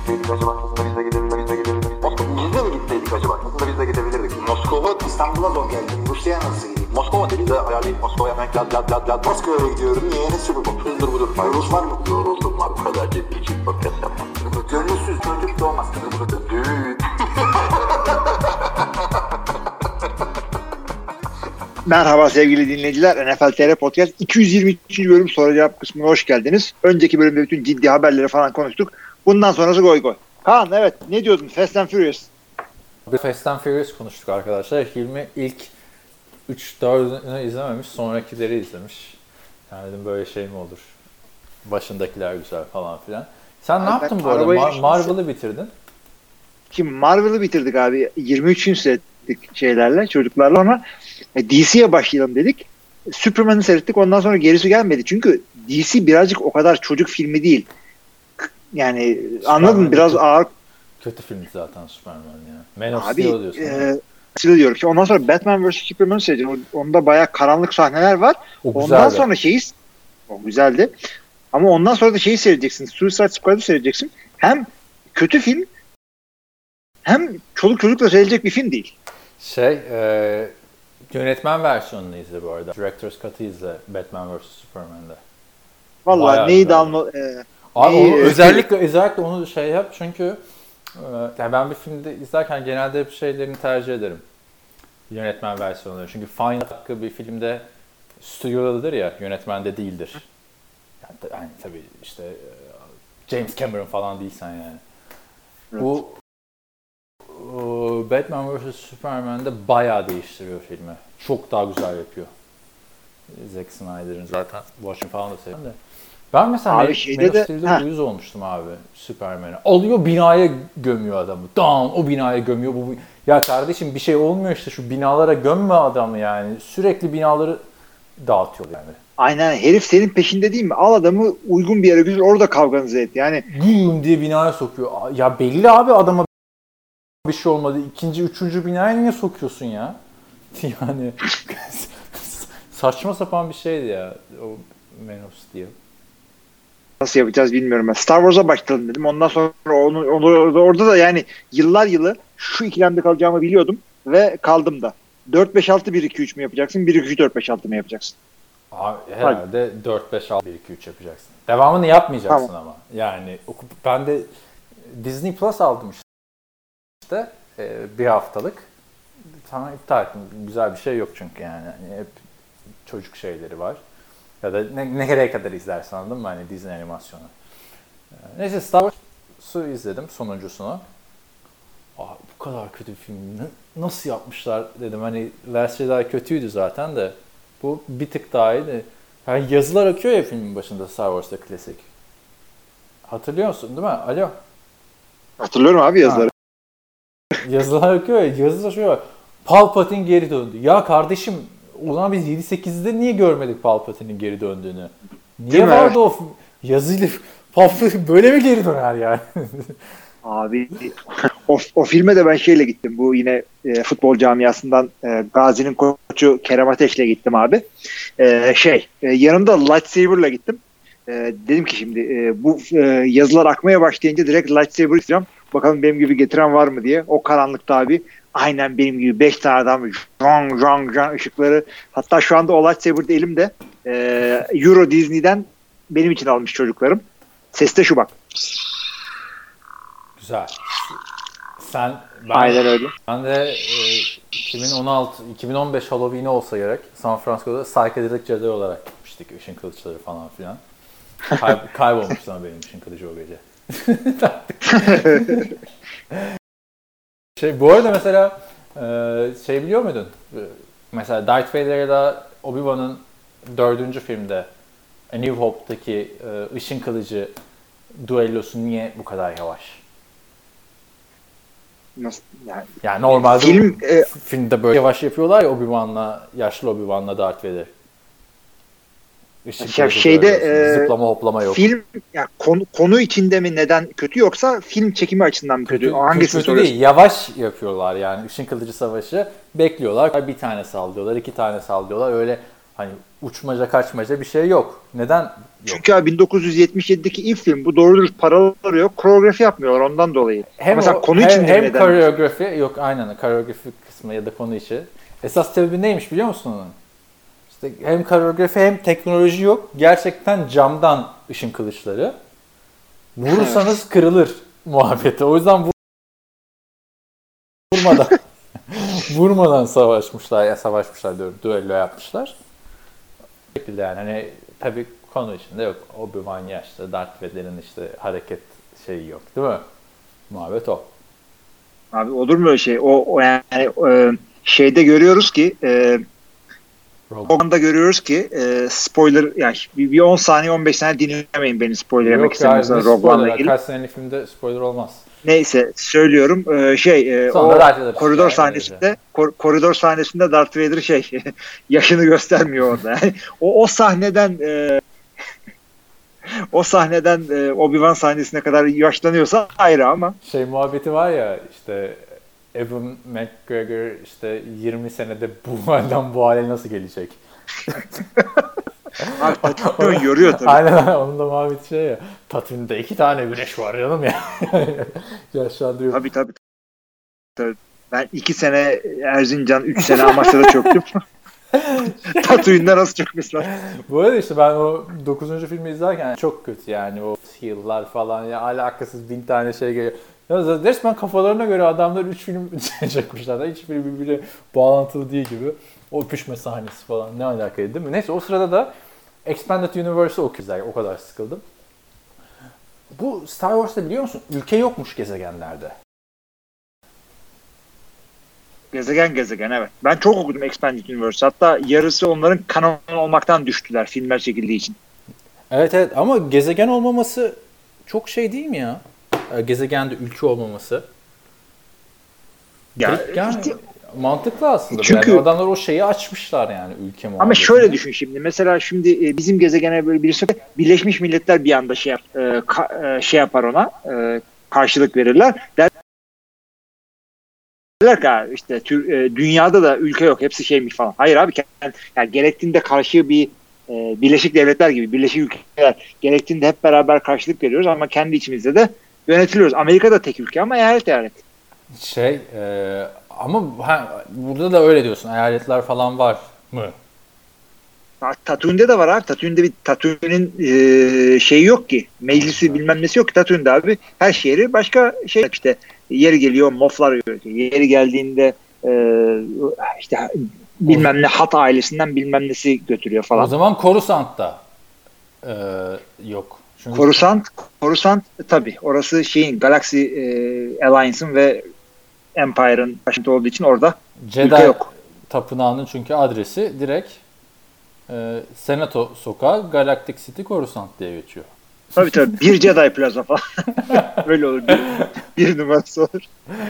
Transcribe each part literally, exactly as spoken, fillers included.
gitseydik acaba? Aslında biz de gidebilirdik. Biz de gidebilirdik. Biz de mi gitseydik acaba? Aslında biz de gidebilirdik. Moskova, İstanbul'a zor geldim. Rusya'ya nasıl gideyim? Moskova dedi de ayarlayıp Moskova'ya hemen lad lad lad lad. Moskova'ya gidiyorum. Niye? Ne sürü bu? Hızdır budur. Rus var mı? Yoruldum var. Bu kadar ciddi için podcast yapmam. Gönülsüz çocuk doğmaz. Düğün. Merhaba sevgili dinleyiciler. N F L T R Podcast iki yüz yirmi üçüncü bölüm soru cevap kısmına hoş geldiniz. Önceki bölümde bütün ciddi haberleri falan konuştuk. Bundan sonrası goy goy. Kaan evet ne diyordun? Fast and Furious. Bir Fast and Furious konuştuk arkadaşlar. Filmi ilk üç dördünü izlememiş, sonrakileri izlemiş. Yani dedim böyle şey mi olur? Başındakiler güzel falan filan. Sen ne Abi yaptın bu arada? Mar- Marvel'ı bitirdin. Şimdi Marvel'ı bitirdik abi. yirmi üç gün seyrettik şeylerle, çocuklarla. Ona D C'ye başlayalım dedik. Superman'ı seyrettik. Ondan sonra gerisi gelmedi. Çünkü D C birazcık o kadar çocuk filmi değil. Yani Superman anladın mı? Biraz kötü, ağır. Kötü filmdi zaten Superman ya. Man of Abi, Steel diyorsun. E, Steel diyorum ki ondan sonra Batman versus. Superman'ı seyrettim. Onda bayağı karanlık sahneler var. Ondan sonra şeyi o güzeldi. Ama ondan sonra da şeyi seyredeceksin. Suicide Squad'ı seyredeceksin. Hem kötü film hem çoluk çocukla seyredilecek bir film değil. Şey, e, yönetmen versiyonunu izle bu arada. Director's Cut'ı izle Batman versus. Superman'de. Vallahi neyi dalma... E, Abi neyi, onu, özellikle özellikle onu şey yap çünkü e, yani ben bir filmde izlerken genelde hep şeylerini tercih ederim. Yönetmen versiyonları. Çünkü final hakkı bir filmde stüdyodadır ya, yönetmende değildir. Yani, yani tabii işte James Cameron falan değilsen yani. Evet. Bu Batman versus. Superman'de bayağı değiştiriyor filmi. Çok daha güzel yapıyor. Zack Snyder'ın zaten Watchmen falan da seviyorum da. Ben mesela abi Man, şeyde Man of de, Steel'de uyuz olmuştum abi Superman'e. Alıyor binaya gömüyor adamı. Down o binaya gömüyor. Bu, ya kardeşim bir şey olmuyor işte şu binalara gömme adamı yani. Sürekli binaları dağıtıyor yani. Aynen herif senin peşinde değil mi? Al adamı uygun bir yere götür orada kavganızı et. Yani Güm diye binaya sokuyor. Ya belli abi adama bir şey olmadı. İkinci, üçüncü binaya niye sokuyorsun ya? Yani saçma sapan bir şeydi ya o Man of Steel. Nasıl yapacağız bilmiyorum ben. Star Wars'a başlayalım dedim. Ondan sonra onu, onu orada da yani yıllar yılı şu ikilemde kalacağımı biliyordum ve kaldım da. dört beş altı bir iki üç mü yapacaksın? bir iki üç dört beş altı mı yapacaksın? Abi herhalde Hadi. dört beş altı bir iki üç yapacaksın. Devamını yapmayacaksın tamam. Ama. Yani ben de Disney Plus aldım işte bir haftalık. Tamam iptal ettim. Güzel bir şey yok çünkü yani. yani hep çocuk şeyleri var. Ya da ne, nereye kadar izlersin anladın mı? Hani Disney animasyonu. Neyse Star Wars'u izledim sonuncusunu. Aa, bu kadar kötü bir film nasıl yapmışlar dedim. Hani Last Jedi kötüydü zaten de bu bir tık daha iyiydi. Yani yazılar akıyor ya filmin başında Star Wars'ta klasik. Hatırlıyor musun değil mi? Alo. Hatırlıyorum abi yazıları. Ha. Yazılar akıyor ya. Yazılar şu var. Palpatine geri döndü. Ya kardeşim ulan biz yedi sekizde niye görmedik Palpatine'in geri döndüğünü? Niye vardı o yazıyla Palpatine böyle mi geri döner yani? Abi o, o filme de ben şeyle gittim. Bu yine e, futbol camiasından e, Gazi'nin koçu Kerem Ateş'le gittim abi. E, şey e, yanımda lightsaber'la gittim. E, dedim ki şimdi e, bu e, yazılar akmaya başlayınca direkt lightsaber istiyorum. Bakalım benim gibi getiren var mı diye. O karanlıkta abi aynen benim gibi beş tane adam jong jong jong ışıkları. Hatta şu anda o lightsaber de elimde. E, Euro Disney'den benim için almış çocuklarım. Ses de şu bak. Güzel. Sen ben, aynen öyle. Ben de e, iki bin on altı iki bin on beş Halloween'i olsa gerek San Francisco'da psychedelic cadı olarak gitmiştik. Işın kılıçları falan filan. Kay, kaybolmuş sana benim ışın kılıcı o gece. şey bu arada mesela e, şey biliyor muydun? Mesela Darth Vader'la Obi-Wan'ın dördüncü filmde A New Hope'daki e, ışın kılıcı duellosu niye bu kadar yavaş? Nasıl yani? Yani normalde film, e, filmde böyle yavaş yapıyorlar ya Obi-Wan'la, yaşlı Obi-Wan'la Darth Vader. Ya şeyde e, zıplama hoplama yok. Film ya konu, konu içinde mi neden kötü yoksa film çekimi açısından mı kötü? Kötü, Hangisi kötü değil. Yavaş yapıyorlar yani. Işın Kılıcı Savaşı bekliyorlar. Bir tane sallıyorlar, iki tane sallıyorlar. Öyle Hani uçmaca kaçmaca bir şey yok. Neden yok? Çünkü abi bin dokuz yüz yetmiş yedideki ilk film bu doğru dürüst paraları yok. Koreografi yapmıyorlar ondan dolayı. Hem mesela o, konu hem, için hem neden? koreografi yok aynen koreografi kısmı ya da konu içi. Esas sebebi neymiş biliyor musun onun? İşte hem koreografi hem teknoloji yok. Gerçekten camdan ışın kılıçları. Vurursanız kırılır muhabbeti. O yüzden vur- vurmadan vurmadan savaşmışlar ya savaşmışlar diyorum. Düello yapmışlar. Bu şekilde yani hani tabii konu içinde yok. Obi-Wan yaşlı, Darth Vader'in işte hareket şeyi yok değil mi? Muhabbet o. Abi olur mu öyle şey? O, o yani e, şeyde görüyoruz ki e, Rogue'da görüyoruz ki e, spoiler yani bir, bir on saniye on beş saniye dinlemeyin beni spoiler yemek istemiyorsanız Rogue'la ilgili. Kaç senelik filmde spoiler olmaz. Neyse söylüyorum e, şey e, o koridor işte, sahnesinde yani kor, koridor sahnesinde Darth Vader şey yaşını göstermiyor orada. Yani, o o sahneden e, o sahneden e, Obi-Wan sahnesine kadar yaşlanıyorsa ayrı ama. Şey muhabbeti var ya işte Evan McGregor işte yirmi senede bu halden bu hale nasıl gelecek? Abi Tatooine yoruyor tabii. Aynen onun da muhabbeti şey ya. Tatooine'de iki tane güneş var canım ya. Yaşlandırıyor. Tabii, tabii tabii. Ben iki sene Erzincan, üç sene Amasya'da çöktüm. Tatooine'de nasıl çökmüşler? Bu arada işte ben o dokuzuncu filmi izlerken çok kötü yani o yıllar falan ya alakasız bin tane şey geliyor. Ya resmen kafalarına göre adamlar üç film çekmişler. Hiçbiri birbirine bağlantılı değil gibi. O öpüşme sahnesi falan ne alakaydı değil mi? Neyse o sırada da Expanded Universe'ı okuyoruz. O kadar sıkıldım. Bu Star Wars'ta biliyor musun? Ülke yokmuş gezegenlerde. Gezegen gezegen evet. Ben çok okudum Expanded Universe. Hatta yarısı onların kanon olmaktan düştüler filmler çekildiği için. Evet evet ama gezegen olmaması çok şey değil mi ya? Gezegende ülke olmaması. Ya, yani işte, mantıklı aslında. çünkü yani adamlar o şeyi açmışlar yani ülke muhabbetini. Ama şöyle düşün şimdi. Mesela şimdi bizim gezegene böyle birisi Birleşmiş Milletler bir anda şey yap, e, ka, e, şey yapar ona. E, karşılık verirler. Derler ki abi işte tür, e, dünyada da ülke yok. Hepsi şeymiş falan. Hayır abi yani, yani gerektiğinde karşı bir e, Birleşik Devletler gibi Birleşik Ülkeler gerektiğinde hep beraber karşılık veriyoruz ama kendi içimizde de yönetiliyoruz. Amerika da tek ülke ama eyalet eyalet. Şey e, ama ha, burada da öyle diyorsun. Eyaletler falan var mı? Tatooine'de de var abi. Tatooine'de bir Tatooine'in e, şeyi yok ki. Meclisi evet. Bilmem nesi yok ki Tatooine'de abi. Her şehri başka şey işte yeri geliyor moflar yönetiyor. Yeri geldiğinde e, işte bilmem ne Hat ailesinden bilmem nesi götürüyor falan. O zaman Coruscant'ta e, yok. Çünkü... Coruscant, Coruscant tabii. Orası şeyin Galaxy e, Alliance'ın ve Empire'ın başında olduğu için orada Jedi ülke yok. Tapınağının çünkü adresi direkt e, Senato Sokağı Galactic City Coruscant diye geçiyor. Tabii tabii. Bir Jedi Plaza falan. Öyle olur. Bir, bir numarası olur.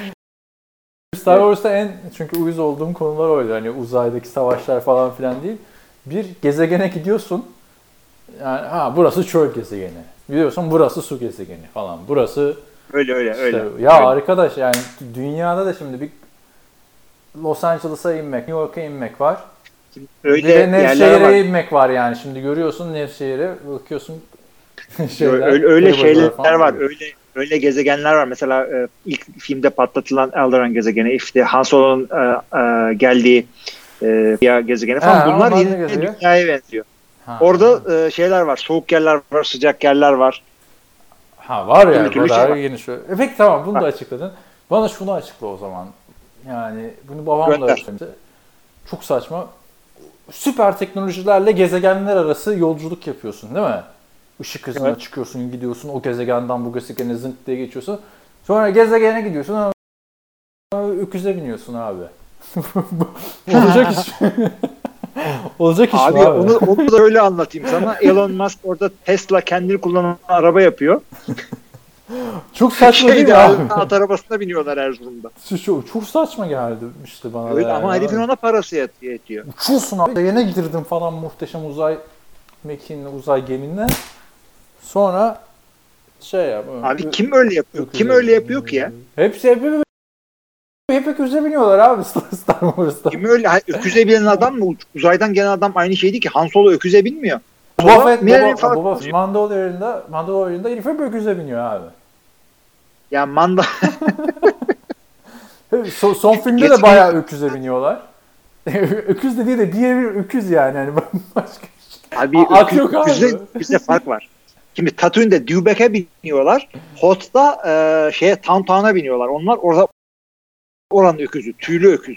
Star Wars'ta en çünkü uyuz olduğum konular oydu. Hani uzaydaki savaşlar falan filan değil. Bir gezegene gidiyorsun. Yani ha burası çöl gezegeni. Biliyorsun burası su gezegeni falan. Burası öyle öyle işte, öyle. Ya öyle. arkadaş yani dünyada da şimdi bir Los Angeles'a inmek, New York'a inmek var. Öyle bir de Nevşehir'e inmek var yani. Şimdi görüyorsun Nevşehir'e bakıyorsun şeyler, öyle öyle şeyler var. var. Öyle öyle gezegenler var. Mesela e, ilk filmde patlatılan Alderaan gezegeni, işte Han Solo'nun e, e, geldiği e, gezegeni falan. Ha, bunlar yine gezegen. Dünyaya benziyor. Ha, Orada e, şeyler var. Soğuk yerler var, sıcak yerler var. Ha var ya. Yani, bu da yeni şu. E peki tamam bunu ha. da açıkladın. Bana şunu açıkla o zaman. Yani bunu babam da söylemişti. Çok saçma. Süper teknolojilerle gezegenler arası yolculuk yapıyorsun değil mi? Işık hızına evet. çıkıyorsun, gidiyorsun, o gezegenden bu gezegene zınk diye geçiyorsun. Sonra gezegene gidiyorsun, öküze biniyorsun abi. Olacak iş. Olacak iş abi, abi. Onu, onu da öyle anlatayım sana. Elon Musk orada Tesla kendini kullanan araba yapıyor. Çok saçma değil mi abi? At arabasına biniyorlar Erzurum'da. Çok, çok saçma geldi işte bana. Evet, ama herifin ona parası yetiyor. Uçuyorsun abi. Yine girdim falan muhteşem uzay mekiğinle, uzay geminle. Sonra şey yap. Abi kim öyle yapıyor? Kim öyle yapıyor ki ya? Hepsi yapıyor. hep öküze biniyorlar abi Star Wars'ta. Kim öyle? Hayır, öküze binen adam mı? Uzaydan gelen adam aynı şey değil ki. Han Solo öküze binmiyor. Boba Fett, Boba, Boba Mandalorian'da, Mandalorian'da herif hep öküze biniyor abi. Ya Manda... son, son filmde de bayağı öküze biniyorlar. Öküz de değil de diğer bir öküz yani. yani başka şey. Abi At öküz, yok abi. öküzde, öküzde fark var. Şimdi Tatooine'de Dewback'e biniyorlar. Hoth'ta e, şeye Tauntaun'a biniyorlar. Onlar orada oranın öküzü. Tüylü öküz.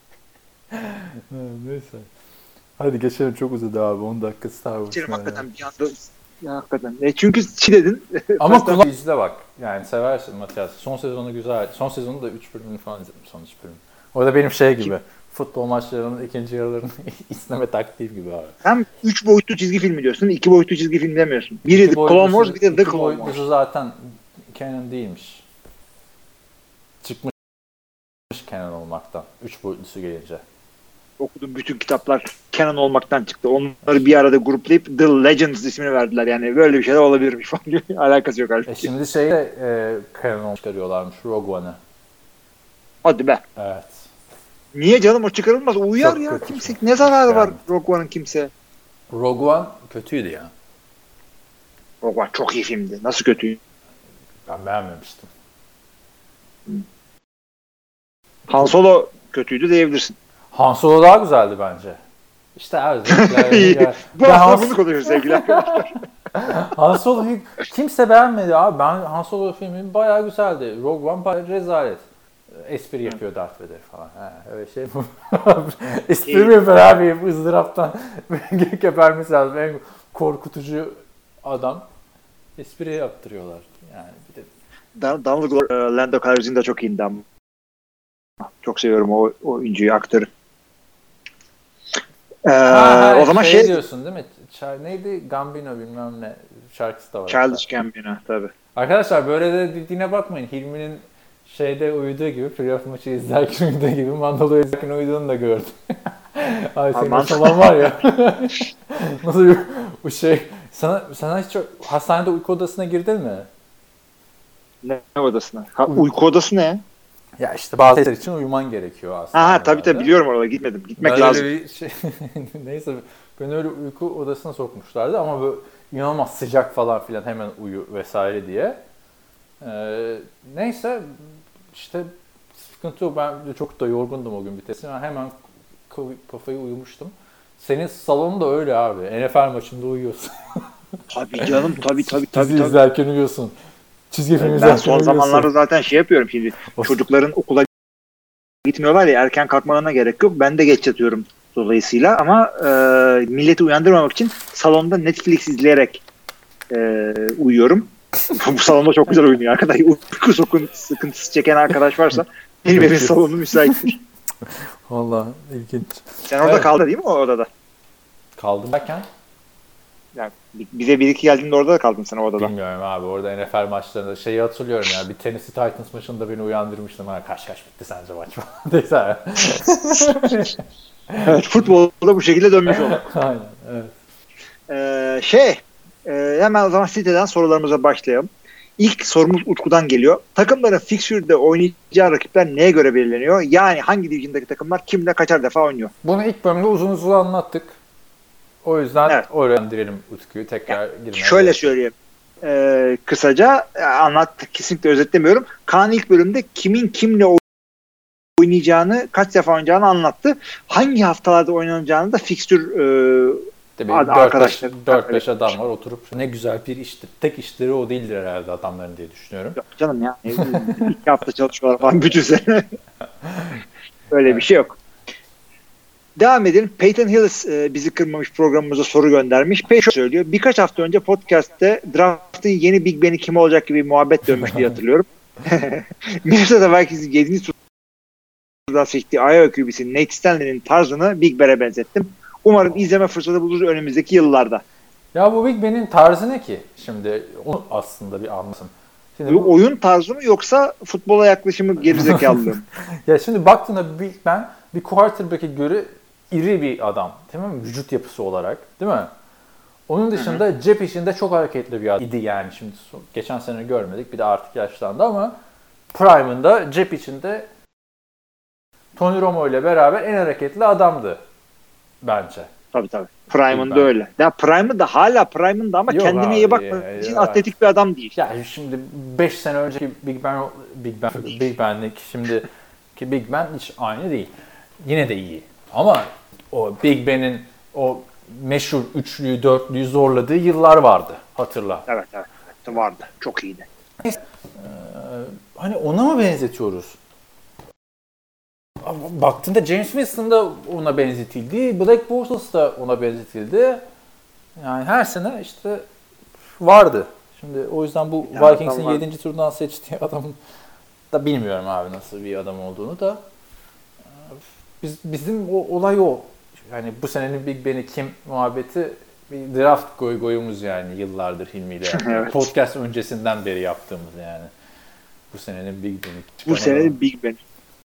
Neyse. Hadi geçelim, çok uzadı abi. on dakika Star Wars. Geçelim hakikaten bir anda. Ya hakikaten. E çünkü çi dedin. Ama kulak izle bak. Yani seversin Matias. Son sezonu güzel. Son sezonu da üç bölümünü falan izledim. Son üç bölüm. O da benim şey gibi. Kim? Futbol maçlarının ikinci yarılarını izleme taktiğim gibi abi. Hem üç boyutlu çizgi film diyorsun, iki boyutlu çizgi film demiyorsun. Biri The Clone Wars, bir de The Clone Wars. İki zaten canon değilmiş. Çıkmış canon olmaktan. Üç boyutlusu gelince. Okuduğum bütün kitaplar canon olmaktan çıktı. Onları bir arada gruplayıp The Legends ismini verdiler. Yani böyle bir şeyler olabilirmiş falan. Alakası yok halbuki. E şimdi şeyde e, canon çıkarıyorlarmış Rogue One'ı. Hadi be. Evet. Niye canım, o çıkarılmaz? Uyar Çok ya kötü. kimse. Ne zararı Yani. var Rogue One'ın kimse? Rogue One kötüydü ya. Rogue One çok iyi filmdi. Nasıl kötü? Ben beğenmemiştim. Han Solo kötüydü diyebilirsin. Han Solo daha güzeldi bence. İşte abi. Bu hafta bunu konuşuyoruz sevgili arkadaşlar. Han Solo'yu kimse beğenmedi abi. Ben Han Solo filmi bayağı güzeldi. Rogue One bayağı rezalet. Espri yapıyor Darth Vader falan. Ha, öyle şey bu. Espri mi yapıyor abi? Bu ızdıraptan gebermesi lazım. En korkutucu adam. Espri yaptırıyorlar. Yani bir de Donald Glover, Lando Calrissian da çok iyiydi ama. Çok seviyorum o, o oyuncuyu, aktörü. Ee, ha, o zaman şey, şey diyorsun değil mi? Ç- neydi? Gambino bilmem ne şarkısı da var. Childish Gambino tabii. Arkadaşlar böyle de dediğine bakmayın. Hilmi'nin şeyde uyuduğu gibi, playoff maçı izlerken uyuduğu gibi Mandalorian izlerken uyuduğunu da gördüm. Ay senin o salon var ya. Nasıl bir bu şey. Sana, sana hiç hastanede uyku odasına girdin mi? Ne odasına? Ha, uyku odası ne? Ya işte bazı şeyler için uyuman gerekiyor aslında. Ha tabii tabii biliyorum orada, gitmedim. Gitmek ben lazım. Bir şey, neyse beni öyle uyku odasına sokmuşlardı ama böyle inanılmaz sıcak falan filan, hemen uyu vesaire diye. Ee, neyse işte sıkıntı yok. Ben de çok da yorgundum o gün bitesine. Ben hemen kafayı uyumuştum. Senin salon da öyle abi. N F L maçında uyuyorsun. Tabii canım tabii tabii tabii. Dizi tabii. izlerken uyuyorsun. Çizgi film izlerken Ben son uyuyorsun. zamanlarda zaten şey yapıyorum şimdi. Of. Çocukların okula gitmiyorlar ya, erken kalkmalarına gerek yok. Ben de geç yatıyorum dolayısıyla ama e, milleti uyandırmamak için salonda Netflix izleyerek e, uyuyorum. Bu salonda çok güzel oynuyor arkadaş. Uyku sokun sıkıntısı çeken arkadaş varsa benim evin salonu müsaittir. Vallahi ilginç. Sen orada Evet. kaldın değil mi o odada? Kaldım derken? Yani bize bir iki geldiğinde orada da kaldın sen o odada. Bilmiyorum abi, orada N F L maçlarında şeyi hatırlıyorum ya, bir Tennessee Titans maçında beni uyandırmıştım. Ha, kaç kaç bitti sence maç falan deyse. Evet, futbolda bu şekilde dönmüş oldu. Aynen, evet. Ee, şey e, hemen o zaman siteden sorularımıza başlayalım. İlk sorumuz Utku'dan geliyor. Takımların fixture'de oynayacağı rakipler neye göre belirleniyor? Yani hangi division'daki takımlar kimle kaçar defa oynuyor? Bunu ilk bölümde uzun uzun anlattık. O yüzden Evet. öğrendirelim Utku'yu. Tekrar Yani, girmeye şöyle gerek yok. söyleyeyim. Ee, kısaca e, anlattık, kesinlikle özetlemiyorum. Kaan ilk bölümde kimin kimle oynayacağını, kaç defa oynayacağını anlattı. Hangi haftalarda oynanacağını da fixture e, arkadaşlar. dört beş adam var oturup ne güzel bir iştir. Tek işleri o değildir herhalde adamların diye düşünüyorum. Yok canım ya. İki hafta çalışıyorlar falan bütün sene. Öyle bir şey yok. Devam edelim. Peyton Hillis e, bizi kırmamış, programımıza soru göndermiş. Peyton söylüyor. Birkaç hafta önce podcast'te draft'ın yeni Big Ben'i kim olacak gibi bir muhabbet dönmüş diye hatırlıyorum. Minnesota Vikings'in yedinci turdan seçtiği Iowa Q B'si Nate Stanley'nin tarzını Big Ben'e benzettim. Umarım izleme fırsatı buluruz önümüzdeki yıllarda. Ya bu Big Ben'in tarzı ne ki? Şimdi onu aslında bir anlasın. Şimdi bu oyun tarzı mı yoksa futbola yaklaşımı gerizekalılığı mı? Ya şimdi baktığında Big Ben bir quarterback'e göre iri bir adam. Değil mi? Vücut yapısı olarak. Değil mi? Onun dışında hı hı. cep işinde çok hareketli bir adam idi yani. Şimdi geçen sene görmedik. Bir de artık yaşlandı ama prime'ında cep içinde Tony Romo ile beraber en hareketli adamdı bence. Tabii tabii. Prime'ında öyle. Ya Prime'ında hala Prime'ında ama Yok kendine abi, iyi bakmadığı için ya, atletik bir adam değil. Ya şimdi beş sene önceki Big Ben Big Ben Big Ben'lik şimdiki Big Ben hiç aynı değil. Yine de iyi. Ama o Big Ben'in o meşhur üçlüyü, dörtlüyü zorladığı yıllar vardı. Hatırla. Evet evet. evet vardı. Çok iyiydi. Ee, hani ona mı benzetiyoruz? Baktığında James Winston da ona benzetildi. Black Bortles da ona benzetildi. Yani her sene işte vardı. Şimdi o yüzden bu ya, Vikings'in yedinci turdan seçtiği adamın da bilmiyorum abi nasıl bir adam olduğunu da. Biz, bizim o olay o. Yani bu senenin Big Ben'i kim muhabbeti bir draft goy goyumuz yani yıllardır Hilmi'yle. Evet. Podcast öncesinden beri yaptığımız yani. Bu senenin Big Ben'i. Bu senenin Big Ben'i.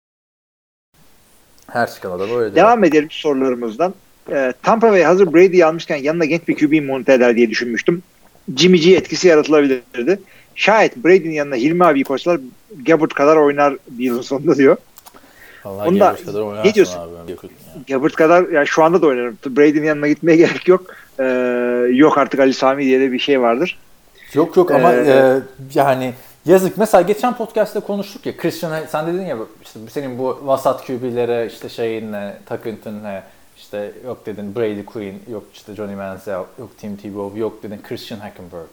Her çıkana da böyle. Devam edelim sorularımızdan. Ee, Tampa Bay hazır Brady'yi almışken yanına genç bir Q B'yi monte eder diye düşünmüştüm. Jimmy G etkisi yaratılabilirdi. Şayet Brady'nin yanına Hilmi abi koşsalar Gabbert kadar oynar bir yılın sonunda diyor. Vallahi Bunda, Gabbert kadar oynarsın ne diyorsun? Abi. Gabbert kadar yani şu anda da oynarım. Brady'nin yanına gitmeye gerek yok. Ee, yok artık Ali Sami diye de bir şey vardır. Yok yok ama ee, e, yani yazık. Mesela geçen podcast'te konuştuk ya Christian, sen dedin ya işte senin bu vasat Q B'lere işte şeyinle, takıntınla işte yok dedin Brady Quinn, yok işte Johnny Manziel, yok Tim Tebow, yok dedin Christian Hackenberg.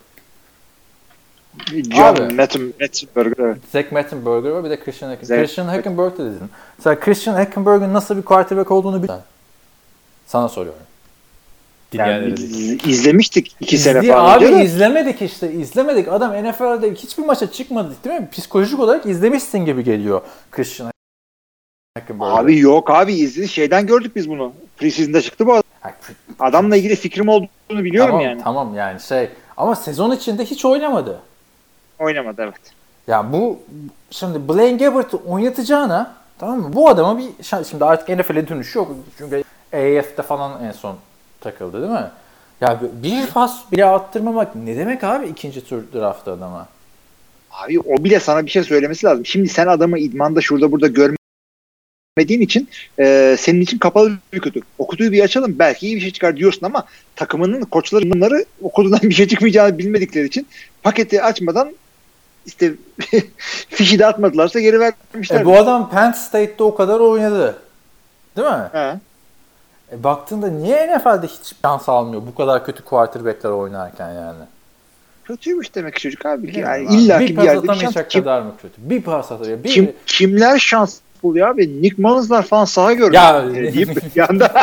John Mettenberger, evet. Zach Mettenberger var bir de Christian Hackenberg. Christian Hackenberg de dedin. Mesela Christian Hackenberg'in nasıl bir quarterback olduğunu bil. Sana soruyorum. Yani iz, izlemiştik iki İzli, sene falan abi önce. Abi izlemedik işte. İzlemedik. Adam N F L'de hiçbir maça çıkmadı değil mi? Psikolojik olarak izlemişsin gibi geliyor Christian Hackenberg. Abi yok abi izledi. Şeyden gördük biz bunu. Preseason'da çıktı bu adam. Adamla ilgili fikrim olduğunu biliyorum tamam, yani. Tamam yani şey. Ama sezon içinde hiç oynamadı. Oynamadı evet. Ya bu şimdi Blaine Gabbert'ı oynatacağına tamam mı? Bu adama bir şimdi artık N F L'e dönüş yok. Çünkü A A F'de falan en son takıldı değil mi? Ya bir pas bile attırmamak ne demek abi ikinci tur draftta adama? Abi o bile sana bir şey söylemesi lazım. Şimdi sen adamı idmanda şurada burada görmediğin için e, senin için kapalı bir kutu. O kutuyu bir açalım belki iyi bir şey çıkar diyorsun ama takımının koçları bunları o kutudan bir şey çıkmayacağını bilmedikleri için paketi açmadan işte fişi de atmadılarsa geri vermişler. E, bu adam Penn State'de o kadar oynadı. Değil mi? He. E baktığında niye N F L'de hiç şans almıyor bu kadar kötü quarterback'ler oynarken yani? Kötüymüş demek ki çocuk abi. Yani illa ki bir yerde bir şans. Bir kadar mı kötü? Bir pas atıyor. Bir... Kim, kimler şans buluyor abi? Nick Mullins'lar falan saha görmüyor. Ya deyip bir anda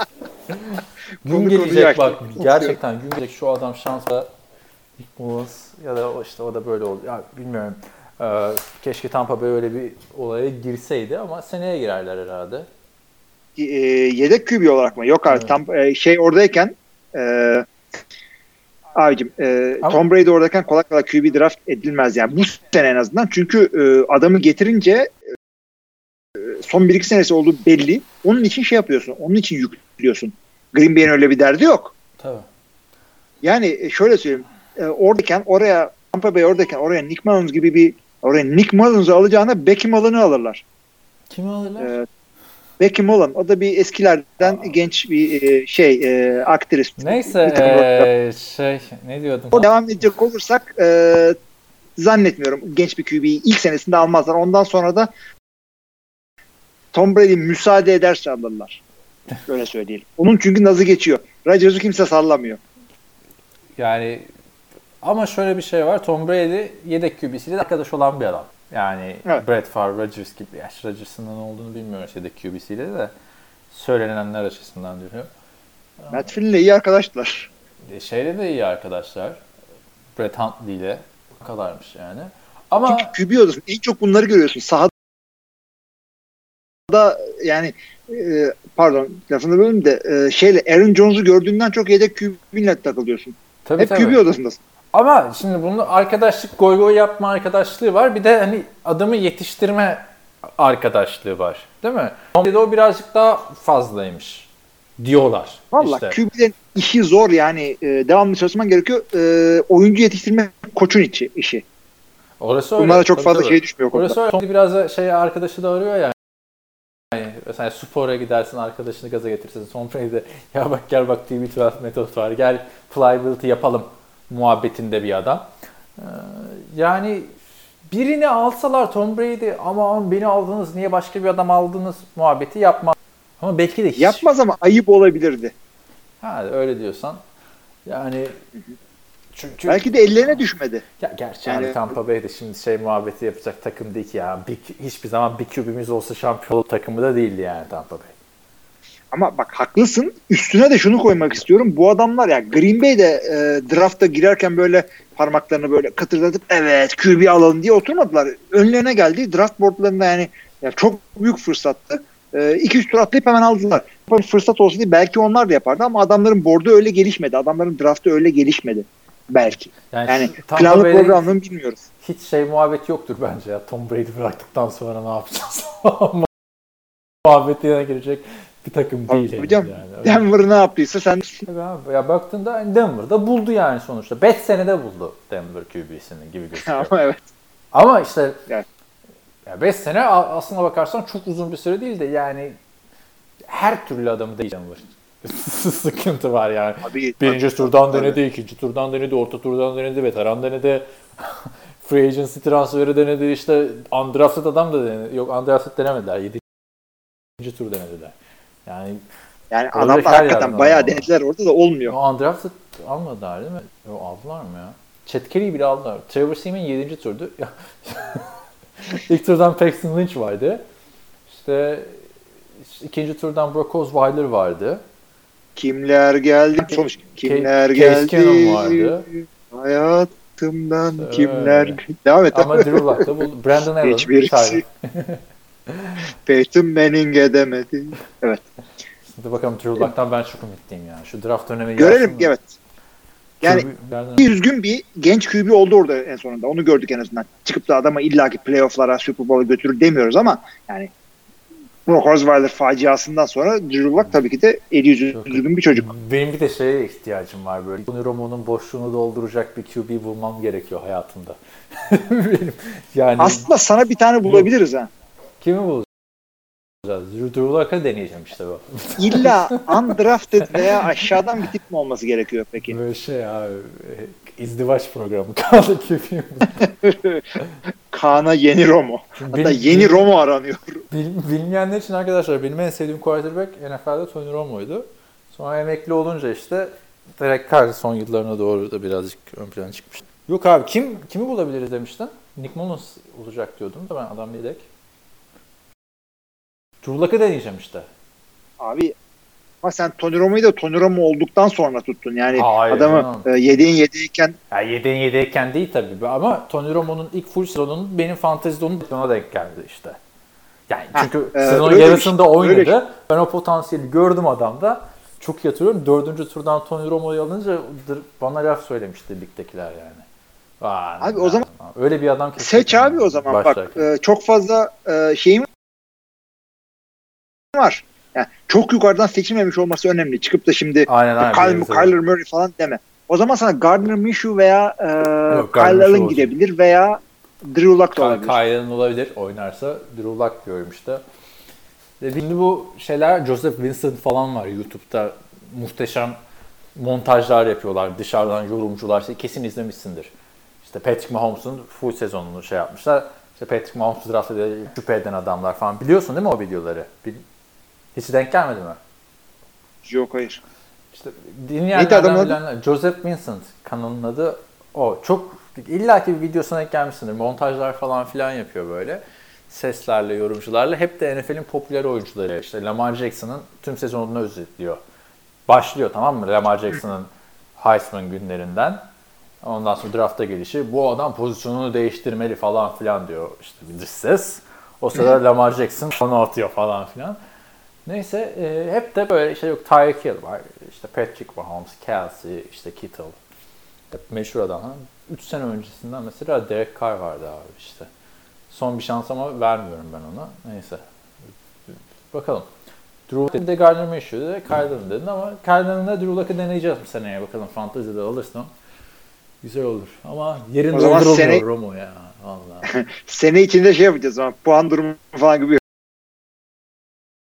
gün gelecek bak. Gerçekten gün gelecek şu adam şansla Nick Mullins ya da işte o da böyle oldu. Ya bilmiyorum. Ee, keşke Tampa Bay öyle bir olaya girseydi ama seneye girerler herhalde. E, yedek Q B olarak mı? Yok abi. Evet. Tam e, şey oradayken e, abicim e, Tom Brady oradayken kolay kolay Q B draft edilmez yani. Bu sene en azından. Çünkü e, adamı getirince e, son bir iki senesi olduğu belli. Onun için şey yapıyorsun. Onun için yüklüyorsun. Green Bay'in öyle bir derdi yok. Tabii. Yani şöyle söyleyeyim. E, oradayken oraya Tampa Bay oradayken oraya Nick Mullins gibi bir oraya Nick Mullins'ı alacağına Becky Mullen'ı alırlar. Kimi alırlar? E, Becky Mullen. O da bir eskilerden Aa. genç bir e, şey e, aktris. Neyse e, şey ne diyordum? O devam edecek olursak e, zannetmiyorum genç bir Q B'yi ilk senesinde almazlar. Ondan sonra da Tom Brady müsaade ederse alırlar. Öyle söyleyelim. Onun çünkü nazı geçiyor. Rodgers'ı kimse sallamıyor. Yani ama şöyle bir şey var. Tom Brady yedek Q B'siyle arkadaş olan bir adam. Yani evet. Brett Favre, Rodgers gibi. Yaş Rodgers'ın ne olduğunu bilmiyoruz yedek Q B'siyle de söylenenler açısından diyor. Matt Flynn'le iyi arkadaşlar. Şeyle de iyi arkadaşlar. Brett Hundley ile kadarmış yani. Ama çünkü Q B odasın. En çok bunları görüyorsun. Sahada yani e, pardon lafını bölüm de e, şeyle Aaron Jones'u gördüğünden çok yedek Q B'yle takılıyorsun. Tabii, hep tabii. Q B odasındasın. Ama şimdi bunun arkadaşlık, goy goy yapma arkadaşlığı var. Bir de hani adamı yetiştirme arkadaşlığı var. Değil mi? Tom'da o birazcık daha fazlaymış diyorlar. Valla işte. Q B'lerin işi zor yani. E, devamlı çalışman gerekiyor. E, oyuncu yetiştirme koçun içi, işi. Orası öyle. Bunlara çok tabii, fazla tabii. şey düşmüyor. Orası öyle. Biraz da şey arkadaşı da arıyor yani. Yani mesela spora gidersin, arkadaşını gaza getirsin. Tom Brady'de ya bak gel bak T B on iki metot var. Gel pliability yapalım muhabbetinde bir adam. Ee, yani birini alsalar Tom Brady ama beni aldınız niye başka bir adam aldınız muhabbeti yapmaz. Ama belki de hiç. Yapmaz ama ayıp olabilirdi. Ha öyle diyorsan. Yani çünkü belki de ellerine düşmedi. Ya gerçi yani, yani Tampa Bay'de şimdi şey muhabbeti yapacak takım değil ki ya. Bir, hiçbir zaman bir Q B'miz olsa şampiyon takımı da değildi yani Tampa Bay. Ama bak haklısın. Üstüne de şunu koymak istiyorum. Bu adamlar ya Green Bay'de e, drafta girerken böyle parmaklarını böyle kıtırdatıp evet Q B alalım diye oturmadılar. Önlerine geldi. Draft boardlarında yani, yani çok büyük fırsattı. iki üç tur atlayıp hemen aldılar. Bir fırsat olsa diye belki onlar da yapardı ama adamların board'u öyle gelişmedi. Adamların draftı öyle gelişmedi. Belki. Yani, yani planlı programını bilmiyoruz. Hiç şey muhabbet yoktur bence ya. Tom Brady bıraktıktan sonra ne yapacağız? Muhabbetine girecek bir takım değil. Hocam yani. Denver ne yaptıysa sen... Ya baktığında Denver'da buldu yani sonuçta. beş senede buldu Denver Q B'sini gibi gözüküyor. Ama evet. Ama işte yani. beş sene aslına bakarsan çok uzun bir süre değil de yani her türlü adamı değil Denver. Sıkıntı var yani. Abi, birinci tabii, turdan tabii. denedi, ikinci turdan denedi, orta turdan denedi, veteran denedi. Free agency transferi denedi, işte undrafted adam da denedi. Yok undrafted denemediler, yedinci tur denediler. Yani yani adamlar hakikaten bayağı denediler orada da olmuyor. O undrafted almadılar değil mi? Yok aldılar mı ya? Chet Kelly'yi bile aldılar. Trevor Seaman yedinci turdu. İlk turdan Paxton Lynch vardı. İşte ikinci turdan Brock Osweiler vardı. Kimler geldi? Sonuç kimler K- geldi? Vardı. Hayatımdan evet. Kimler devam et. Ama Drew Luck'ta buldu. Brandon Allen. Hiçbirisi. Peyton Manning edemedi. Evet. Şimdi bakalım Drew Luck'tan ben çok ümitliyim yani. Şu draft dönemi görelim evet. Yani düzgün bir genç Q B oldu orada en sonunda. Onu gördük en azından. Çıkıp da adama illaki playoff'lara, Super Bowl'a götürür demiyoruz ama yani Brock Osweiler faciasından sonra Drew Luck tabii ki de eli yüzü düzgün bir çocuk. Benim bir de şeye ihtiyacım var böyle. Tony Romo'nun boşluğunu dolduracak bir Q B bulmam gerekiyor hayatımda. Benim, yani aslında sana bir tane bulabiliriz ha. Kimi bulacağız? Drew Luck'a deneyeceğim işte bu. İlla undrafted veya aşağıdan bir tip mi olması gerekiyor peki? Böyle şey abi. İzdivaç programı. Kaan'da Q B. Kaan'a yeni Romo. Hatta bil, yeni bil, Romo aranıyor. Bil, bilmeyenler için arkadaşlar benim en sevdiğim quarterback N F L'de Tony Romo'ydu. Sonra emekli olunca işte Derek Carr son yıllarına doğru da birazcık ön plana çıkmış. Yok abi kim kimi bulabiliriz demiştin? Nick Mullins olacak diyordum da ben adam yedek. Drew Luck'ı deneyeceğim işte. Abi ama sen Tony Romo'yu da Tony Romo olduktan sonra tuttun. Yani hayır, adamı e, yedeğin yedeğiyken ya yedeğin yedeğiken değil tabii ama Tony Romo'nun ilk full sezonunun benim fantezide onun ona denk geldi işte. Yani çünkü ha, sezonun e, yarısında şey, oynadı. Şey. Ben o potansiyeli gördüm adamda. Çok iyi hatırlıyorum. Dördüncü turdan Tony Romo'yu alınca bana laf söylemişti ligdekiler yani. Aa, abi o zaman öyle bir adam seç abi o zaman bak e, çok fazla e, şeyim var. Yani çok yukarıdan seçilmemiş olması önemli. Çıkıp da şimdi aynen, aynen, Kyler, Kyler Murray falan deme. O zaman sana Gardner Minshew veya e, Yok, Kyle Allen gidebilir veya Drew Luck da olabilir. Kyle Allen olabilir. Oynarsa Drew Luck diyorum işte. Şimdi bu şeyler Joseph Winston falan var YouTube'da. Muhteşem montajlar yapıyorlar. Dışarıdan yorumcular. İşte kesin izlemişsindir. İşte Patrick Mahomes'un full sezonunu şey yapmışlar. İşte Patrick Mahomes draft eden, şüphe eden adamlar falan. Biliyorsun değil mi o videoları? Bil- Hiç denk gelmedi mi? Yok hayır. İşte dinleyenlerden bilenler. Joseph Vincent kanalının adı o. Çok illaki bir videosuna denk gelmişsindir. Montajlar falan filan yapıyor böyle. Seslerle, yorumcularla. Hep de N F L'in popüler oyuncuları. İşte Lamar Jackson'ın tüm sezonunu özetliyor. Başlıyor tamam mı? Lamar Jackson'ın Heisman günlerinden. Ondan sonra drafta gelişi. Bu adam pozisyonunu değiştirmeli falan filan diyor. İşte bir dış ses. O sırada Lamar Jackson onu atıyor falan filan. Neyse e, hep de böyle şey yok. Tyreek Hill var. İşte Patrick Mahomes, Kelsey, işte Kittle. Hep meşhur adam. üç sene öncesinden mesela Derek Carr vardı abi işte. Son bir şans ama vermiyorum ben ona. Neyse. Bakalım. Drew de Gardner Minshew'de de Kyle'ın dedin ama Kyle'ın da Drew Luck'ı deneyeceğiz bu seneye. Bakalım Fantasy'de alırsam güzel olur. Ama yerin doldurulmuyor sene... Romo ya. Vallahi. Sene içinde şey yapacağız ama puan durumu falan gibi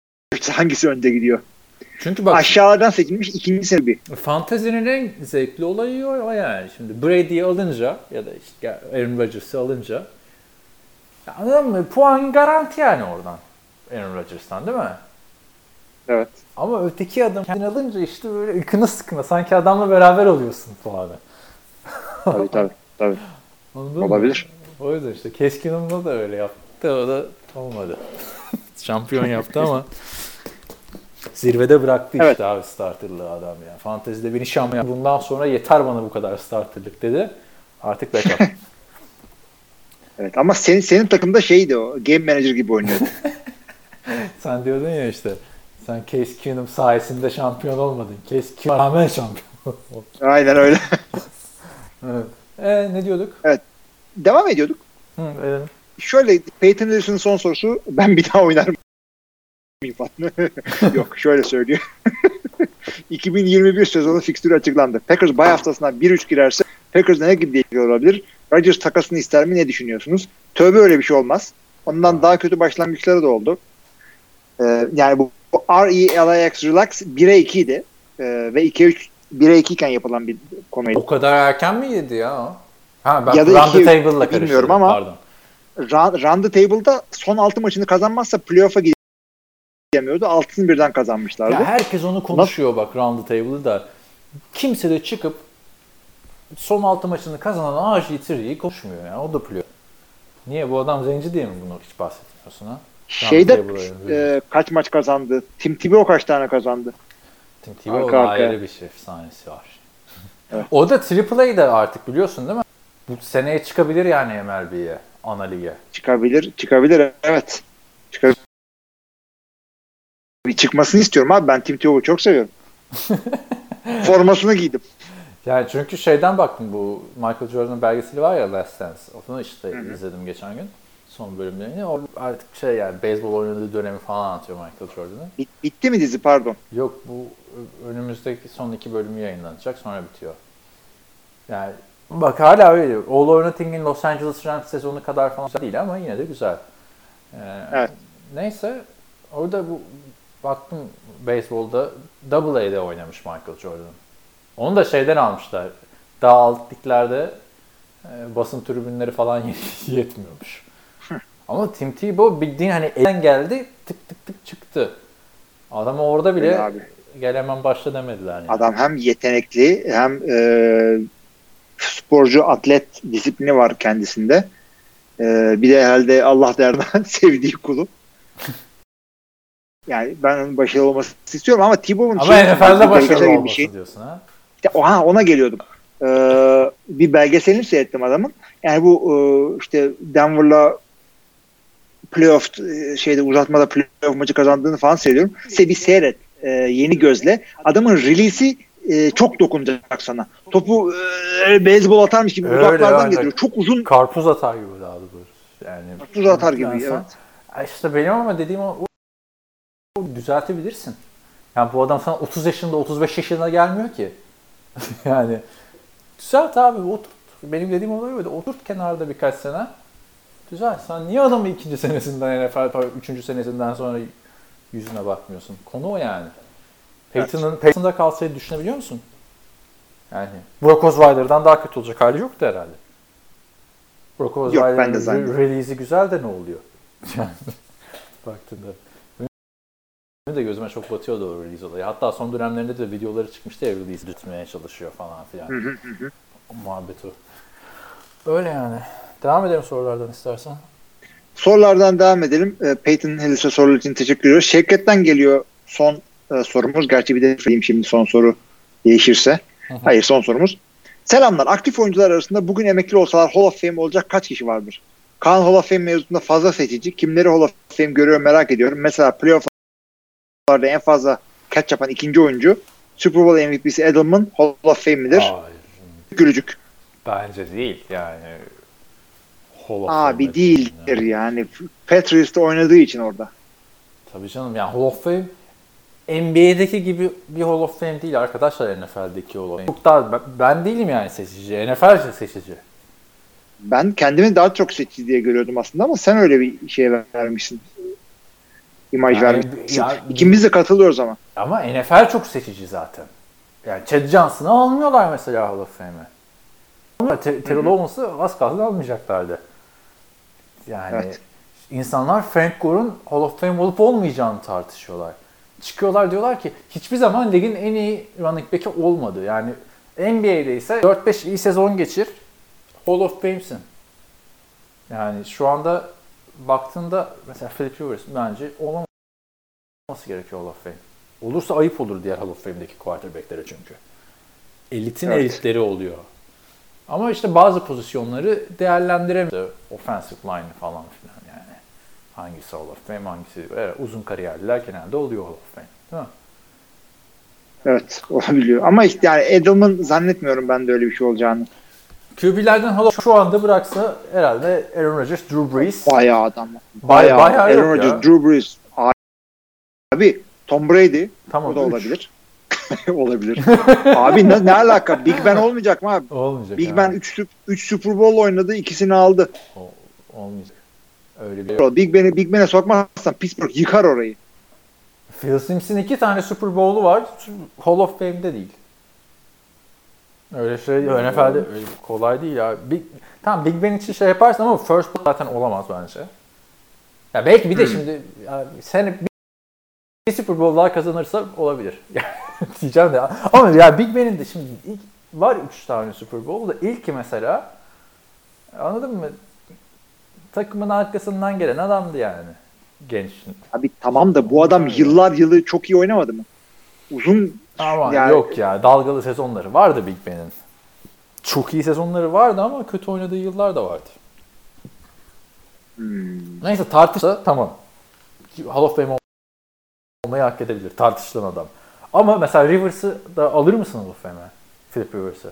işte hangisi önde gidiyor. Çünkü bak, aşağılardan seçilmiş ikinci sebebi. Fantezinin en zevkli olayı o, o yani. Şimdi Brady'yi alınca ya da işte Aaron Rodgers'ı alınca, anladın mı? Puan garanti yani oradan. Aaron Rodgers'tan değil mi? Evet. Ama öteki adam kendini alınca işte böyle ıkına sıkına sanki adamla beraber oluyorsun puanı. Tabii tabii. tabii. Olabilir. Mi? O yüzden işte Keskin'imde de öyle yaptı. O da olmadı. Şampiyon yaptı ama zirvede bıraktı işte, evet. Abi starterlığı adam yani. Fantezide beni şampiyon. Bundan sonra yeter bana bu kadar starterlık dedi. Artık backup. Evet ama senin senin takımda şeydi o. Game manager gibi oynuyordu. Sen diyordun ya işte. Sen Case Keenum sayesinde şampiyon olmadın. Case Keenum'a rağmen şampiyon oldun. Aynen öyle. Evet. Ee, ne diyorduk? Evet. Devam ediyorduk. Hı, evet. Şöyle Peyton Ellis'in son sorusu, ben bir daha oynar mıyım falan. Yok, şöyle söylüyor. iki bin yirmi bir sezonu fikstürü açıklandı. Packers bay haftasına bir üç girerse Packers'da ne gibi değişiklik olabilir? Rodgers takasını ister mi? Ne düşünüyorsunuz? Tövbe, öyle bir şey olmaz. Ondan daha kötü başlangıçları da oldu. Ee, yani bu, bu R E L A X Relax bire iki idi. Ee, ve ikiye üç bire iki iken yapılan bir konuydu. O kadar erken miydi ya? Ha, ben ya da Run the Table'la bilmiyorum ama pardon. Run, Run the Table'da son altı maçını kazanmazsa playoff'a gidemiyordu. Altısını birden kazanmışlardı. Ya herkes onu konuşuyor bak, Run the Table'ı da. Kimse de çıkıp son altı maçını kazanan R G three'yi konuşmuyor yani. O da playoff. Niye? Bu adam zenci diye mi bunu hiç bahsetmiyorsun ha? Şeyde e, kaç maç kazandı? Tim Tebow kaç tane kazandı? Tim Tebow'un ayrı bir şey, efsanesi var. Evet. O da Triple A'de artık, biliyorsun değil mi? Bu seneye çıkabilir yani M L B'ye, ana lige. Çıkabilir, çıkabilir evet. Çıkabilir. Çıkmasını istiyorum abi. Ben Tim Tebow'u çok seviyorum. Formasını giydim. Yani çünkü şeyden baktım, bu Michael Jordan'ın belgeseli var ya, Last Dance. Onu işte Hı-hı. izledim geçen gün. Son bölümlerini. O artık şey yani beyzbol oynadığı dönemi falan anlatıyor Michael Jordan'ın. Bit, bitti mi dizi, pardon? Yok, bu önümüzdeki son iki bölümü yayınlanacak, sonra bitiyor. Yani bak hala öyle. All or Nothing'in Los Angeles Rams sezonu kadar falan değil ama yine de güzel. Ee, evet. Neyse orada bu baktım beyzbolda Double A'de oynamış Michael Jordan. Onu da şeyden almışlar. Daha alt liglerde e, basın tribünleri falan yetmiyormuş. Ama Tim Tebow bildiğin hani elden geldi, tık tık tık çıktı. Adamı orada bile gel hemen başla demediler. Yani. Adam hem yetenekli hem e, sporcu, atlet disiplini var kendisinde. E, bir de herhalde Allah derden sevdiği kulu. Yani ben onun başarılı olmasını istiyorum ama Tebow'un ama N F L'de başarılı olması şey, diyorsun ha? İşte ona, ona geliyordum. Ee, bir belgeselini seyrettim adamın. Yani bu e, işte Denver'la playoff şeyde uzatmada playoff maçı kazandığını falan seyrediyorum. İşte bir seyret e, yeni gözle. Adamın release'i e, çok dokunacak sana. Topu e, beyzbol atarmış gibi öyle uzaklardan yani, getiriyor. Çok uzun. Karpuz atar gibi daha doğrusu. Yani karpuz atar gibi. Evet. İşte benim ama dediğim o, o düzeltebilirsin. Yani bu adam sana otuz yaşında, otuz beş yaşında gelmiyor ki. Yani düzelt abi, oturt. Benim dediğim olay öyle. Oturt kenarda birkaç sene. Güzel. Sen niye adamı ikinci senesinden N F L, üçüncü senesinden sonra yüzüne bakmıyorsun? Konu o yani. Peyton'ın evet. Peyton'da kalsaydı düşünebiliyor musun? Yani Brock Osweiler'dan daha kötü olacak hali yoktu herhalde. Brock Osweiler'ın release'i güzel de ne oluyor? Yani baktığında. Benim de gözüme çok batıyordu o release olayı. Hatta son dönemlerinde de videoları çıkmıştı ya, release tutmaya çalışıyor falan filan. Hı hı hı. O muhabbet o. Öyle yani. Devam edelim sorulardan istersen. Sorulardan devam edelim. E, Peyton Hillis'e sorular için teşekkür ediyoruz. Şevket'ten geliyor son e, sorumuz. Gerçi bir de söyleyeyim şimdi son soru değişirse. Hı hı. Hayır, son sorumuz. Selamlar. Aktif oyuncular arasında bugün emekli olsalar Hall of Fame olacak kaç kişi vardır? Kaan Hall of Fame mevzusunda fazla seçici. Kimleri Hall of Fame görüyor merak ediyorum. Mesela playoff'larda en fazla catch yapan ikinci oyuncu Super Bowl M V P'si Edelman Hall of Fame midir? Hayır. Gülücük. Bence değil yani. Hall of Abi Fame değildir yani. yani. Patriots'ta oynadığı için orada. Tabii canım yani Hall of Fame N B A'deki gibi bir Hall of Fame değil arkadaşlar, N F L'deki Hall of Fame. Çok daha, ben, ben değilim yani seçici. N F L seçici. Ben kendimi daha çok seçici diye görüyordum aslında ama sen öyle bir şey vermişsin. imaj yani, vermek için. ya, İkimiz de katılıyoruz ama. Ama N F L çok seçici zaten. Yani Chad Johnson'ı almıyorlar mesela Hall of Fame'e. Ama Terrell Owens'ı az kalsın almayacaklardı. Yani evet. insanlar Frank Gore'un Hall of Fame olup olmayacağını tartışıyorlar. Çıkıyorlar diyorlar ki hiçbir zaman ligin en iyi running back'i olmadı. Yani N B A'de ise dört beş iyi sezon geçir, Hall of Fame'sin. Yani şu anda baktığında mesela Philip Rivers bence olmaması gerekiyor Hall of Fame. Olursa ayıp olur diğer Hall of Fame'deki quarterback'lere çünkü. Elitin evet. elitleri oluyor. Ama işte bazı pozisyonları değerlendiremiyor. Offensive line falan filan yani. Hangisi Hall of Fame, hangisi evet, uzun kariyerliler genelde oluyor Hall of Fame. Değil mi? Evet, olabiliyor. Ama işte yani Edelman zannetmiyorum ben de öyle bir şey olacağını. Q B'lerden Hall of Fame şu anda bıraksa herhalde Aaron Rodgers, Drew Brees. Bayağı adam. Bayağı, bayağı Aaron Rodgers, Drew Brees. Abi Tom Brady. Tamam, o da üç. Olabilir. Olabilir. Abi ne, ne alaka? Big Ben olmayacak mı abi? Olmayacak. Big Ben üç Super Bowl oynadı, ikisini aldı. O, olmayacak. Öyle bir Big Ben'i Big Ben'e sokmazsan Pittsburgh yıkar orayı. Phil Sims'in iki tane Super Bowl'u var. Hall of Fame'de değil. Öyle şey N F L'de öyle kolay değil ya. Big, tamam Big Ben için şey yaparsın ama first zaten olamaz bence. Ya belki bir de hmm. şimdi yani sen bir Super Bowl daha kazanırsa olabilir. Diyeceğim de. Ama ya Big Ben'in de şimdi ilk, var üç tane Super Bowl da ilki mesela anladın mı? Takımın arkasından gelen adamdı yani. Genç. Abi tamam da bu adam yıllar yılı çok iyi oynamadı mı? Uzun ama yani, yok ya dalgalı sezonları vardı Big Ben'in. Çok iyi sezonları vardı ama kötü oynadığı yıllar da vardı. Hmm. Neyse tartışsa tamam. Hall of Fame olmayı hak edebilir. Tartışılan adam. Ama mesela Rivers'ı da alır mısın Hall of Fame'e? Philip Rivers'ı.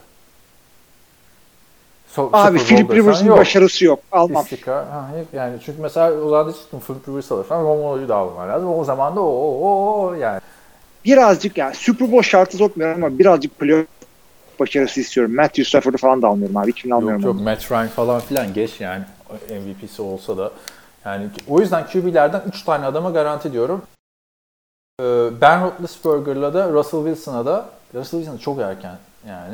So, abi Philip Rivers'ın yok. Başarısı yok. Almam. İstikrar. Ha, yani çünkü mesela o zaman da çıktım Philip Rivers alırsan Romolo'yu da alman lazım. O zaman da o o o yani. Birazcık yani Super Bowl şartı sokmuyorum ama birazcık playoff başarısı istiyorum. Matthew Stafford'u falan da almıyorum abi. Kimini almıyorum. Yok yok Matt Ryan falan filan geç yani. M V P'si olsa da. Yani o yüzden Q B'lerden üç tane adama garanti diyorum. Ben Roethlisberger'la da Russell Wilson'a da Russell Wilson çok erken yani.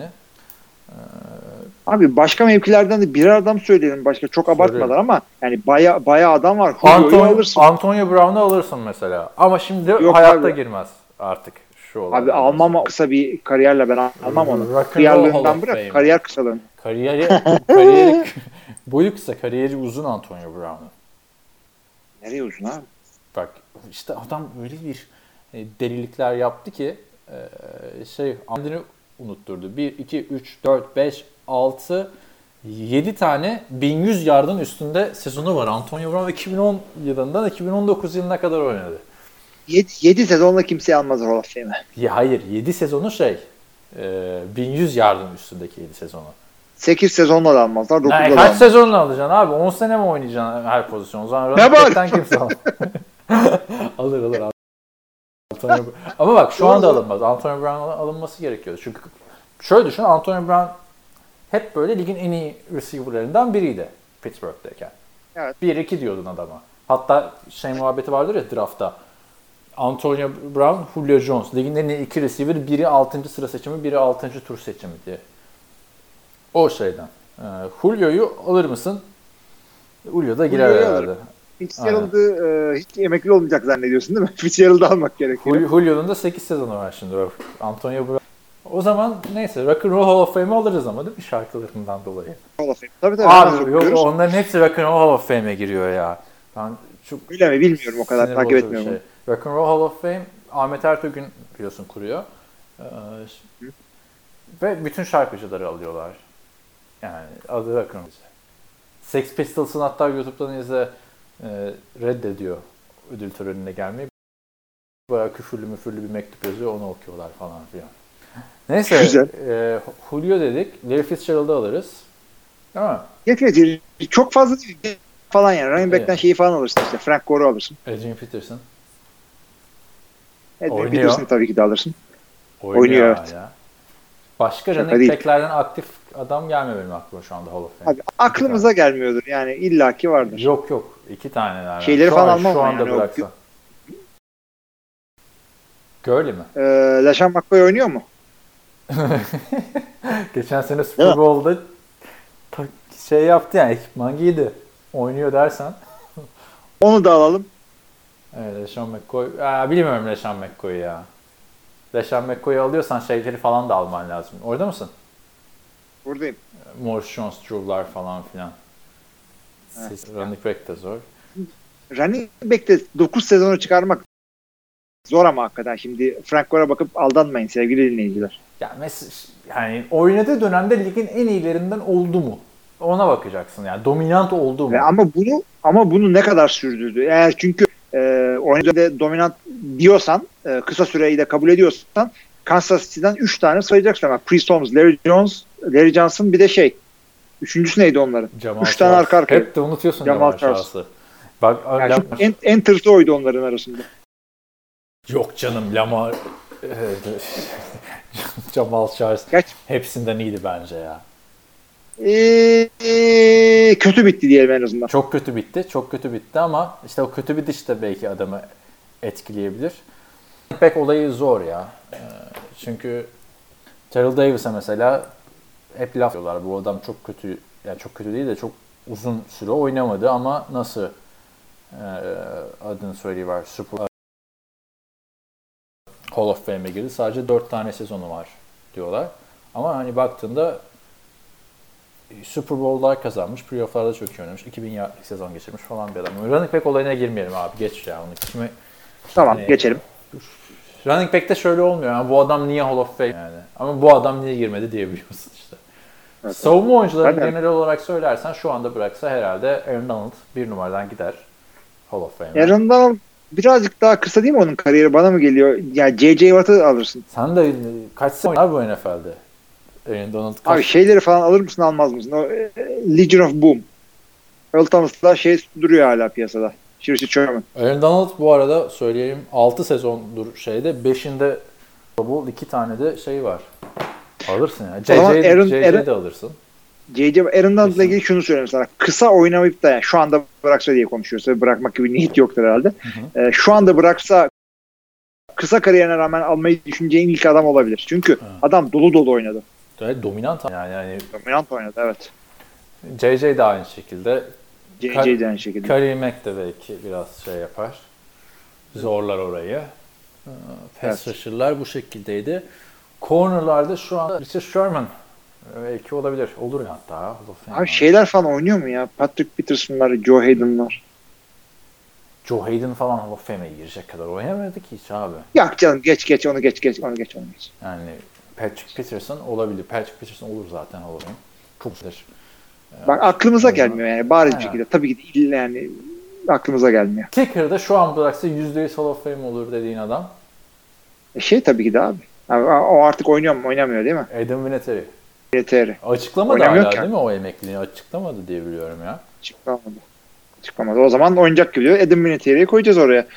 Abi başka mevkilerden de birer adam söyleyelim başka çok abartmadan ama yani baya baya adam var. Antonio, alırsın. Antonio Brown'u alırsın mesela. Ama şimdi yok hayatta abi. Girmez artık şu olay. Abi almam mesela. Kısa bir kariyerle ben almam onu. Kariyerlerinden bırak fame. Kariyer kısalığını. Kariyeri kariyeri boyu kısa, kariyeri uzun Antonio Brown'un. Nereye uzun abi? Bak işte adam öyle bir delilikler yaptı ki şey adını unutturdu. bir, iki, üç, dört, beş, altı, yedi tane bin yüz yardın üstünde sezonu var. Antonio Brown iki bin on yılından iki bin on dokuz yılına kadar oynadı. yedi sezonla kimseyi almaz Hall of Fame'e. Ya hayır, yedi sezonu şey e, bin yüz yardın üstündeki yedi sezonu. sekiz sezonla da almazlar. dokuzla da kaç sezonla alacaksın abi? on sene mi oynayacaksın her pozisyon? O zaman ne var? Kimse alır. alır alır. Antonio... Ama bak şu anda alınmaz. Antonio Brown alınması gerekiyordu. Çünkü şöyle düşün, Antonio Brown hep böyle ligin en iyi receiver'larından biriydi Pittsburgh'dayken. Evet. bir iki diyordun adama. Hatta şey muhabbeti vardır ya draftta. Antonio Brown, Julio Jones. Ligin en iyi iki receiver. Biri altıncı sıra seçimi, biri altıncı tur seçimi diye. O şeyden. Ee, Julio'yu alır mısın? Julio da girer Julio'yu herhalde. Fitzgerald'ı e, hiç emekli olmayacak zannediyorsun değil mi? Fitzgerald'ı almak gerekiyor. Julio'nun da sekiz sezonu var şimdi. Antonio Brown. O zaman neyse Rock'n'Roll Hall of Fame'i alırız ama değil mi şarkılarından dolayı? Hall of Fame. Tabii tabii. Abi yok onların hepsi Rock'n'Roll Hall of Fame'e giriyor ya. Ben çok öyle mi bilmiyorum o kadar takip etmiyorum. Şey. Rock'n'Roll Hall of Fame Ahmet Ertuğrul biliyorsun kuruyor. Ee, ve bütün şarkıcıları alıyorlar. Yani adı Rock'n'Roll. Sex Pistols'ın hatta YouTube'dan izle e, reddediyor ödül törenine gelmeyi. Bayağı küfürlü müfürlü bir mektup yazıyor, onu okuyorlar falan filan. Neyse, e, Julio dedik, Larry Fitzgerald'ı alırız. Değil mi? Yetmedi. Çok fazla değil falan yani. Running back'ten evet. Şeyi falan alırsın işte. Frank Gore'u alırsın. Adrian Peterson. Adrian Peterson'ı tabii ki de alırsın. Oynuyor, Oynuyor evet. Ya. Başka Şaka running back'lerden aktif adam gelmiyor benim aklıma şu anda Hall of Fame. Abi, aklımıza gelmiyordur yani illaki vardır. Yok yok. İki tane var. Şeyleri şu falan an, almam şu anda yani. bıraksan. Gurley mi? Ee, LeSean McCoy oynuyor mu? Geçen sene Super Bowl'da ta- şey yaptı yani, ekipman giydi. Oynuyor dersen. Onu da alalım. Evet, LeSean McCoy. Aa, bilmiyorum LeSean McCoy'u ya. LeSean McCoy'u alıyorsan şeyleri falan da alman lazım. Orada mısın? Buradayım. Marshawn Drew'lar falan filan. Evet. Running back de zor. Running back'te dokuz sezonu çıkarmak zor ama hakikaten. Şimdi Frank Gore'a bakıp aldanmayın sevgili dinleyiciler. Ya mesela yani oynadığı dönemde ligin en iyilerinden oldu mu? Ona bakacaksın yani. Dominant oldu mu? Ve ama bunu ama bunu ne kadar sürdürdü? Eğer çünkü e, oynadığı dominant diyorsan, e, kısa süreyi de kabul ediyorsan Kansas City'den üç tane sayacaksın ama Chris Holmes, Larry Jones, Larry Johnson bir de şey. Üçüncüsü neydi onların? Jamal Üç tane arka arkaya. Hep de unutuyorsun Jamal Jamal Charles. Charles'ı. Bak Yani Lam- en, en tırtı oydu onların arasında. Yok canım Lamar Jamal Charles Geç. hepsinden iyiydi bence ya. Ee, kötü bitti diyelim en azından. Çok kötü bitti. Çok kötü bitti ama işte o kötü bitiş de belki adamı etkileyebilir. Pek olayı zor ya. Ee, Çünkü Terrell Davis'e mesela hep laf diyorlar. Bu adam çok kötü, yani çok kötü değil de çok uzun süre oynamadı ama nasıl e, adını söyleyiver Super Hall of Fame'e girdi. Sadece dört tane sezonu var diyorlar. Ama hani baktığında Super Bowl'lar kazanmış, playoff'larda çok iyi oynamış, iki bin yardlık sezon geçirmiş falan bir adam. Running back olayına girmeyelim abi, geç ya onu. Kimi, Tamam hani, geçelim. Running back'te şöyle olmuyor yani, bu adam niye Hall of Fame yani. Ama bu adam niye girmedi diyebiliyorsun işte. Evet. Savunma oyuncuları genel olarak söylersen şu anda bıraksa herhalde Aaron Donald bir numaradan gider Hall of Fame'e. Aaron Donald birazcık daha kısa değil mi onun kariyeri? Bana mı geliyor? Yani J J Watt'ı alırsın. Sen de kaç sene oynar bu N F L'de? Aaron Donald kaç... Abi şeyleri falan alır mısın almaz mısın? O e, Legion of Boom. Earl Thomas'la şey duruyor hala piyasada. Richard Sherman. Aaron Donald bu arada söyleyeyim altı sezondur şeyde, beşinde Bowl, iki tane de şey var. Alırsın ya. J J Aaron, de alırsın. J J Aaron Donald'la ilgili şunu söyleyeyim sana. Kısa oynamayıp da yani şu anda bıraksa diye konuşuyoruz. Tabii bırakmak gibi niyet yoktur herhalde. Hı hı. Ee, şu anda bıraksa kısa kariyerine rağmen almayı düşüneceğin ilk adam olabilir. Çünkü hı. adam dolu dolu oynadı. Evet, dominant yani. yani. Dominant oynadı evet. J J de aynı şekilde. J J de aynı şekilde. Kareem Mack de belki biraz şey yapar. Zorlar orayı. Pass evet. rusher'lar bu şekildeydi. Corner'larda şu an Richard Sherman belki olabilir. Olur ya hatta. Abi şeyler falan oynuyor mu ya? Patrick Peterson'lar, Joe Hayden'lar. Joe Hayden falan Hall of Fame'e girecek kadar oynamadı ki hiç abi. Yok canım geç geç onu geç geç onu geç onu geç. Yani Patrick Peterson olabilir. Patrick Peterson olur zaten Hall of Fame. Çok güzel. Bak aklımıza gelmiyor yani bariz bir şekilde. Tabii ki illa yani aklımıza gelmiyor. Kicker'da şu an bıraksa yüzde yüz Hall of Fame olur dediğin adam. E şey tabii ki de abi. abi. O artık oynuyor mu oynamıyor değil mi? Adam Vinatieri. Vinatieri. Açıklamadı hala değil mi o emekliliğini? Açıklamadı diye biliyorum ya. Açıklamadı. Açıklamadı. O zaman oynayacak gibi diyor. Adam Vinatieri'yi koyacağız oraya.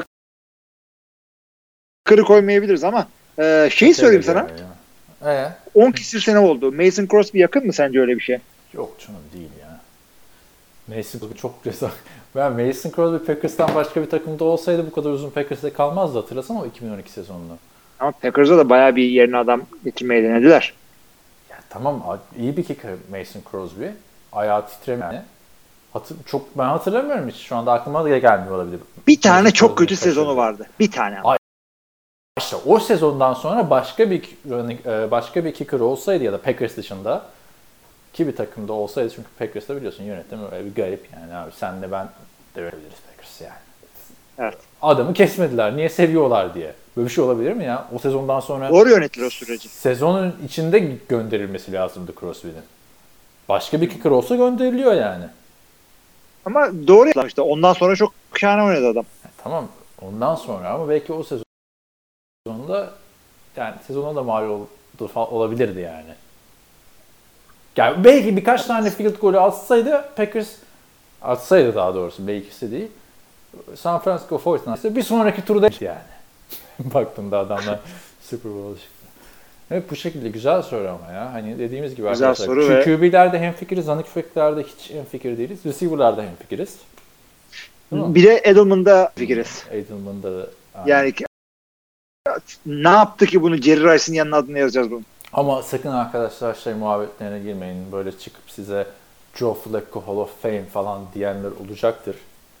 Takırı koymayabiliriz ama e, şeyi söyleyeyim sana. Ee? on küsür sene oldu. Mason Crosby yakın mı sence öyle bir şey? Yok canım değil ya. Mason Crosby çok güzel. Ben Mason Crosby Packers'tan başka bir takımda olsaydı bu kadar uzun Packers'ta kalmazdı, hatırlasana o iki bin on iki sezonunu. Ama Packers'a da bayağı bir yerine adam getirmeyi denediler. Ya tamam, iyi bir kicker Mason Crosby. Ayağı titremiyor yani. Hatır, çok ben hatırlamıyorum hiç. Şu anda aklıma da gelmiyor olabilir. Bir tane Mason çok Crosby'nin kötü sezonu kaçırdı. Vardı. Bir tane ama. İşte o sezondan sonra başka bir başka bir kicker olsaydı ya da Packers dışında ki bir takımda olsaydı, çünkü Packers'ta biliyorsun yönetim öyle bir garip yani abi, sen de ben de verebiliriz Packers yani. Evet. Adamı kesmediler. Niye seviyorlar diye. Böyle bir şey olabilir mi ya? O sezondan sonra doğru yönetilir o süreci. Sezonun içinde gönderilmesi lazımdı Crosby'nin. Başka bir kicker olsa gönderiliyor yani. Ama doğru yapmıştı. Ondan sonra çok şahane oynadı adam. Ya, tamam. Ondan sonra ama belki o sezonda yani sezona da mal oldu, olabilirdi yani. Yani belki birkaç tane field golü atsaydı Packers, atsaydı daha doğrusu, belkisi değil, San Francisco forty-niners'e bir sonraki turda yani. Baktığında adamlar Super Bowl'a çıktı. Evet, bu şekilde güzel soru ama ya. Hani dediğimiz gibi güzel arkadaşlar. Soru ve... Q B'lerde hemfikiriz, running back'lerde hiç hemfikir değiliz. Receiver'larda hemfikiriz. Bir de Edelman'da fikiriz. Edelman'da yani ne yaptı ki bunu Jerry Rice'ın yanına adını yazacağız bunu. Ama sakın arkadaşlar şey muhabbetlerine girmeyin. Böyle çıkıp size Joe Flacco Hall of Fame falan diyenler olacaktır.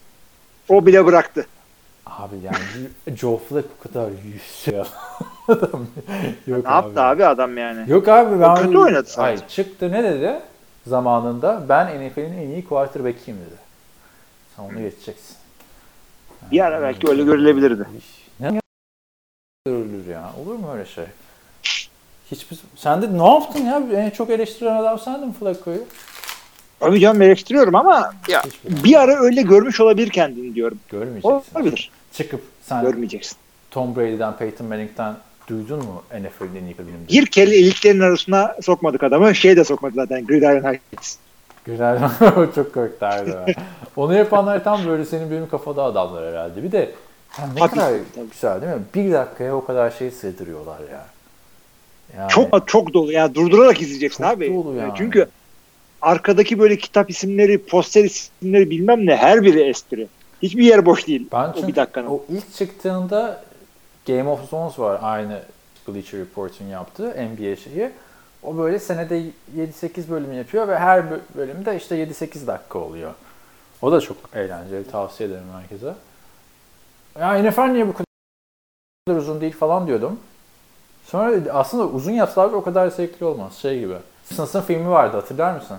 O bile bıraktı. Abi yani Joe Flacco kadar yüz ya. Adam yok ne abi. yaptı abi adam yani? Yok abi ben... O kötü oynadı sadece. Hayır, çıktı ne dedi zamanında? Ben N F L'in en iyi quarterback'iyim dedi. Sen onu geçeceksin. Yani, bir ara belki öyle görülebilirdi. Ne görülür ya? Olur mu öyle şey? Hiçbir... Sen de ne yaptın ya? En çok eleştiren adam sendin Flacco'yu. Abi canım eleştiriyorum ama ya bir ara öyle görmüş olabilir kendini diyorum. Görmeyeceksin. Olabilir. Çıkıp sen görmeyeceksin. Tom Brady'den, Peyton Manning'den duydun mu N F L'in en iyi bilimde? Bir kere iliklerin arasına sokmadık adamı. Şey de sokmadı zaten. Gridiron Heights. Güzel. Çok korktardı. Onu yapanlar tam böyle senin benim kafada adamlar herhalde. Bir de yani ne tabii, kadar tabii. Güzel değil mi? Bir dakikaya o kadar şey sığdırıyorlar ya. Yani, çok çok dolu. Yani durdurarak izleyeceksin çok abi. Dolu yani. Çünkü arkadaki böyle kitap isimleri, poster isimleri bilmem ne her biri espri. Hiçbir yer boş değil. Ben o bir dakikanın. O ilk çıktığında Game of Thrones var aynı Bleacher Report'un yaptığı N B A şeyi. O böyle senede yedi sekiz bölüm yapıyor ve her bölümde işte yedi sekiz dakika oluyor. O da çok eğlenceli. Tavsiye ederim herkese. Ya N F L niye bu kadar uzun değil falan diyordum. Sonra aslında uzun yapsalar o kadar zevkli olmaz. Şey gibi. Simpsons'ın filmi vardı hatırlar mısın?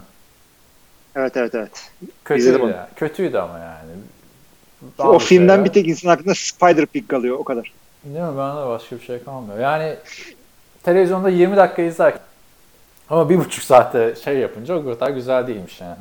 Evet evet evet. Kötüydü. Ya. Kötüydü ama yani. Daha o filmden şeyler... bir tek insan aklında Spider-Pig kalıyor o kadar. Değil mi? Bende başka bir şey kalmıyor. Yani televizyonda yirmi dakika izlerken ama bir buçuk saatte şey yapınca o kadar güzel değilmiş yani.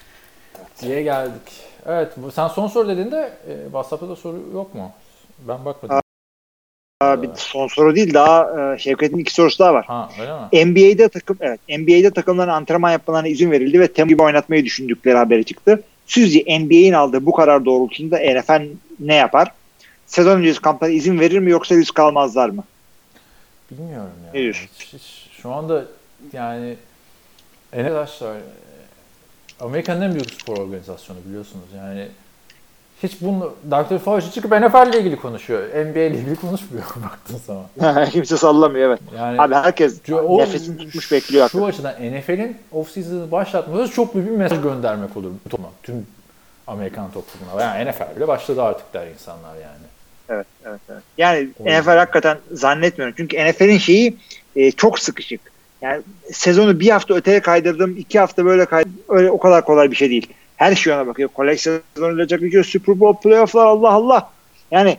Diye geldik. Evet, sen son soru dediğinde e, WhatsApp'ta da soru yok mu? Ben bakmadım. Aa, bir son soru değil daha e, Şevket'in iki sorusu daha var. Ha, öyle mi? N B A'de takım evet N B A'de takımların antrenman yapmalarına izin verildi ve Temmuz gibi oynatmayı düşündükleri haberi çıktı. Sizce N B A'in aldığı bu karar doğrultusunda N F L ne yapar? Sezon öncesi kamplara izin verir mi yoksa risk almazlar mı? Bilmiyorum ya. Ne diyorsun? Hiç, hiç, şu anda yani arkadaşlar Amerika'nın en büyük spor organizasyonu biliyorsunuz. Yani hiç bunu doktor Fauci çıkıp N F L ile ilgili konuşuyor. N B A ile ilgili konuşmuyor baktığın zaman. Kimse sallamıyor evet. Yani, abi herkes o, nefesini tutmuş bekliyor. Şu açıdan N F L'in off-season'ı başlatması çok büyük bir mesaj göndermek olur tüm Amerikan toplumuna. Yani N F L bile başladı artık der insanlar yani. Evet, evet, evet. Yani o N F L hakikaten zannetmiyorum. Çünkü N F L'in şeyi e, çok sıkışık. Yani sezonu bir hafta öteye kaydırdım, iki hafta böyle kaydırdım. Öyle o kadar kolay bir şey değil. Her şey ona bakıyor. Kolej sezonu olacak bir Super Bowl playoff'lar Allah Allah. Yani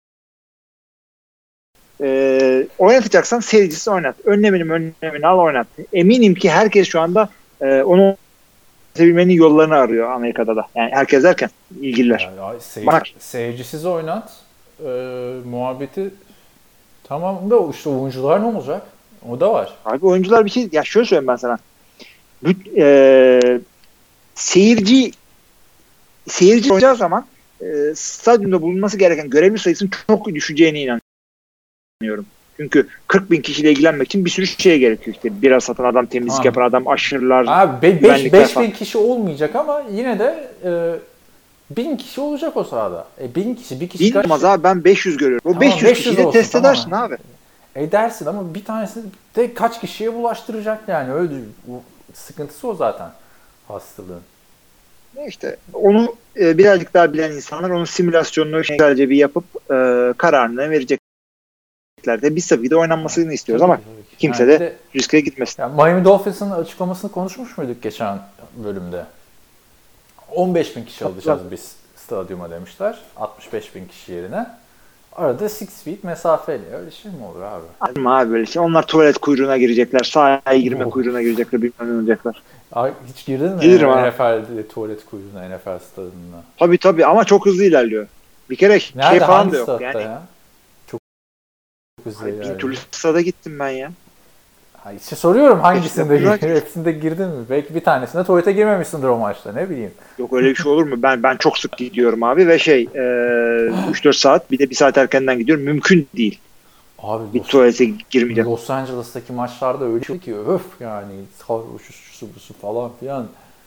e, oynatacaksan seyircisi oynat. Önlemini önlemini al oynat. Eminim ki herkes şu anda e, onu sevilmenin yollarını arıyor Amerika'da da. Yani herkes derken ilgililer. Yani, seyirci, seyircisiz oynat e, muhabbeti tamam da işte oyuncular ne olacak? O da var. Abi oyuncular bir şey ya şöyle söyleyeyim ben sana. Büt, e, seyirci seyirci olacağı zaman e, stadyumda bulunması gereken görevli sayısının çok düşeceğine inanıyorum. Çünkü kırk bin kişiyle ilgilenmek için bir sürü şey gerekiyor. İşte biraz satan adam, temizlik ha. yapan adam, aşırılar, abi beş bin kişi olmayacak ama yine de e, bin kişi olacak o sahada. E, bin kişi, bir kişi. bin olmaz abi ben beş yüz görüyorum. O tamam, beş yüz kişiyi de test edersin tamam. abi. Edersin ama bir tanesi de kaç kişiye bulaştıracak yani öyle sıkıntısı o zaten hastalığın. İşte onu e, birazcık daha bilen insanlar onun simülasyonunu güzelce bir yapıp e, kararını verecekler de biz tabii de oynanmasını istiyoruz tabii, ama tabii. kimse yani de, de riske gitmesin. Yani Miami Dolphins'ın açıklamasını konuşmuş muyduk geçen bölümde? on beş bin kişi alacağız biz stadyuma demişler. altmış beş bin kişi yerine. Arada altı feet mesafeli. Öyle şey mi olur abi? Ama abi böyle şey. Onlar tuvalet kuyruğuna girecekler. Sahaya girme oh. kuyruğuna girecekler. Bilmem ne olacaklar. Abi hiç girdin mi? Giderim N F L'de tuvalet kuyruğuna, N F L stadına. Tabii tabii ama çok hızlı ilerliyor. Bir kere nerede, şey falan da yok. Yani. Ya? Çok, çok hızlı ilerliyor. Bin türlü stada gittim ben ya. Ha, işte soruyorum hangisinde girdin? Hepsinde girdin mi? Belki bir tanesinde tuvalete girmemişsindir o maçta. Ne bileyim. Yok öyle bir şey olur mu? Ben ben çok sık gidiyorum abi ve şey e, üç dört saat bir de bir saat erkenden gidiyorum. Mümkün değil. Abi bir Los, tuvalete girmeyeceğim. Los Angeles'taki maçlarda öyle şey ki öf yani sarhoş şu bu falan filan.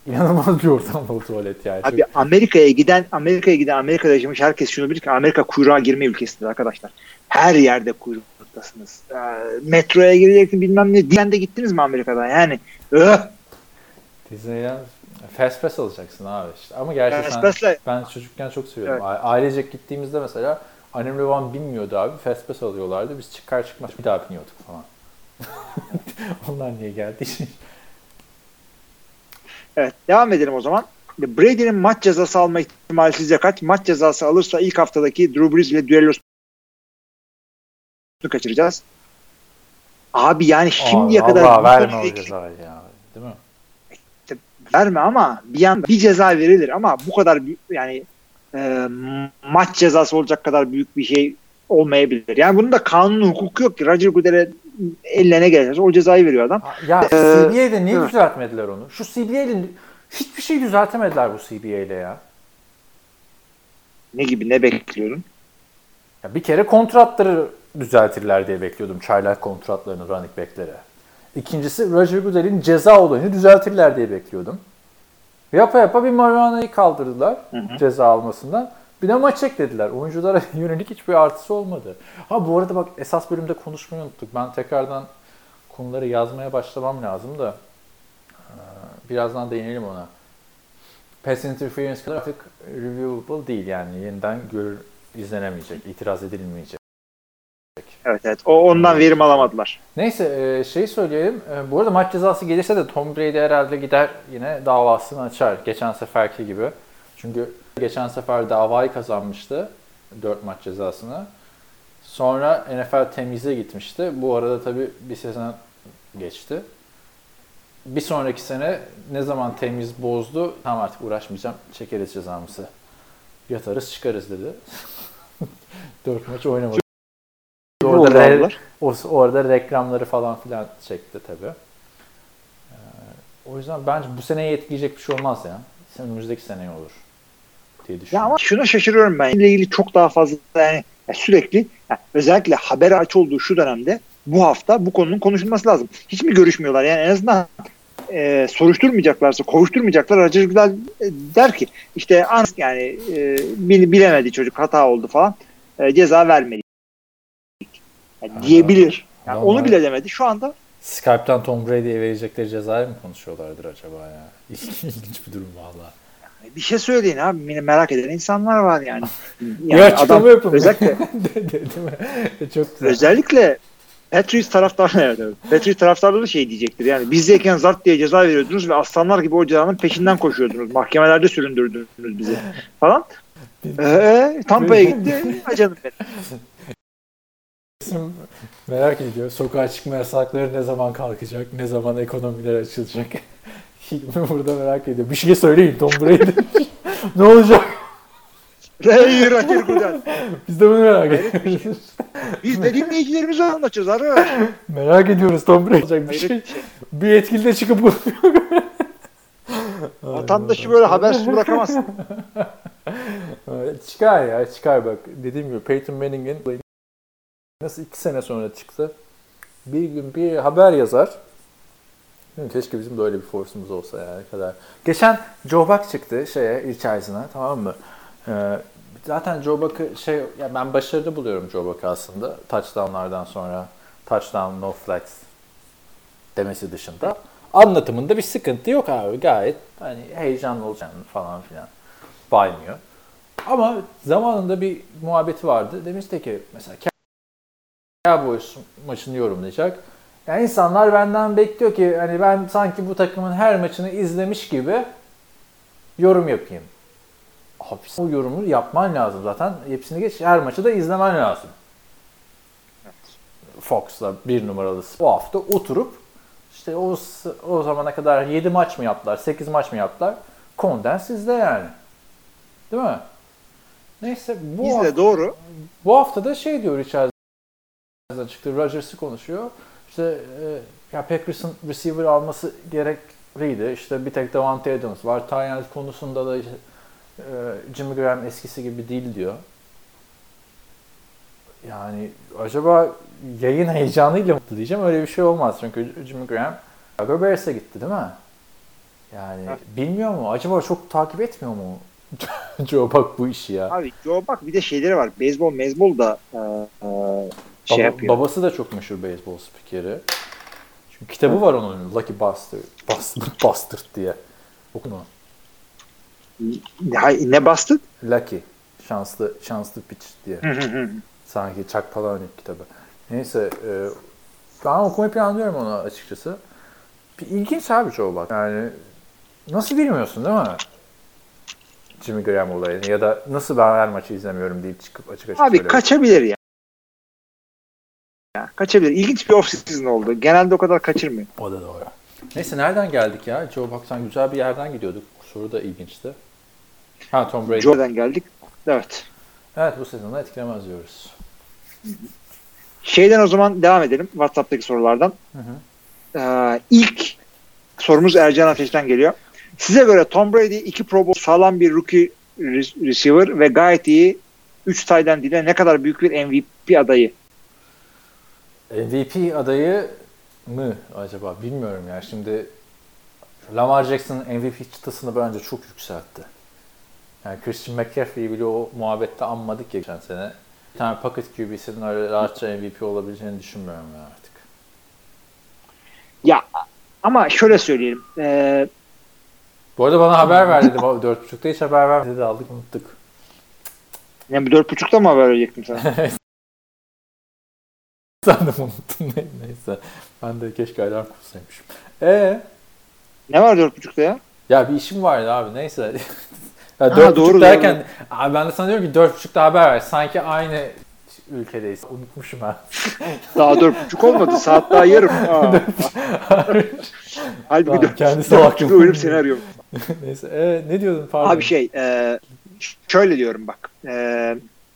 inanılmaz bir ortam o tuvalet yani. Abi Amerika'ya giden Amerika'ya giden Amerika'da yaşamış herkes şunu bilir ki Amerika kuyruğa girme ülkesidir arkadaşlar. Her yerde kuyruktasınız. Ee, metroya gireceksin bilmem ne. Diyen de gittiniz mi Amerika'da? Yani öh. Disney'den Fast Pass alacaksın abi işte. Ama gerçi sen, Pass'le... ben çocukken çok seviyordum. Evet. Ailecek gittiğimizde mesela annemle babam binmiyordu abi. Fast Pass alıyorlardı. Biz çıkar çıkmaz bir daha biniyorduk falan. Onlar niye geldi? Evet. Devam edelim o zaman. Brady'nin maç cezası alma ihtimali sizce kaç? Maç cezası alırsa ilk haftadaki Drew Brees ile düellosunu kaçıracağız. Abi yani şimdiye Aa, kadar Allah verme o cezayı ya. Değil mi? İşte verme ama bir yan bir ceza verilir ama bu kadar büyük, yani e, maç cezası olacak kadar büyük bir şey olmayabilir. Yani bunun da kanun hukuku yok ki. Roger Goodell'e ellerine gelirse o cezayı veriyor adam. Ya ee, C B A'de niye evet. düzeltmediler onu? Şu C B A'yle hiçbir şey düzeltemediler bu C B A'yle ya. Ne gibi ne bekliyorum? Ya bir kere kontratları düzeltirler diye bekliyordum. Çaylak kontratlarını running back'lere. İkincisi Roger Goodell'in ceza olayını düzeltirler diye bekliyordum. Yapa yapa bir Mariana'yı kaldırdılar hı hı. ceza almasından. Bir de maç eklediler. Oyunculara yönelik hiçbir artısı olmadı. Ha bu arada bak esas bölümde konuşmayı unuttuk. Ben tekrardan konuları yazmaya başlamam lazım da birazdan değinelim ona. Pass interference artık reviewable değil yani yeniden görür, izlenemeyecek, itiraz edilmeyecek. Evet evet. O ondan verim alamadılar. Neyse şey söyleyelim. Bu arada maç cezası gelirse de Tom Brady herhalde gider yine davasını açar. Geçen seferki gibi. Çünkü geçen sefer davayı kazanmıştı. dört maç cezasını. Sonra N F L temize gitmişti. Bu arada tabii bir sezon geçti. Bir sonraki sene ne zaman temiz bozdu, tamam artık uğraşmayacağım, çekeriz cezamızı. Yatarız çıkarız dedi. dört maç oynamadı. Orada, re- o, orada reklamları falan filan çekti tabii. Ee, o yüzden bence bu seneye etkileyecek bir şey olmaz ya. Önümüzdeki seneye olur diye düşünüyorum. Ya ama şuna şaşırıyorum ben. İle ilgili çok daha fazla yani sürekli yani özellikle haber aç olduğu şu dönemde bu hafta bu konunun konuşulması lazım. Hiç mi görüşmüyorlar? Yani en azından e, soruşturmayacaklarsa, kovuşturmayacaklar. Roger Goodell der ki işte yani e, bilemedi çocuk hata oldu falan. E, ceza vermeli. Yani diyebilir. Yani onu bile demedi. Şu anda Skype'tan Tom Brady'ye verecekleri cezayı mı konuşuyorlardır acaba ya? İlginç bir durum valla. Bir şey söyleyin abi. Beni merak eden insanlar var yani. yani ya açıklama yapın. Özellikle, Çok güzel. Özellikle Patriots taraftarları Patriots taraftarları şey diyecektir. Yani bizdeyken zart diye ceza veriyordunuz ve aslanlar gibi o cezanın peşinden koşuyordunuz. Mahkemelerde süründürdünüz bizi falan. Eee Tampa'ya gitti. Canım benim. Merak ediyor. Sokağa çıkma yasakları ne zaman kalkacak? Ne zaman ekonomiler açılacak? Hilmi burada merak ediyor. Bir şey söyleyin Tom Brady. Ne olacak? Hayır hayır Goodell. Biz de bunu merak ediyoruz. Biz de dinleyicilerimize anlatacağız arkadaş. Merak ediyoruz Tom Brady olacak bir şey. Bir yetkili de çıkıp konuşuyor. Vatandaşı böyle habersiz bırakamazsın. Çıkar ya çıkar bak. Dediğim gibi Peyton Manning'in nasıl iki sene sonra çıktı. Bir gün bir haber yazar. Keşke bizim böyle bir force'umuz olsa yani kadar. Geçen Joe Buck çıktı şeye ilk ayısına, tamam mı? Ee, zaten Joe Buck'ı şey ya ben başarılı buluyorum Joe Buck'ı aslında. Touchdown'lardan sonra touchdown no flags demesi dışında. Anlatımında bir sıkıntı yok abi. Gayet hani heyecanlı olacağını falan filan baymıyor. Ama zamanında bir muhabbeti vardı. Demişti ki mesela Cowboys maçını yorumlayacak. Yani insanlar benden bekliyor ki hani ben sanki bu takımın her maçını izlemiş gibi yorum yapayım. Abi o yorumu yapman lazım zaten. Hepsini geç. Her maçı da izlemen lazım. Evet. Fox'la bir numaralı bu hafta oturup işte o o zamana kadar yedi maç mı yaptılar, sekiz maç mı yaptılar? Kondens izle yani. Değil mi? Neyse bu İzle hafta, doğru. Bu hafta da şey diyor Richard çıktı. Rodgers'ı konuşuyor. İşte e, ya Packers'ın receiver alması gerekliydi. İşte bir tek Davante Adams var. Tyent konusunda da işte, e, Jimmy Graham eskisi gibi değil diyor. Yani acaba yayın heyecanıyla mutlu diyeceğim. Öyle bir şey olmaz. Çünkü Jimmy Graham Chicago Bears'e gitti değil mi? Yani ha. Bilmiyor mu? Acaba çok takip etmiyor mu Joe Buck bu işi ya? Abi Joe Buck bir de şeyleri var. Beyzbol, mezbol da e, e, şey Baba, yapıyor. Babası da çok meşhur beyzbol spikeri. Çünkü kitabı ha. var onun. Lucky Bastard. Bastard, Bastard diye. Okun o. Ne, ne Bastard? Lucky. Şanslı, şanslı pitch diye. Sanki Chuck Palahniuk kitabı. Neyse. E, ben okumayı planlıyorum onu açıkçası. Bir ilginç abi Joe Buck. Yani nasıl bilmiyorsun değil mi? Jimmy Graham olayını ya da nasıl ben her maçı izlemiyorum deyip çıkıp açık açık abi söylüyorum. Kaçabilir ya. ya. Kaçabilir. İlginç bir off-season oldu. Genelde o kadar kaçırmıyor. O da doğru. Neyse nereden geldik ya? Joe Buck'tan güzel bir yerden gidiyorduk. Soru da ilginçti. Ha Tom Brady. Joe'dan geldik. Evet. Evet bu sezonu etkilemez diyoruz. Şeyden o zaman devam edelim. WhatsApp'taki sorulardan. Hı hı. Ee, ilk sorumuz Ercan Ateş'ten geliyor. Size göre Tom Brady iki Pro Bowl sağlam bir rookie receiver ve gayet iyi üç tight end ile ne kadar büyük bir M V P adayı? M V P adayı mı acaba? Bilmiyorum ya. Şimdi Lamar Jackson'ın M V P çıtasını bence çok yükseltti. Yani Christian McCaffrey'i bile o muhabbette anmadık ya geçen sene. Bir tane pocket Q B'sinin öyle rahatça M V P olabileceğini düşünmüyorum ya artık. Ya ama şöyle söyleyelim. Ee, Bu arada bana haber ver dedi. dört buçukta hiç haber vermedi dedi. Aldık unuttuk. Ne bu dört buçukta mı haber verecektim sana? Sen de unuttun. Neyse. Ben de keşke alarm kursaymışım. Eee? Ne var dört buçukta ya? Ya bir işim vardı abi. Neyse. Ya dört buçuk derken doğru. Abi ben de sana diyorum ki dört buçukta haber ver. Sanki aynı ülkedeyiz. Unutmuşum ben. Daha dört buçuk olmadı. Saat daha yarım. Halbuki dört kendisi hakkında ölüm seni arıyorum. Neyse. E, ne diyordun? Pardon. Abi şey e, şöyle diyorum bak. E,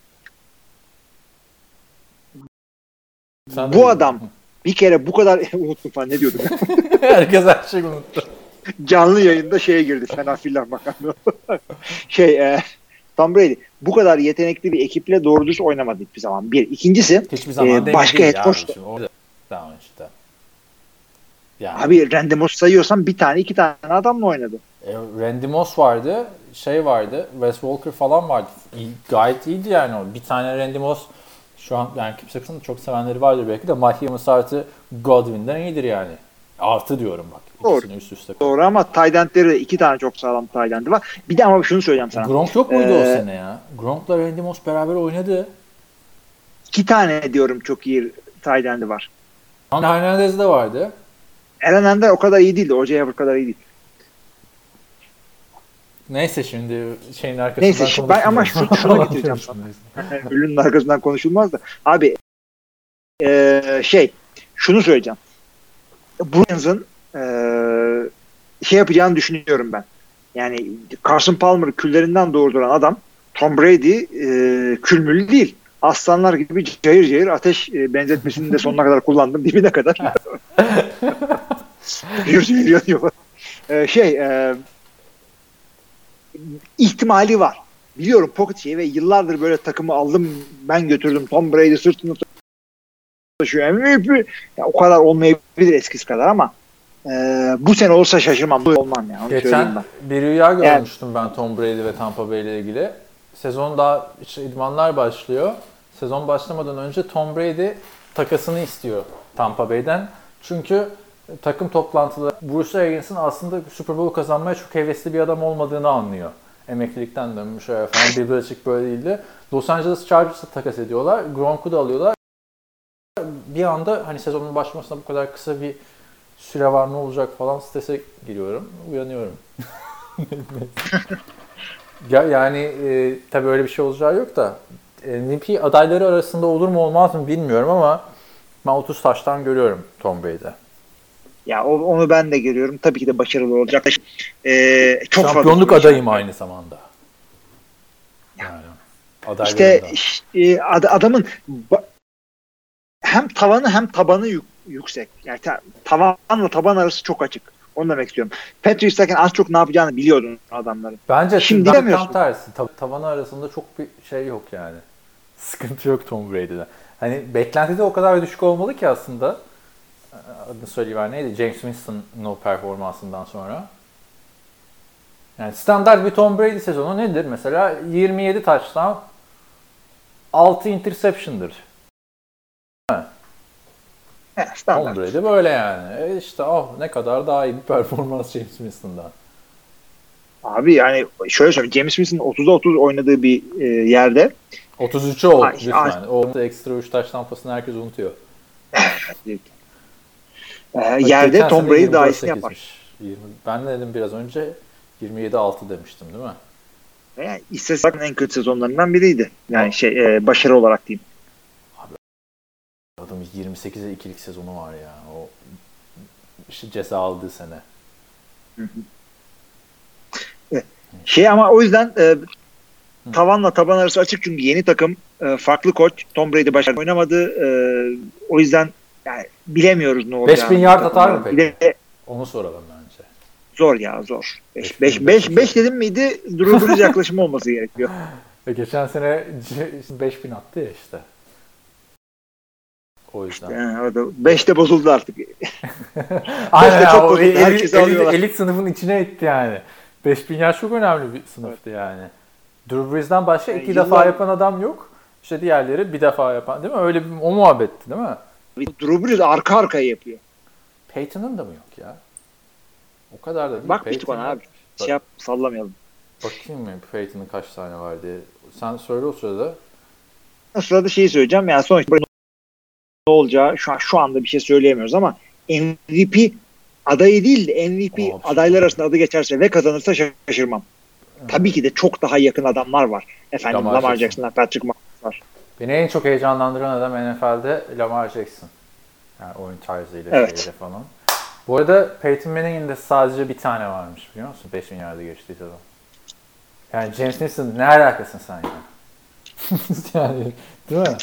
Sen bu adam bir kere bu kadar unuttum falan ne diyordum? Herkes her şeyi unuttu. Canlı yayında şeye girdi. Fena Fillah Bakanlığı. şey e, Tom Brady bu kadar yetenekli bir ekiple doğru düz oynamadı hiçbir zaman. Bir. İkincisi hiçbir zaman e, başka head coach. Tamam işte. Yani. Abi Randy Moss sayıyorsan bir tane iki tane adamla oynadı. E, Randy Moss vardı. Şey vardı. Wes Walker falan vardı. İyi, gayet iyiydi yani o. Bir tane Randy Moss şu an yani kimse kısmında çok sevenleri vardır belki de Mike Evans artı Godwin'den iyidir yani. Artı diyorum bak. Doğru. Üst üste. Doğru ama tight end'leri de iki tane çok sağlam tight end'i var. Bir de ama şunu söyleyeceğim sana. Gronk yok muydu ee, o sene ya? Gronk'la Randy Moss beraber oynadı. İki tane diyorum çok iyi tight end'i var. Hernandez de vardı. Hernandez o kadar iyi değildi. O J. Hubbard kadar iyi değil. Neyse şimdi şeyin arkasından Neyse, konuşulmaz. Ben ama şu, şunu getireceğim sana. Ölünün arkasından konuşulmaz da. Abi ee, şey şunu söyleyeceğim. Bruins'ın ee, şey yapacağını düşünüyorum ben. Yani Carson Palmer'ı küllerinden doğurduran adam Tom Brady ee, külmülü değil. Aslanlar gibi cayır cayır ateş e, benzetmesini de sonuna kadar kullandım. Dibine kadar. Cayır yanıyor. Ee, şey e, ihtimali var. Biliyorum pocket şeyi ve yıllardır böyle takımı aldım ben götürdüm. Tom Brady sırtını taşıyor. M V P. Ya, o kadar olmayabilir eskisi kadar ama e, bu sene olsa şaşırmam. Olmam ya. Onu Geçen bir rüya görmüştüm yani, ben Tom Brady ve Tampa Bay ile ilgili. Sezon daha işte idmanlar başlıyor. Sezon başlamadan önce Tom Brady takasını istiyor Tampa Bay'den. Çünkü takım toplantıda Bruce Arians'ın aslında Super Bowl kazanmaya çok hevesli bir adam olmadığını anlıyor. Emeklilikten dönmüş falan. Bill Belichick böyle değildi. Los Angeles Chargers'a takas ediyorlar. Gronk'u da alıyorlar. Bir anda hani sezonun başlamasına bu kadar kısa bir süre var ne olacak falan strese giriyorum. Uyanıyorum. yani e, tabii öyle bir şey olacağı yok da M V P adayları arasında olur mu olmaz mı bilmiyorum ama ben otuz taştan görüyorum Tom Brady'de. Ya onu ben de görüyorum. Tabii ki de başarılı olacak. Ee, çok şampiyonluk adayım aynı zamanda. Yani, işte e, adamın hem tavanı hem tabanı yük, yüksek. Yani tavanla taban arası çok açık. Onu demek istiyorum. Patriots'tayken az çok ne yapacağını biliyordun adamların. Bence şimdi tam tersi. Tavanı arasında çok bir şey yok yani. Sıkıntı yok Tom Brady'de. Hani beklenti de o kadar düşük olmalı ki aslında. Adını söyleyiver neydi? James Winston'ın o performansından sonra. Yani standart bir Tom Brady sezonu nedir? Mesela yirmi yedi touchdown, altı interception'dır. He, standart. Tom Brady böyle yani. E işte oh ne kadar daha iyi bir performans James Winston'dan. Abi yani şöyle söyleyeyim. James Winston otuzda otuz oynadığı bir e, yerde otuz üçü oldu Ay, lütfen. ay. O ekstra üç touchdown pasını herkes unutuyor. e, yerde Geçen Tom sene Brady yirmi dört daha iyisini sekizmiş. yapar. yirmi Ben de dedim biraz önce yirmi yedi altı demiştim değil mi? Yani istatistik en kötü sezonlarından biriydi. Yani şey e, başarı olarak diyeyim. Adamın yirmi sekize ikilik sezonu var ya. O işte ceza aldığı sene. Hı hı. Şey ama o yüzden e, tavanla taban arası açık çünkü yeni takım e, farklı koç. Tom Brady başarılı oynamadı. E, o yüzden yani bilemiyoruz ne olacak. beş bin yard atar mı peki? De, Onu soralım bence. zor ya zor. beş dedim miydi Drew Brees yaklaşımı olması gerekiyor. Ve geçen sene beş bin attı ya işte. O yüzden. Yani beşte bozuldu artık. Aynen ya, çok o bozuldu. elit, Herkesi elit, alıyorlar. elit sınıfın içine etti yani. beş bin yard çok önemli bir sınıftı evet. Yani. Drew Brees'den başka yani iki yıllar... defa yapan adam yok. İşte diğerleri bir defa yapan değil mi? Öyle bir o muhabbetti değil mi? Drew Brees arka arkaya yapıyor. Peyton'ın da mı yok ya? O kadar da değil. Bak bir bana abi. Şey yap sallamayalım. Bakayım mı Peyton'ın kaç tane var diye. Sen söyle o sırada. O sırada şeyi söyleyeceğim. Yani sonuçta ne olacağı şu an şu anda bir şey söyleyemiyoruz ama M V P adayı değil de M V P oh, adaylar arasında adı geçerse ve kazanırsa şaşırmam. Hmm. Tabii ki de çok daha yakın adamlar var. Efendim Lamar, Lamar Jackson'lar, Patrick Mahomes var. Beni en çok heyecanlandıran adam N F L'de Lamar Jackson. Yani oyun tarzıyla evet. şeyle falan. Bu arada Peyton Manning'in de sadece bir tane varmış biliyor musun? beş bin yerde geçtiği sezon. Yani James Winston ne alakasın sen ya? Yani değil mi?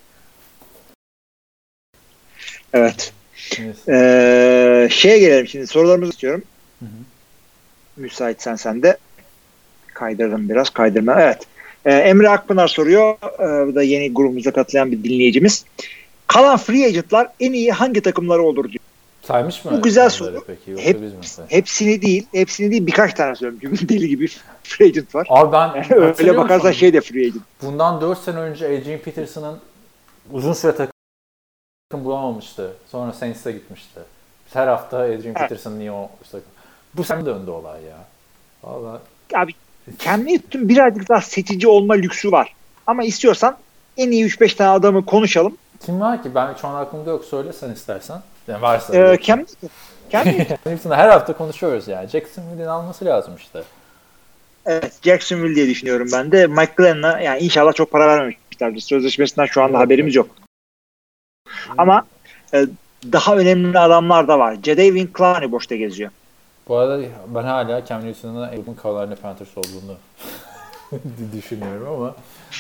Evet. Ee, şeye gelelim şimdi. Sorularımızı istiyorum. Hı hı. Müsaitsen sen de. Kaydırdım biraz. Kaydırma. Evet. Ee, Emre Akpınar soruyor. Ee, bu da yeni grubumuza katılan bir dinleyicimiz. Kalan free agentlar en iyi hangi takımları olur diyor. Saymış mı? Bu güzel soru. Peki, Hep, hepsini değil. Hepsini değil. Birkaç tane söylüyorum. Çünkü deli gibi free agent var. Abi ben yani öyle bakarsan şey de free agent. Bundan dört sene önce Adrian Peterson'ın uzun süre takım bulamamıştı. Sonra Saints'e gitmişti. Her hafta Adrian evet. Peterson niye o işte bu sene döndü olay ya. Vallahi abi Cam Newton birazcık daha seçici olma lüksü var. Ama istiyorsan en iyi üç beş tane adamı konuşalım. Kim var ki? Ben şu an aklımda yok. Söylesen istersen. Yani varsa. Ee, Cam Newton. Cam Newton'u her hafta konuşuyoruz yani. Jacksonville'in alması lazım işte. Evet. Jacksonville diye düşünüyorum ben de. Mike Glenn'a yani inşallah çok para vermemişlerdir. Sözleşmesinden şu anda evet. haberimiz yok. Hmm. Ama e, daha önemli adamlar da var. Jadeveon Clowney boşta geziyor. Bu arada ben hala Cam Newton'un Alabama Carolina Panthers olduğunu düşünüyorum ama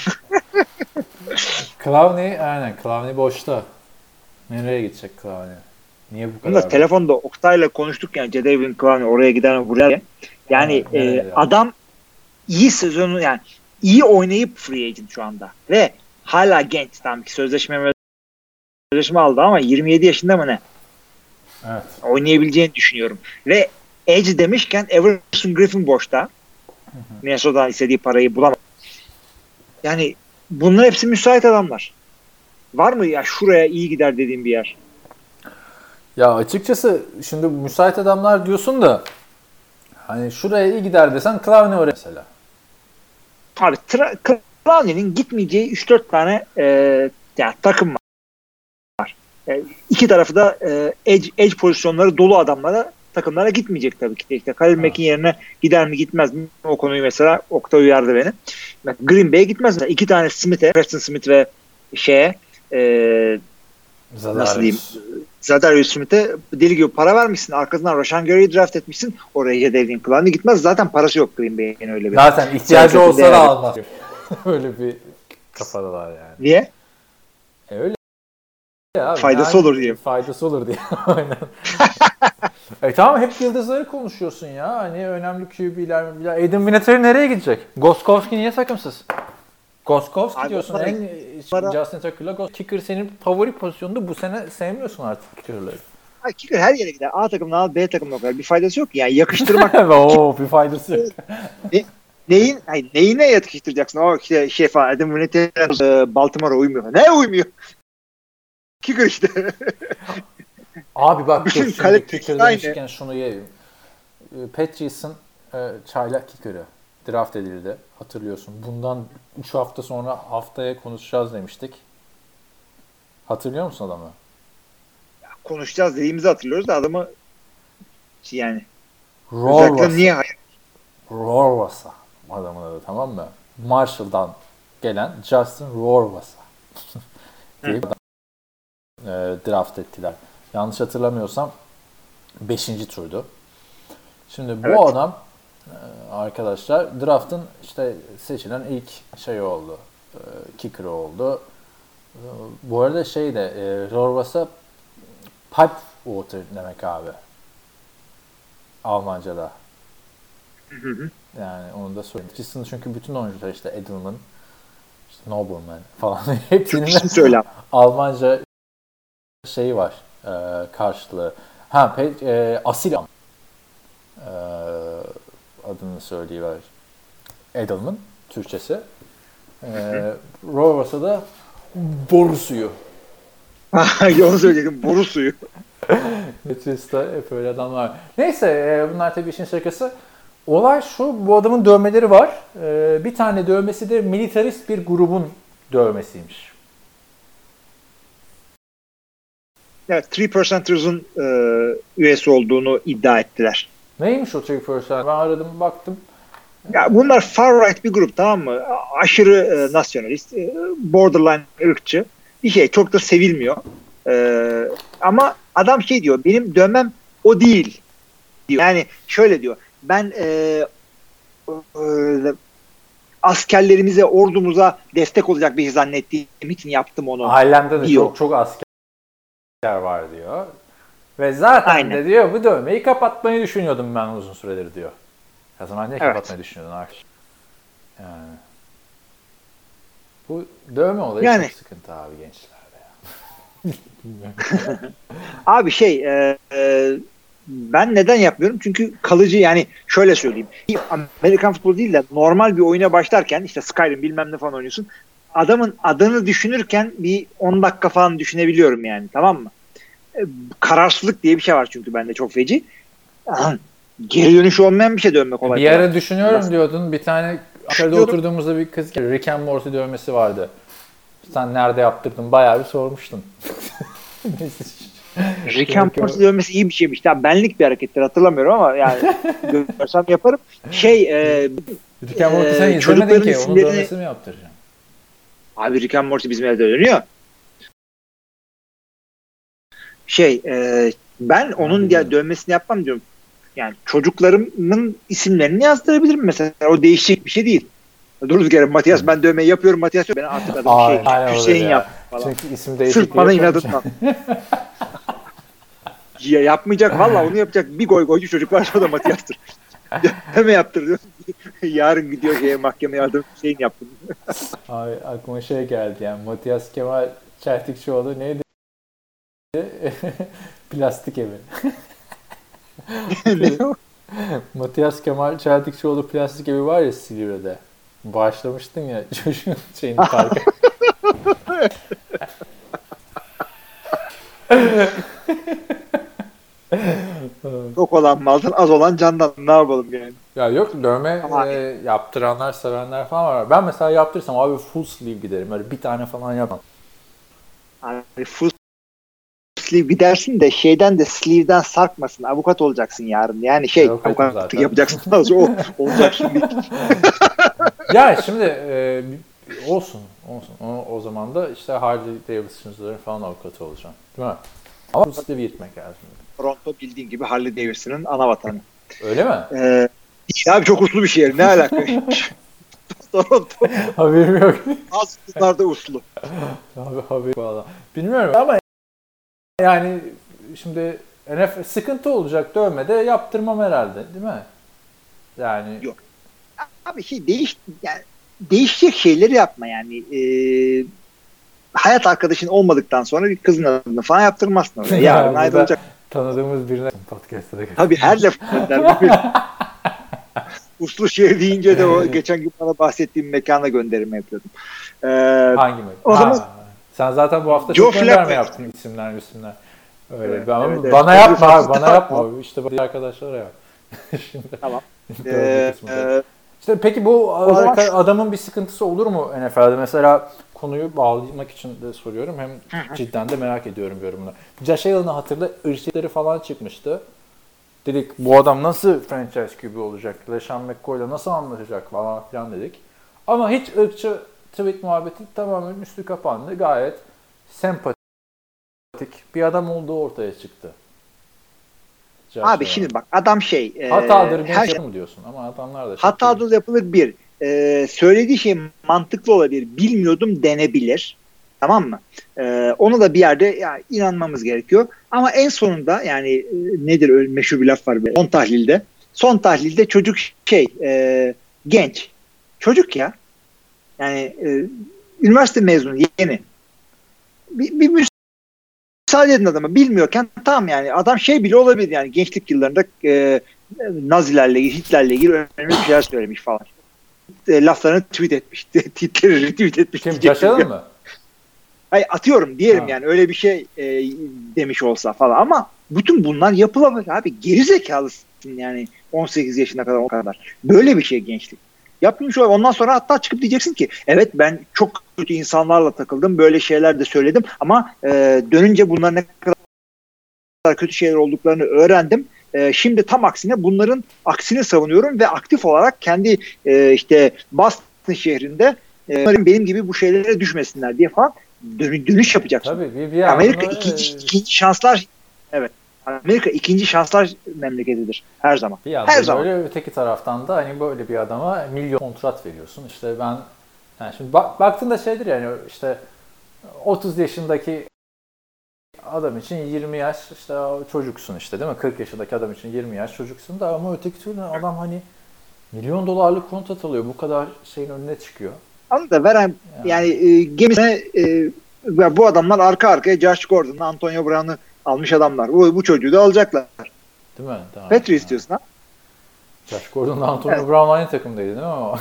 Clowney aynen Clowney boşta. Nereye gidecek Clowney? Niye bu kadar? Bunda telefonda Oktay'la konuştuk yani Jadeveon Clowney oraya giden buraya. Yani ha, e, adam iyi sezonu yani iyi oynayıp free agent şu anda ve hala genç tam ki sözleşme sözleşme aldı ama yirmi yedi yaşında mı ne? Evet. Oynayabileceğini düşünüyorum. Ve Edge demişken Everson Griffin boşta. Minnesota'dan istediği parayı bulamadı. Yani bunlar hepsi müsait adamlar. Var mı ya şuraya iyi gider dediğim bir yer? Ya açıkçası şimdi müsait adamlar diyorsun da hani şuraya iyi gider desen Clowney oraya mesela. Abi tra- Clowney'nin gitmeyeceği üç dört tane e, yani takım var. E, iki tarafı da e, edge, edge pozisyonları dolu adamlara takımlara gitmeyecek tabii ki. İşte Khalil Mack'in yerine gider mi gitmez mi o konuyu mesela Oktay uyardı beni. Green Bay'e gitmez mesela. İki tane Smith'e, Preston Smith ve şeye e, nasıl diyeyim Zadarius Smith'e deli gibi para vermişsin. Arkasından Rashan Gary'i draft etmişsin. Oraya Jadeveon Clowney gitmez. Zaten parası yok Green Bay'in öyle bir. Zaten ihtiyacı olsa da almaz. Öyle bir kafadalar yani. Niye? E öyle. Abi, faydası yani, olur diye. Faydası olur diye. Aynen. e tamam hep yıldızları konuşuyorsun ya. Hani önemli Q B'ler. Aiden Vinatieri nereye gidecek? Gostkowski niye takımsız? Gostkowski abi, diyorsun. En para... Justin Tucker'la Kicker senin favori pozisyonunda bu sene sevmiyorsun artık kicker'ları. kicker her yere gider. A takımdan al B takımdan kadar bir faydası yok. Yani yakıştırmak. Oo, bir faydası yok. ne, neyin, hayır, neyine yakıştıracaksın? O işte şey falan. Adam Vinatieri e, Baltimore'a uymuyor. Ne uymuyor? Kicker işte. Abi bak Bütün dur şimdi kalitesi kicker aynı. demişken şunu yiyeyim. Patriots'ın e, çaylak kicker'ı draft edildi. Hatırlıyorsun. Bundan üç hafta sonra haftaya konuşacağız demiştik. Hatırlıyor musun adamı? Konuşacağız dediğimizi hatırlıyoruz da adamı yani Rorvasa. niye hayır? Rorvasa adamın adı, tamam mı? Marshall'dan gelen Justin Rorvasa diye bir adam, e, draft ettiler. Yanlış hatırlamıyorsam beşinci turdu. Şimdi bu evet. adam e, arkadaşlar draft'ın işte seçilen ilk şey oldu. E, kicker oldu. E, bu arada şey de e, Rorvasa pipe water demek abi. Almanca'da. Hı hı. Yani onu da söyleyeyim. Patrice'ın çünkü bütün oyuncular işte Edelman, işte Nobleman falan hepsinin Almanca şeyi var. E, karşılığı. Ha, pe- e, asil e, adını söyleyiver. Edelman Türkçesi. E, Rorvasa da boru suyu. Onu söyleyecektim. Boru suyu. Patrice'da hep öyle adamlar. Neyse e, bunlar tabii işin şakası. Olay şu, bu adamın dövmeleri var. E, bir tane dövmesi de militarist bir grubun dövmesiymiş. Evet, üç percenters'ın e, üyesi olduğunu iddia ettiler. Neymiş o üç percent? Ben aradım, baktım. Ya bunlar far right bir grup, tamam mı? Aşırı e, nasyonalist, e, borderline ırkçı. Bir şey, çok da sevilmiyor. E, ama adam şey diyor, benim dövmem o değil diyor. Yani şöyle diyor, ben e, e, askerlerimize, ordumuza destek olacak bir şey zannettiğim için yaptım onu. Ailemde de diyor. çok çok asker var diyor. Ve zaten Aynen. de diyor bu dövmeyi kapatmayı düşünüyordum ben uzun süredir diyor. O zaman niye Evet. kapatmayı düşünüyordun arkadaş? Yani. Bu dövme olayı Yani. çok sıkıntı abi gençlerde ya. Abi şey e, e, ben neden yapmıyorum? Çünkü kalıcı, yani şöyle söyleyeyim. Amerikan futbolu değil de normal bir oyuna başlarken işte Skyrim bilmem ne falan oynuyorsun. Adamın adını düşünürken bir on dakika falan düşünebiliyorum yani, tamam mı? E, kararsızlık diye bir şey var çünkü bende çok feci. Geri dönüşü olmayan bir şey dönmek kolay. Bir ara düşünüyorum Nasıl? diyordun. Bir tane aşağıda oturduğumuzda bir kız Rick and Morty dövmesi vardı. Sen nerede yaptırdın? Bayağı bir sormuştun. Rick and Morty dövmesi iyi bir şeymiş. Ya benlik bir harekettir, hatırlamıyorum ama yani görsem yaparım. Şey e, Rick and Morty sen e, izlemedin ki. Isimlerini... Onun dövmesini mi yaptıracaksın? Abi Rick and Morty bizim evde dönüyor. Şey e, ben onun ya dövmesini yapmam diyorum. Yani çocuklarımın isimlerini yazdırabilirim mesela. O değişecek bir şey değil. Durduk yere Matias ben dövmeyi yapıyorum, Matias yok. Ben artık adım şey aynen Hüseyin ya. yap falan. Çünkü isim değişikliği sırf bana inadından. Ya yapmayacak, valla onu yapacak bir goy goycu çocuk varsa o da Matias'tır. Hemen yaptırıyor. Yarın gidiyor şeye, mahkemeye adım Hüseyin yaptım. Ay aklıma şey geldi yani Matias Kemal Çeltikçioğlu neydi? Plastik evi. Ne o? Matias Kemal Çeltikçioğlu plastik evi var ya Silivri'de. Başlamıştın ya çocuğun şeyini parka. Çok olan maldan az olan candan, ne yapalım yani. Ya yok dövme e, yaptıranlar, sevenler falan var. Ben mesela yaptırsam abi full sleeve giderim. Öyle bir tane falan yapmam. Abi full sleeve gidersin de şeyden de sleeve'den sarkmasın. Avukat olacaksın yarın. Yani şey avukatlık yapacaksın. o olacak şimdi. Ya şimdi e, olsun olsun. O, o zaman da işte Harley Davidson'ların falan avukatı olacağım. Değil mi? Ama full sleeve gitmek lazım. Toronto bildiğin gibi Harley Davidson'ın ana vatanı. Öyle mi? Ee, abi çok uslu bir şehir. Ne alaka? Toronto. Haberim yok. Az bunlarda uslu. Abi haberim valla. Bilmiyorum ama yani şimdi N F L sıkıntı olacak dövmede yaptırmam herhalde, değil mi? Yani yok. Abi şey değiş yani değişecek şeyleri yapma yani. Ee, hayat arkadaşın olmadıktan sonra bir kızın adını falan yaptırmazsın oraya. Yarın ayrılacak. Tanıdığımız birine podcast'ta da. Tabii her lafından. Uslu şehir deyince de o geçen gün bana bahsettiğim mekana gönderme yapıyordum. Ee, Hangi mekan? O zaman sen zaten bu hafta Joe çok gönderme Flacco yaptın isimler isimler. Öyle. Evet, ben, evet, bana evet. yapma abi, bana yapma. İşte bu arkadaşlara yap. Şimdi. Tamam. Ee, e, işte peki bu zaman... adamın bir sıkıntısı olur mu N F L'de? Mesela konuyu bağlamak için de soruyorum. Hem cidden de merak ediyorum yorumunu. Josh Allen'ı hatırla, ırkçılıkları falan çıkmıştı. Dedik bu adam nasıl franchise Q B olacak? LeSean McCoy'la nasıl anlaşacak falan filan dedik. Ama hiç ırkçı tweet muhabbeti tamamen üstü kapandı. Gayet sempatik bir adam olduğu ortaya çıktı. Josh Abi Allen. şimdi bak adam şey. E, Hatadır genç her şey mı diyorsun? Ama adamlar da hatadır yapılır bir. E, söylediği şey mantıklı olabilir. Bilmiyordum denebilir. Tamam mı? Ee, onu da bir yerde yani inanmamız gerekiyor. Ama en sonunda yani e, nedir öyle meşhur bir laf var. Son tahlilde. Son tahlilde çocuk şey e, genç. Çocuk ya. Yani e, üniversite mezunu yeni. Bir, bir müsaade edin adama. Bilmiyorken tamam yani adam şey bile olabilir yani gençlik yıllarında e, Nazilerle ilgili, Hitler'le ilgili önemli bir şeyler söylemiş falan. E, laflarını tweet etmiş. Tweetleri retweet etmiş. Kim? Yaşadın mı? Hayır, atıyorum diyelim ha. yani öyle bir şey e, demiş olsa falan ama bütün bunlar yapılabilir abi. Geri zekalısın yani on sekiz yaşına kadar o kadar. Böyle bir şey gençlik. Yapmış ol. Ondan sonra hatta çıkıp diyeceksin ki evet ben çok kötü insanlarla takıldım. Böyle şeyler de söyledim ama e, dönünce bunların ne kadar kötü şeyler olduklarını öğrendim. E, şimdi tam aksine bunların aksini savunuyorum ve aktif olarak kendi e, işte Boston şehrinde e, benim gibi bu şeylere düşmesinler diye falan Dön- dönüş yapacaksın. Tabii, bir, bir Amerika anda, ikinci, e... ikinci şanslar evet. Amerika ikinci şanslar memleketidir her zaman. Bir yandan her zaman. Böyle öteki taraftan da hani böyle bir adama milyon kontrat veriyorsun. İşte ben yani şimdi bak, baktığında şeydir yani işte otuz yaşındaki adam için yirmi yaş işte çocuksun işte değil mi? kırk yaşındaki adam için yirmi yaş çocuksun da ama öteki türlü adam hani milyon dolarlık kontrat alıyor. Bu kadar şeyin önüne çıkıyor. Onu da veren yani, yani e, gemisine e, bu adamlar arka arkaya Josh Gordon'la Antonio Brown'u almış adamlar. Bu, bu çocuğu da alacaklar. Değil mi? Tamam. Petri istiyorsun ha? Josh Gordon'la Antonio evet. Brown aynı takımdaydı değil mi?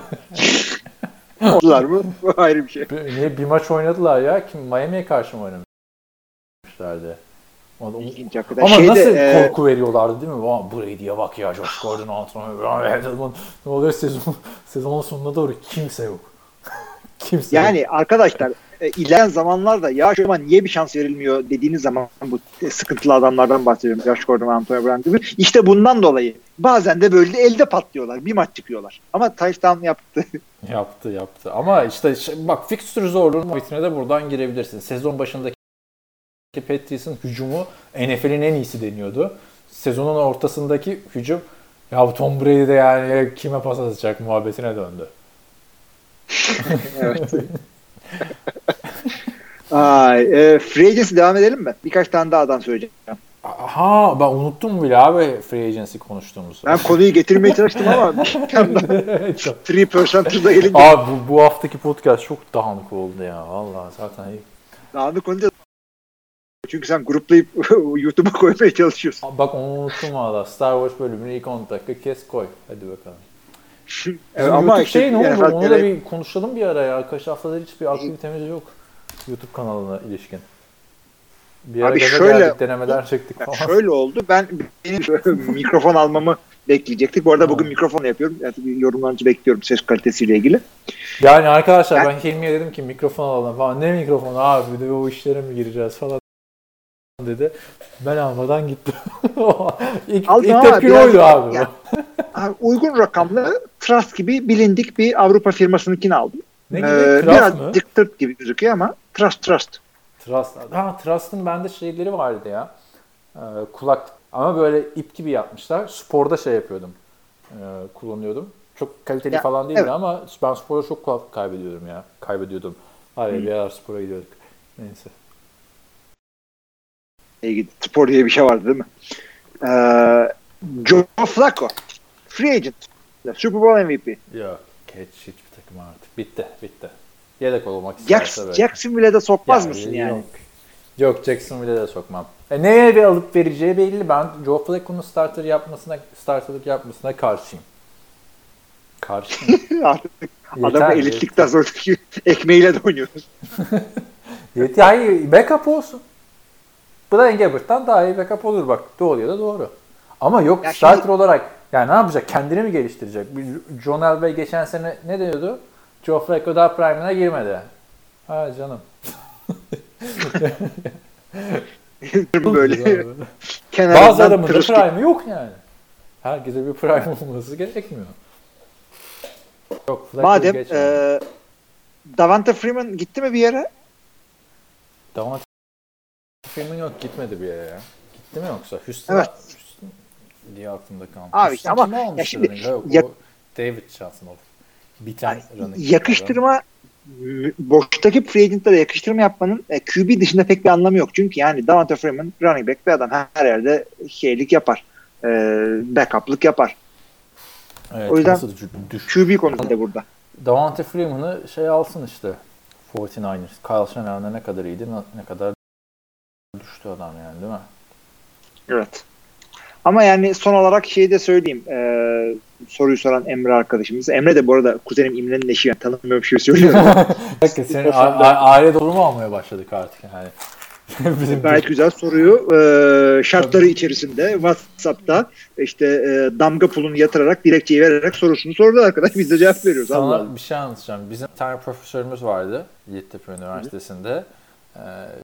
Oldular mı? Bu ayrı bir şey. Bir, bir maç oynadılar ya. Kim Miami'ye karşı mı oynamışlardı? İlginç, ama Şeyde, nasıl e... korku veriyorlardı değil mi? Brady'ye bak ya, Josh Gordon, Antonio Brown. Ne oluyor sezon, sezonun sonuna doğru kimse yok. kimse Yani yok. Arkadaşlar e, ilerleyen zamanlarda ya şu an niye bir şans verilmiyor dediğiniz zaman bu sıkıntılı adamlardan bahsediyorum. Josh Gordon, Antonio Brown gibi. İşte bundan dolayı bazen de böyle elde patlıyorlar. Bir maç çıkıyorlar. Ama touchdown yaptı. yaptı yaptı. Ama işte bak fixture zorluğunun vitrine de buradan girebilirsin. Sezon başındaki Patriots'ın hücumu N F L'in en iyisi deniyordu. Sezonun ortasındaki hücum ya Tom Brady de yani kime pas atacak muhabbetine döndü. Evet. Ay, e, Free Agency devam edelim mi? Birkaç tane daha adam söyleyeceğim. Ha ben unuttum bile abi Free Agency konuştuğumuzu. Ben konuyu getirmeye çalıştım ama three percent'da gelince. Abi bu, bu haftaki podcast çok dağınık oldu ya. Vallahi zaten iyi. Dağınık olunca çünkü sen gruplayıp YouTube'a koymaya çalışıyorsun. Abi bak onu unuttum valla. Star Wars bölümünü ilk on dakika kes koy. Hadi bakalım. Evet, ama YouTube işte, şey ne oldu? yani Onu da bir konuşalım bir ara ya. Kaç haftadır hiçbir aktivitemiz yok. YouTube kanalına ilişkin. Bir ara abi gaza şöyle, geldik, denemeler çektik falan. Şöyle oldu. Ben benim mikrofon almamı bekleyecektik. Bu arada bugün mikrofonla yapıyorum. Yani yorumlarınızı bekliyorum ses kalitesiyle ilgili. Yani arkadaşlar yani, ben Hilmi'ye dedim ki mikrofon alalım falan. Ne mikrofonu abi? Bir de o işlere mi gireceğiz falan dedi. Ben almadan gittim. ilk Aldım ilk tepki oydu abi. Yani, abi. Uygun rakamlı Trust gibi bilindik bir Avrupa firmasınınkini aldım. Ne gibi? Ee, Trust biraz mı? tırt gibi gözüküyor ama Trust Trust. Trust. Ha Trust'ın bende şeyleri vardı ya. Ee, kulak ama böyle ip gibi yapmışlar. Sporda şey yapıyordum. Ee, kullanıyordum. Çok kaliteli ya, falan değildi evet. Ama ben sporda çok kulak kaybediyordum ya. Kaybediyordum. Hayır bir ara spora gidiyorduk. Neyse. Spor diye bir şey vardı değil mi? Ee, Joe Flacco. Free agent. Super Bowl M V P. Yok. Geç hiçbir takım artık. Bitti. Bitti. Yedek olmak isterse Jackson, Jacksonville'e de sokmaz ya, mısın yani? Yok. Yok, Jacksonville'e de sokmam. E, neye bir alıp vereceği belli. Ben Joe Flacco'nun starter yapmasına, starterlık yapmasına karşıyım. Karşıyım. Artık adamı elitlikten sonraki ekmeğiyle de oynuyoruz. Evet, yani backup olsun. Blaine Gabbert'tan daha iyi backup olur bak. Doğru ya da doğru. Ama yok ya starter şimdi... olarak yani ne yapacak? Kendini mi geliştirecek? John Elway geçen sene ne diyordu? Joe Flacco daha prime'ına girmedi. Ha canım. Böyle. Bazı adamın da prime yok yani. Herkese bir prime olması gerekmiyor. Yok, madem e, Davante Freeman gitti mi bir yere? Davante Freeman yok, gitmedi bir yere ya. Gitti mi yoksa? Houston, evet. Houston diye aklımda kalmış. Abi işte ama ya şimdi yok, ya, David Johnson biten yani, yakıştırma boştaki free agent'lara yakıştırma yapmanın e, Q B dışında pek bir anlamı yok. Çünkü yani Davante Freeman running back bir adam, her yerde şeylik yapar. E, backup'lık yapar. Evet, o yüzden Q B konusunda burada. Davante Freeman'ı şey alsın işte. kırk dokuzlar. Kyle Shanahan'a ne kadar iyiydi, ne kadar düştü adam yani, değil mi? Evet. Ama yani son olarak şeyi de söyleyeyim. Ee, soruyu soran Emre arkadaşımız. Emre de bu arada kuzenim İmre'nin eşi. Yani tanımıyorum, şey söylüyorum. Peki senin aile durumu almaya başladık artık yani. Bizim gayet güzel soruyu e, şartları içerisinde WhatsApp'ta işte e, damga pulunu yatırarak, dilekçeyi vererek sorusunu sordu arkadaş. Biz de cevap veriyoruz. Sana Allah bir şey anlatacağım. Bizim bir tane profesörümüz vardı Yeditepe Üniversitesi'nde. Ee,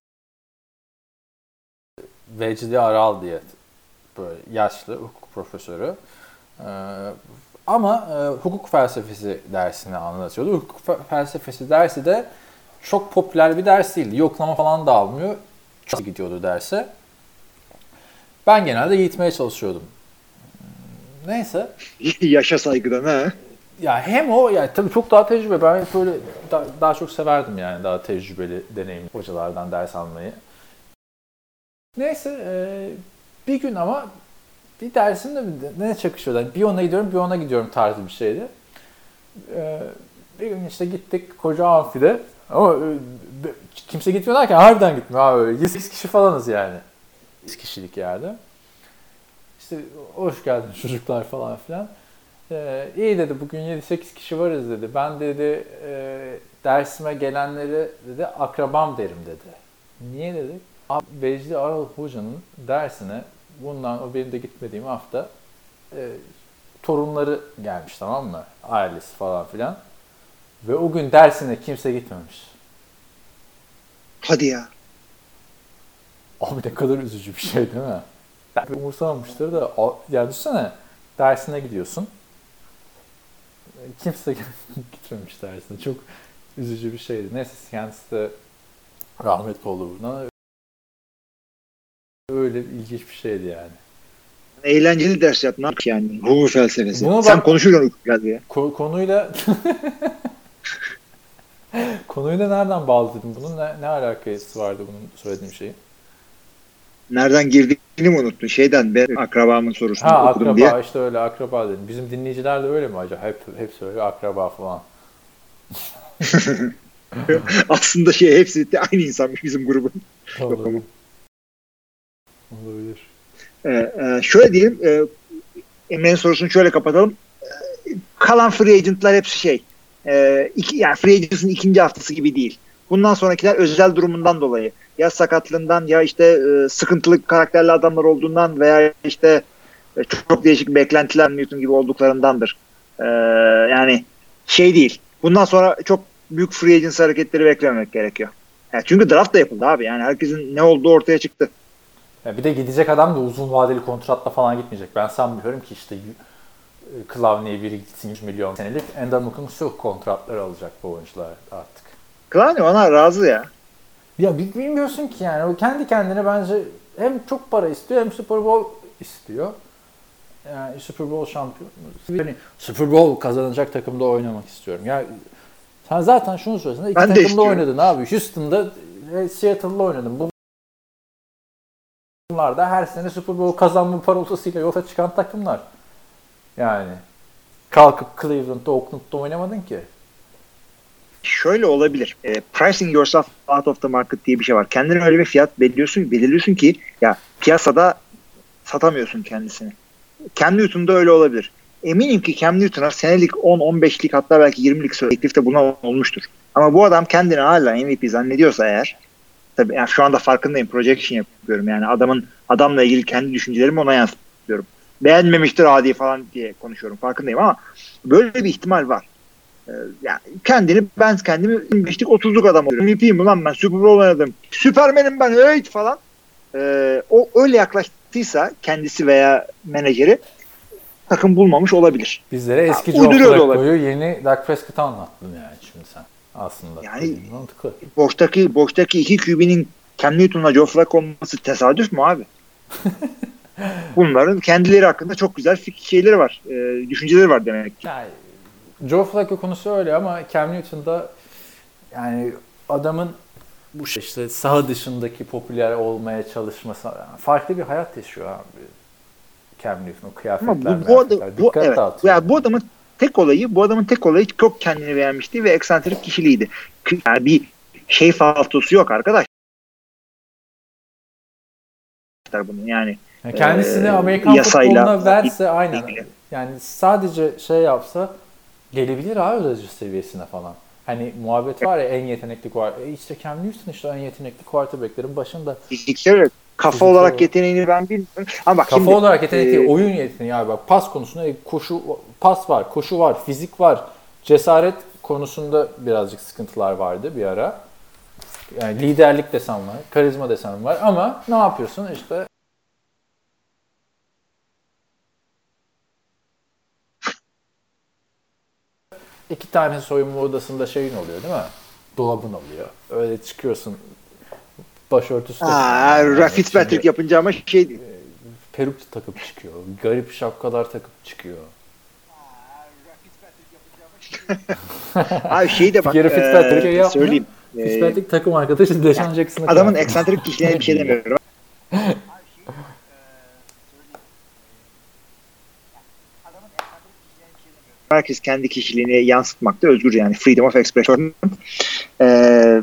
Vecdi Aral diye, böyle yaşlı hukuk profesörü. Ee, ama e, hukuk felsefesi dersini anlatıyordu. Hukuk felsefesi dersi de çok popüler bir ders değildi. Yoklama falan da almıyor. Çok gidiyordu derse. Ben genelde gitmeye çalışıyordum. Neyse. Yaşa saygıdan ha. Ya hem o, yani tabii çok daha tecrübe. Ben hep böyle da, daha çok severdim yani daha tecrübeli, deneyimli hocalardan ders almayı. Neyse e, bir gün ama bir dersimde ne çakışıyordu? Yani bir ona gidiyorum, bir ona gidiyorum tarzı bir şeydi. E, bir gün işte gittik koca amfide. Ama e, kimse gitmiyor derken harbiden gitmiyor abi. yedi sekiz kişi falanız yani. sekiz kişilik yerde. İşte hoş geldin çocuklar falan filan. Ee, iyi dedi, bugün yedi sekiz kişi varız dedi. Ben dedi e, dersime gelenleri dedi akrabam derim dedi. Niye dedi? Abi Vecdi Aral Hoca'nın dersine bundan, o benim de gitmediğim hafta e, torunları gelmiş, tamam mı? Ailesi falan filan. Ve o gün dersine kimse gitmemiş. Hadi ya. Abi ne kadar üzücü bir şey değil mi? Ben umursamamıştır da, ya düşünsene dersine gidiyorsun. Kimse gitmemiş dersine. Çok üzücü bir şeydi. Neyse kendisi de rahmetli oldu buradan. Öyle ilginç bir şeydi yani. Eğlenceli ders yapmak yani. Hukuk felsefesi. Buna Sen bak, konuşurken hukuk geldi ya. Ko- konuyla konuyla nereden bağladın? Bunun ne, ne alakası vardı bunun söylediğim şeyi? Nereden girdiğini mi unuttun? Şeyden, ben akrabamın sorusunu ha, okudum akraba, diye. Ha işte öyle akraba dedim. Bizim dinleyiciler de öyle mi acaba? Hep hep söylüyor akraba falan. Aslında şey hepsi de aynı insanmış bizim grubun. Olabilir. Olabilir. Ee, e, şöyle diyelim, e, Emre'nin sorusunu şöyle kapatalım. E, kalan free agentlar hepsi şey, e, iki, yani free agents'ın ikinci haftası gibi değil. Bundan sonrakiler özel durumundan dolayı. Ya sakatlığından, ya işte e, sıkıntılı karakterli adamlar olduğundan veya işte e, çok, çok değişik beklentiler Newton gibi olduklarındandır. E, yani şey değil. Bundan sonra çok büyük free agents hareketleri beklememek gerekiyor. Yani çünkü draft da yapıldı abi. Yani herkesin ne olduğu ortaya çıktı. Ya bir de gidecek adam da uzun vadeli kontratla falan gitmeyecek. Ben sanmıyorum ki işte Clowney'e biri gitsin yüz milyon senelik. Endamuk'un şu kontratları alacak bu oyuncular artık. Clowney ona razı ya. Ya bilmiyorsun ki yani. O kendi kendine bence hem çok para istiyor hem Super Bowl istiyor. Yani Super Bowl şampiyonu. Yani Super Bowl kazanacak takımda oynamak istiyorum. Ya sen zaten şunu söylesene. İki ben takımda oynadın abi. Houston'da, Seattle'da oynadın. Bunlar da her sene Super Bowl kazanma parolasıyla yola çıkan takımlar. Yani kalkıp Cleveland'da, Oakland'da oynamadın ki. şöyle olabilir. E, pricing yourself out of the market diye bir şey var. Kendine öyle bir fiyat belirliyorsun, belirliyorsun ki ya piyasada satamıyorsun kendisini. Cam Newton'da öyle olabilir. Eminim ki Cam Newton'a senelik on on beşlik hatta belki yirmilik teklifte bulunan olmuştur. Ama bu adam kendini hala M V P zannediyorsa eğer, tabii yani şu anda farkındayım, projection yapıyorum. Yani adamın adamla ilgili kendi düşüncelerimi ona yansıtıyorum. Beğenmemiştir adi falan diye konuşuyorum. Farkındayım ama böyle bir ihtimal var. Ee, yani kendini ben kendimi yirmi beşlik otuzluk adam oluyorum. M V P'yim ulan ben, Super Bowl oynadım. Süpermen'im ben evet falan. Ee, o öyle yaklaştıysa kendisi veya menajeri takım bulmamış olabilir. Bizlere eski ya, Joe Flacco'yu yeni Dak Prescott'ı anlattın yani şimdi sen. Aslında. Yani mantıklı. Boştaki, boştaki iki Q B'nin Cam Newton'la Joe Flacco olması tesadüf mü abi? Bunların kendileri hakkında çok güzel şeyleri var. E, düşünceleri var demek ki. Yani, Joe Flacco konusu öyle ama Cam Newton'da yani adamın bu şey işte saha dışındaki popüler olmaya çalışması yani farklı bir hayat yaşıyor abi. Cam Newton o kıyafetler. Ama bu, bu, adam, bu, evet, yani bu adamın tek olayı, bu adamın tek olayı çok kendini beğenmişti ve eksantrik kişiliğiydi. Yani bir şey faltosu yok arkadaş. Bunun yani. yani kendisini e, Amerikan yasayla, futboluna verse aynen. Ilgili. Yani sadece şey yapsa gelebilir abi Rodgers seviyesine falan. Hani muhabbet var ya en yetenekli quarterback. E işte Cam Newton işte en yetenekli quarterback'lerin başında. Fiziksel kafa Fiziksel olarak olarak yeteneğini ben bilmiyorum. Ama bak kafa şimdi, olarak yetenek değil, e, oyun yeteneği abi bak pas konusunda koşu pas var, koşu var, fizik var. Cesaret konusunda birazcık sıkıntılar vardı bir ara. Yani liderlik desen var, karizma desen var ama ne yapıyorsun işte iki tane soyunma odasında şeyin oluyor değil mi? Dolabın oluyor. Öyle çıkıyorsun. Başörtüsü Aa, yani Fitzpatrick yapınca ama şey değil. Peruk takıp çıkıyor. Garip şapkalar takıp çıkıyor. Abi şey de bak. Geri Fitzpatrick'e e, söyleyeyim. Fitzpatrick takım arkadaşı Deşan Jackson'a. Adamın eksantrik kişiliğine bir şey demiyorum. Herkes kendi kişiliğini yansıtmakta özgür yani. Freedom of expression. Ee,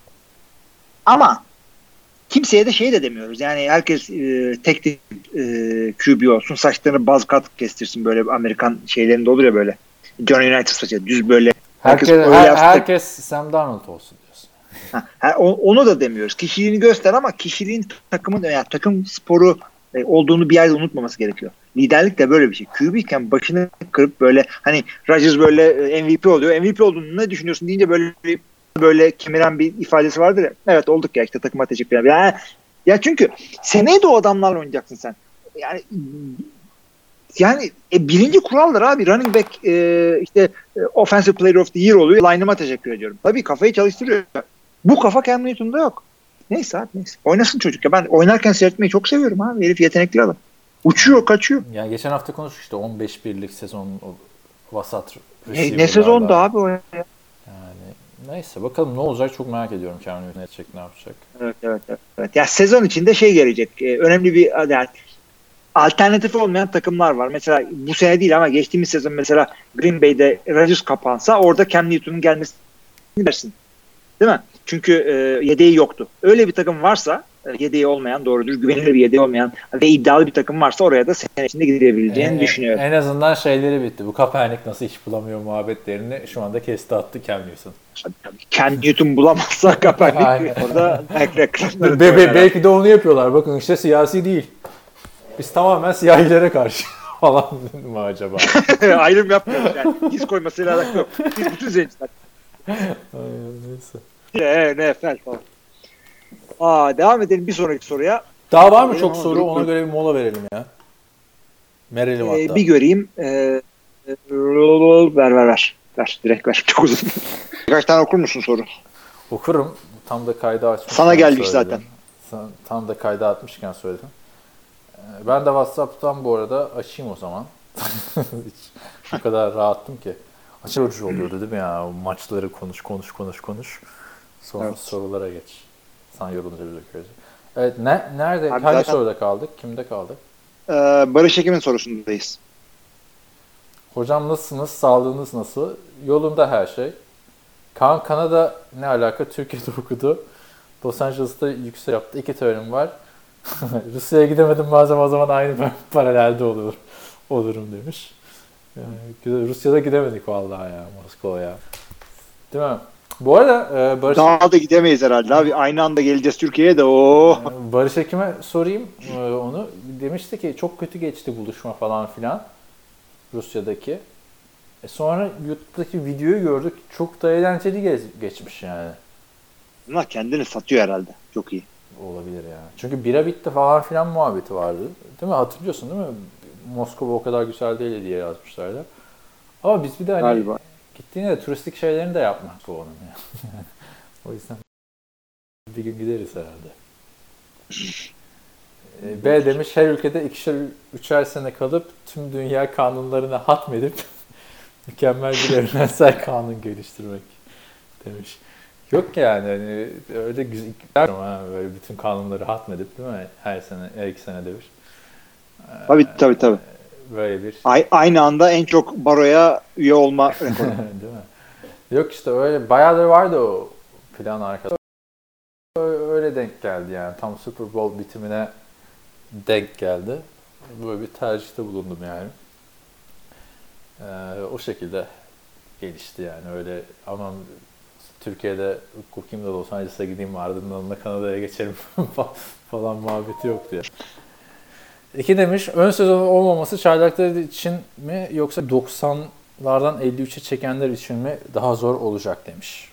ama kimseye de şey de demiyoruz. Yani herkes e, tek tip e, Q B olsun. Saçlarını baz kat kestirsin. Böyle Amerikan şeylerinde olur ya böyle. John United saçı. Düz böyle. Herkes, herkes, her, herkes Sam Darnold olsun diyorsun. Ha, ha, onu da demiyoruz. Kişiliğini göster ama kişiliğin takımın yani takım sporu e, olduğunu bir yerde unutmaması gerekiyor. Liderlik de böyle bir şey. Q B iken başını kırıp böyle hani Rodgers böyle e, M V P oluyor. M V P olduğunu ne düşünüyorsun deyince böyle böyle kemiren bir ifadesi vardır ya. Evet olduk ya işte takıma teşekkür ederim. Ya, ya çünkü seneye de o adamlarla oynayacaksın sen. Yani yani e, birinci kurallar abi. Running back e, işte e, offensive player of the year oluyor. Line'ıma teşekkür ediyorum. Tabii kafayı çalıştırıyor. Bu kafa Cam Newton'da yok. Neyse abi neyse. Oynasın çocuk ya. Ben oynarken seyretmeyi çok seviyorum abi. Herif yetenekli adam. Uçuyor, kaçıyor. Yani geçen hafta konuştuk işte on beş birlik sezon vasat. Ne, ne sezonda abi o ya? Yani neyse bakalım ne olacak çok merak ediyorum. Cam Newton ne edecek, ne yapacak. Evet evet evet. evet. Ya sezon içinde şey gelecek. E, önemli bir yani alternatifi olmayan takımlar var. Mesela bu sene değil ama geçtiğimiz sezon mesela Green Bay'de Rodgers kapansa orada Cam Newton'un gelmesini dersin. Değil mi? Çünkü e, yedeği yoktu. Öyle bir takım varsa e, yedeği olmayan doğrudur. Güvenilir bir yedeği olmayan ve iddialı bir takım varsa oraya da sene içinde gidebileceğini en, düşünüyorum. En azından şeyleri bitti. Bu Kaepernick nasıl iş bulamıyor muhabbetlerini şu anda kesti attı Cam Newton. Cam Newton bulamazsa Kaepernick orada be, be, belki de onu yapıyorlar. Bakın işte siyasi değil. Biz tamamen siyahilere karşı falan mı acaba? Ayrım yapmıyoruz yani. Diz koymasıyla alakalı yok. Biz bütün zenciler. Neyse. Ne ne fel falan. Aa, devam edelim bir sonraki soruya. Daha var mı çok soru? Ona göre bir mola verelim ya. Verelim hatta. Ee, bir göreyim. Ee, ver ver ver. Ver direkt ver. Çok uzun. Birkaç tane okur musun soru? Okurum. Tam da kaydı açmışken sana gelmiş zaten. Tam da kaydı atmışken söyledim. Ben de WhatsApp'tan bu arada açayım o zaman. Hiç bu kadar rahattım ki. Açıcı oluyordu değil mi ya? Maçları konuş konuş konuş konuş. Sonra evet. Sorulara geç. Sen yorulunca bir bakıyoruz. Evet ne, nerede? Abi hangi zaten, soruda kaldık? Kimde kaldık? Ee, Barış Ekim'in sorusundayız. Hocam nasılsınız? Sağlığınız nasıl? Yolunda her şey. Kaan Kanada ne alaka? Türkiye'de okudu. Los Angeles'ta yüksek yaptı. İki teorim var. Rusya'ya gidemedim bazen o zaman aynı paralelde olur, olurum demiş. Yani Rusya'da gidemedik vallahi ya Moskova'ya. Değil mi? Bu arada e, Barış... Daha da gidemeyiz herhalde abi. Aynı anda geleceğiz Türkiye'ye de. Oo. Barış Ekim'e sorayım e, onu. Demişti ki çok kötü geçti buluşma falan filan. Rusya'daki. E sonra YouTube'daki videoyu gördük. Çok da eğlenceli geç- geçmiş yani. Bunlar kendini satıyor herhalde. Çok iyi. Olabilir ya. Çünkü bira bitti falan filan muhabbeti vardı. Değil mi? Hatırlıyorsun değil mi? Moskova o kadar güzel değil diye yazmışlardı. Ama biz bir de hani Galiba. gittiğinde de turistik şeylerini de yapmak onun ya. O yüzden bir gün gideriz herhalde. B demiş her ülkede ikişer üçer sene kalıp tüm dünya kanunlarına hatmedip mükemmel bir evrensel kanun geliştirmek demiş. Yok yani hani öyle güzel ama böyle bütün kanunları hatmedip değil mi? Her sene, her iki senede bir. Tabii tabii tabii. Böyle bir. A- aynı anda en çok baroya üye olma rekoru. Değil mi? Yok işte öyle bayağıdır vardı o plan arkada. Öyle denk geldi yani. Tam Super Bowl bitimine denk geldi. Böyle bir tercihte bulundum yani. Ee, o şekilde gelişti yani. Öyle aman Türkiye'de kokayım da Los Angeles'a gideyim ardından da Kanada'ya geçerim falan muhabbeti yoktu ya. İki demiş, ön sezon olmaması çaylaklar için mi yoksa doksanlardan elli üçe çekenler için mi daha zor olacak demiş.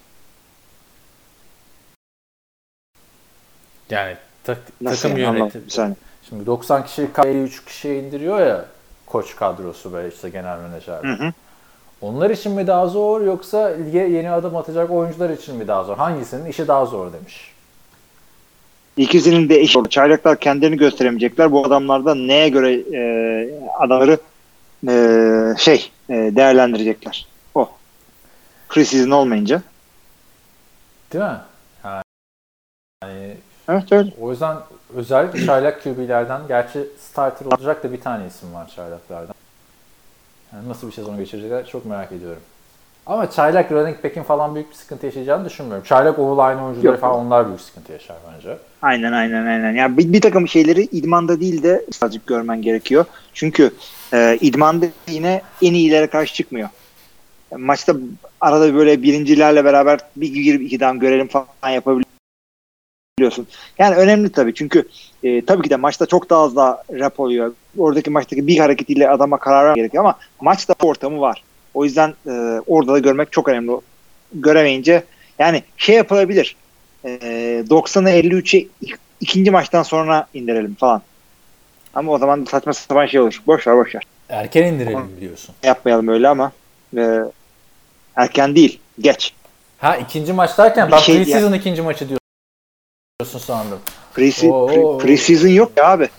Yani tak, takım yani? yönetimi. Şimdi doksan kişi elli üç kişiye indiriyor ya koç kadrosu böyle işte genel menajer. Hı hı. Onlar için mi daha zor yoksa lige yeni adım atacak oyuncular için mi daha zor? Hangisinin işi daha zor demiş. İkisinin de işi. Çaylaklar kendilerini gösteremeyecekler. Bu adamlar da neye göre e, adamları e, şey e, değerlendirecekler. O. Preseason olmayınca. Değil mi? Yani evet öyle. O yüzden özellikle çaylak Q B'lerden gerçi starter olacak da bir tane isim var çaylaklardan. Yani nasıl bir sezon geçirecekler çok merak ediyorum. Ama çaylak running back'in falan büyük bir sıkıntı yaşayacağını düşünmüyorum. Çaylak O-line oyuncuları Yok. falan onlar büyük sıkıntı yaşar bence. Aynen aynen aynen. Yani bir, bir takım şeyleri idmanda değil de birazcık görmen gerekiyor. Çünkü e, idmanda yine en iyilere karşı çıkmıyor. Yani maçta arada böyle birincilerle beraber bir girip iki dam görelim falan yapabiliyorsun. Yani önemli tabii çünkü e, tabii ki de maçta çok daha az daha rap oluyor. Oradaki maçtaki bir hareketiyle adama karar vermek gerekiyor ama maçta ortamı var. O yüzden e, orada da görmek çok önemli. Göremeyince yani şey yapılabilir. E, doksanı elli üçe ikinci maçtan sonra indirelim falan. Ama o zaman saçma sapan şey olur. Boş ver boş ver. Erken indirelim diyorsun. Yapmayalım öyle ama e, erken değil. Geç. Ha ikinci maç derken ben şey, pre-season yani, ikinci maçı diyorsun sandım. Pre-season, pre, pre-season yok ya abi.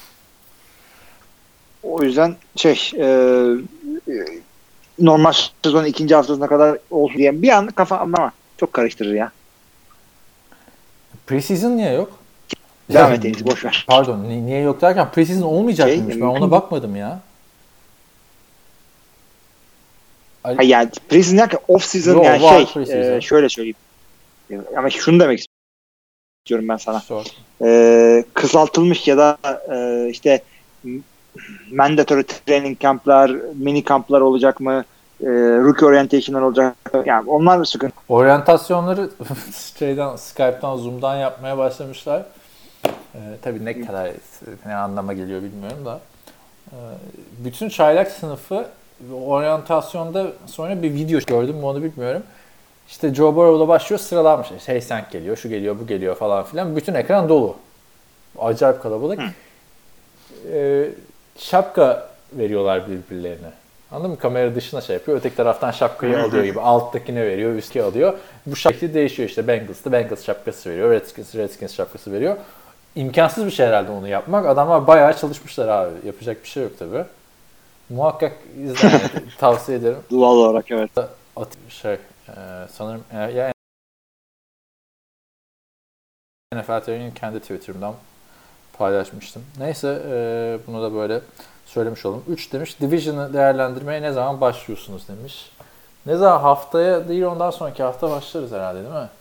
O yüzden şey e, normal sezonun ikinci haftasına kadar olsun diye bir an kafa ama çok karıştırır ya. Pre-season niye yok? Devam edeyiz boş ver. Pardon niye yok derken pre-season olmayacak şey, mıymış? Ben ona bakmadım ya. Ha yani pre-season derken off-season Yo, yani şey e, şöyle söyleyeyim. Ama şunu demek istiyorum ben sana. E, kısaltılmış ya da e, işte mandatory training kamplar, mini kamplar olacak mı? E, rookie orientation'lar olacak mı? Yani onlar sıkıntı. Oryantasyonları şeyden, Skype'tan, Zoom'dan yapmaya başlamışlar. E, tabii ne kadar ne anlama geliyor bilmiyorum da. E, bütün çaylak sınıfı oryantasyonda sonra bir video gördüm mü onu bilmiyorum. İşte Joe Burrow'la başlıyor sıralanmış. İşte Heysenk geliyor, şu geliyor, bu geliyor falan filan. Bütün ekran dolu. Acayip kalabalık. Ee, şapka veriyorlar birbirlerine. Anladın mı? Kamera dışına şey yapıyor. Öteki taraftan şapkayı alıyor gibi. Alttakine veriyor, üstteki alıyor. Bu şekli değişiyor işte. Bengals'ta Bengals şapkası veriyor. Redskins, Redskins şapkası veriyor. İmkansız bir şey herhalde onu yapmak. Adamlar bayağı çalışmışlar abi. Yapacak bir şey yok tabii. Muhakkak izlemeyi tavsiye ederim. Doğal olarak evet. At şey e, sanırım e, ya N F L T V'nin kendi Twitter'ımdan paylaşmıştım. Neyse e, bunu da böyle söylemiş oldum. üç demiş. Division'ı değerlendirmeye ne zaman başlıyorsunuz demiş. Ne zaman haftaya değil ondan sonraki hafta başlarız herhalde değil mi?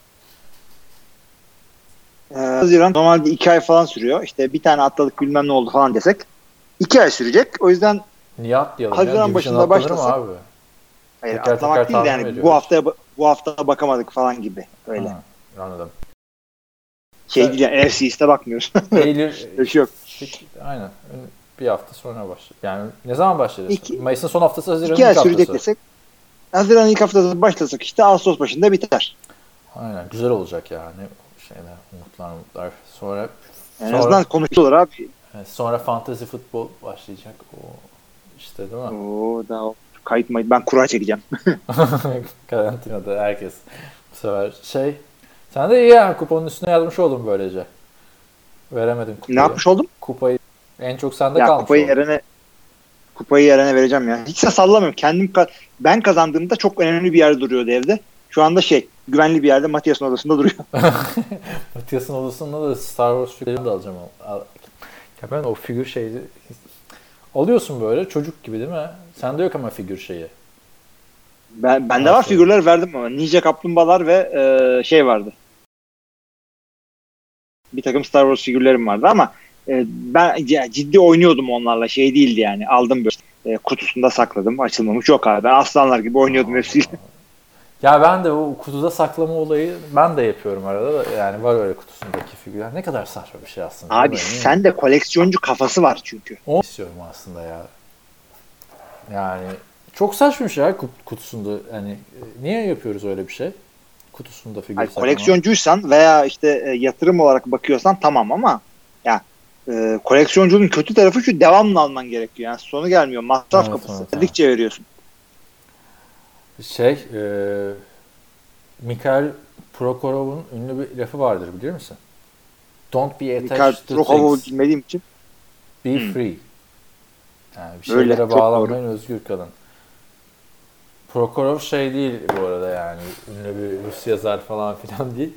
Ee, Haziran normalde iki ay falan sürüyor. İşte bir tane atladık bilmem ne oldu falan desek. iki ay sürecek. O yüzden Niye atlayalım Haziran ya? başında Division atlanır mı başlasak- abi? hayır, Teker atlamak teker değil de tahmin yani ediyoruz. bu haftaya bu hafta bakamadık falan gibi. Öyle. Ha, anladım. Şey Sen- değil yani N F C East'e bakmıyoruz. Eylül Bir şey yok. aynen. Bir hafta sonra başlar. Yani ne zaman başlarız? İki- Mayıs'ın son haftası, Haziran'ın iki ilk ay haftası. sürecek desek Haziran'ın ilk haftası başlasak işte Ağustos başında biter. Aynen. Güzel olacak yani. Şeyler, umutlar umutlar. Sonra En sonra, azından konuşulur abi. sonra fantasy futbol başlayacak. O işte değil mi? Oo, daha o- kayıt mayıt. Ben kura çekeceğim. Karantinada herkes bu sefer şey. Sen de iyi yani kuponun üstüne yazmış oldun böylece. Veremedim kupayı. Ne yapmış oldum? Kupayı en çok sende Ya kalmış kupayı oldu. Eren'e kupayı Eren'e vereceğim ya. Hiç de sallamıyorum. Kendim ka- ben kazandığımda çok önemli bir yerde duruyordu evde. Şu anda şey güvenli bir yerde Matias'ın odasında duruyor. Matias'ın odasında da Star Wars figürlerimi de alacağım. Al- Ya ben o figür şeydi alıyorsun böyle çocuk gibi değil mi? Sende yok ama figür şeyi. Ben bende var Nasıl? figürler verdim ama Ninja Kaplumbağalar ve e, şey vardı. Bir takım Star Wars figürlerim vardı ama e, ben c- ciddi oynuyordum onlarla. Şey değildi yani. Aldım böyle e, kutusunda sakladım. Açılmamış yok abi. Ben aslanlar gibi oynuyordum hepsiyle. Ya ben de o kutuda saklama olayı ben de yapıyorum arada da yani var öyle kutusundaki figürler. Ne kadar saçma bir şey aslında. Abi değil mi? sen de koleksiyoncu kafası var çünkü. Onu istiyorum aslında ya. Yani çok saçma bir şey ya kut- kutusunda. Yani e, niye yapıyoruz öyle bir şey? Kutusunda figür Hayır, saklama. koleksiyoncuysan veya işte e, yatırım olarak bakıyorsan tamam ama ya e, koleksiyoncunun kötü tarafı şu devamlı alman gerekiyor. Yani sonu gelmiyor. Masraf Evet, kapısı. evet, Dedikçe veriyorsun. Şey, e, Mikhail Prokhorov'un ünlü bir lafı vardır biliyor musun? Don't be Mikhail attached to Prokhorov'u things. bilmediğim için. Be Hmm. free. Yani bir Öyle, şeylere çok bağlanmayın, özgür kalın. Prokhorov şey değil bu arada yani ünlü bir Rus yazar falan filan değil.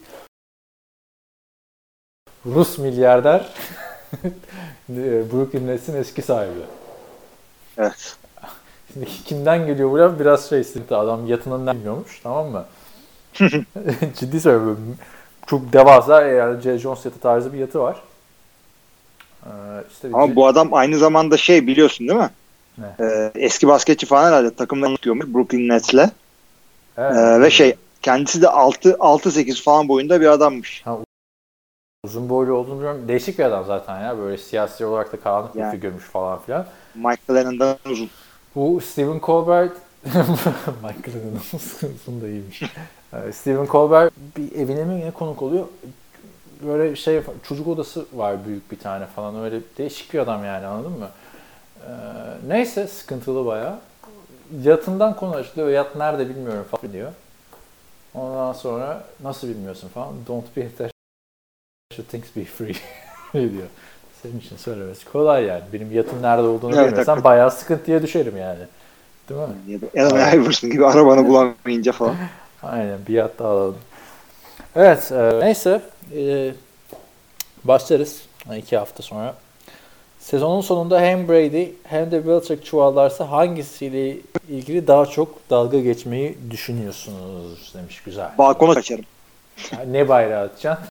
Rus milyarder Brooklyn Nets'in eski sahibi. Evet. Şimdi kimden geliyor bu laf? Biraz şey istedim. Adam yatının ne bilmiyormuş, tamam mı? Ciddi söylüyorum. Çok devasa yani J. Jones yatı tarzı bir yatı var. Ee, işte bir Ama C- bu adam aynı zamanda şey biliyorsun değil mi? Ne? Ee, eski basketçi falan herhalde takımdan tutuyormuş Brooklyn Nets'le. Evet. Ee, ve şey kendisi de altı sekiz falan boyunda bir adammış. Uzun boylu olduğunu bilmiyorum. Değişik bir adam zaten ya. Böyle siyasi olarak da karanlık bir Yani. figürmüş falan filan. Michael Lennon'dan uzun. Bu Stephen Colbert Michael'ın uzun da iyiymiş. Ee, Stephen Colbert bir evine mi ne konuk oluyor? Böyle şey çocuk odası var büyük bir tane falan. Öyle değişik bir adam yani anladın mı? Ee, neyse sıkıntılı bayağı. Yatından konu açılıyor. Yat nerede bilmiyorum falan diyor. Ondan sonra nasıl bilmiyorsun falan. Don't be attached to things, be free diyor. Senin için söylemesi kolay yani. Benim yatın nerede olduğunu Evet, bilmiyorsam hakikaten. bayağı sıkıntıya düşerim yani. Değil mi? Ya da Allen Iverson gibi arabanı bulamayınca falan. Aynen bir yat daha alalım. Evet e, neyse e, başlarız iki hafta sonra. Sezonun sonunda hem Brady hem de Belichick çuvallarsa hangisiyle ilgili daha çok dalga geçmeyi düşünüyorsunuz demiş güzel. Balkona kaçarım. Yani ne bayrağı atacaksın?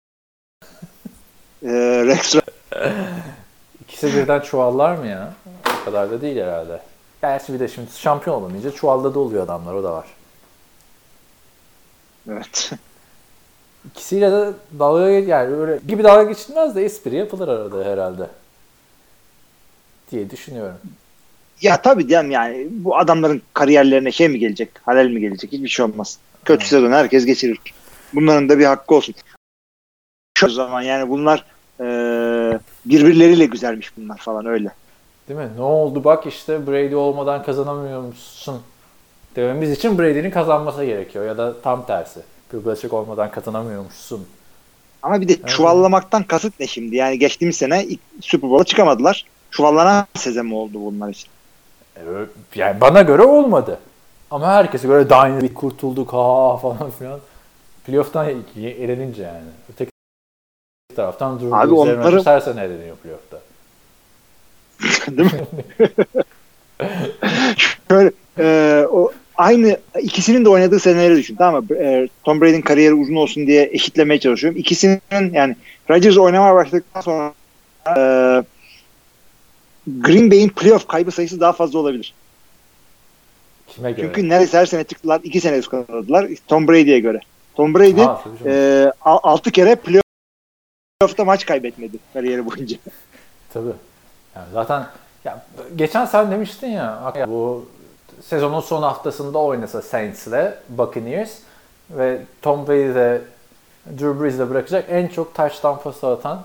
Ee, Rex İkisi birden çuvallar mı ya? O kadar da değil herhalde. Gerçi bir de şimdi şampiyon olamayınca çuvalda da oluyor adamlar o da var. Evet. İkisiyle de dalga yani öyle gibi dalga geçilmez de espri yapılır arada herhalde. Diye düşünüyorum. Ya tabii canım yani bu adamların kariyerlerine şey mi gelecek? Halel mi gelecek? Hiçbir şey olmaz. Kötü sezon herkes geçirir. Bunların da bir hakkı olsun. Şu zaman yani bunlar e, birbirleriyle güzelmiş bunlar falan öyle. Değil mi? Ne oldu bak işte Brady olmadan kazanamıyormuşsun dememiz için Brady'nin kazanması gerekiyor. Ya da tam tersi. Bill Belichick olmadan kazanamıyormuşsun. Ama bir de Evet. çuvallamaktan kasıt ne şimdi? Yani geçtiğimiz sene ilk Super Bowl'a çıkamadılar. Çuvallanan sezon mu oldu bunlar için? Yani bana göre olmadı. Ama herkese göre Dynasty kurtulduk ha falan filan. Playoff'tan elenince yani. Öteki taraftan Drew Abi Brees onları- her sene eleniyor playoff'ta. Değil mi? Şöyle e, o aynı ikisinin de oynadığı seneleri düşün, tamam mı? E, Tom Brady'nin kariyeri uzun olsun diye eşitlemeye çalışıyorum. İkisinin, yani Rodgers oynamaya başladıktan sonra e, Green Bay'in playoff kaybı sayısı daha fazla olabilir. Kime göre? Çünkü neredeyse her sene çıktılar. iki sene ıskaladılar. Tom Brady'ye göre. Tom Brady Ha, e, altı kere playoff'ta maç kaybetmedi kariyeri boyunca. Tabii. Yani zaten ya, geçen sen demiştin ya, bu sezonun son haftasında oynasa Saints'le Buccaneers ve Tom Brady de Drew Brees'le bırakacak, en çok touchdown pası atan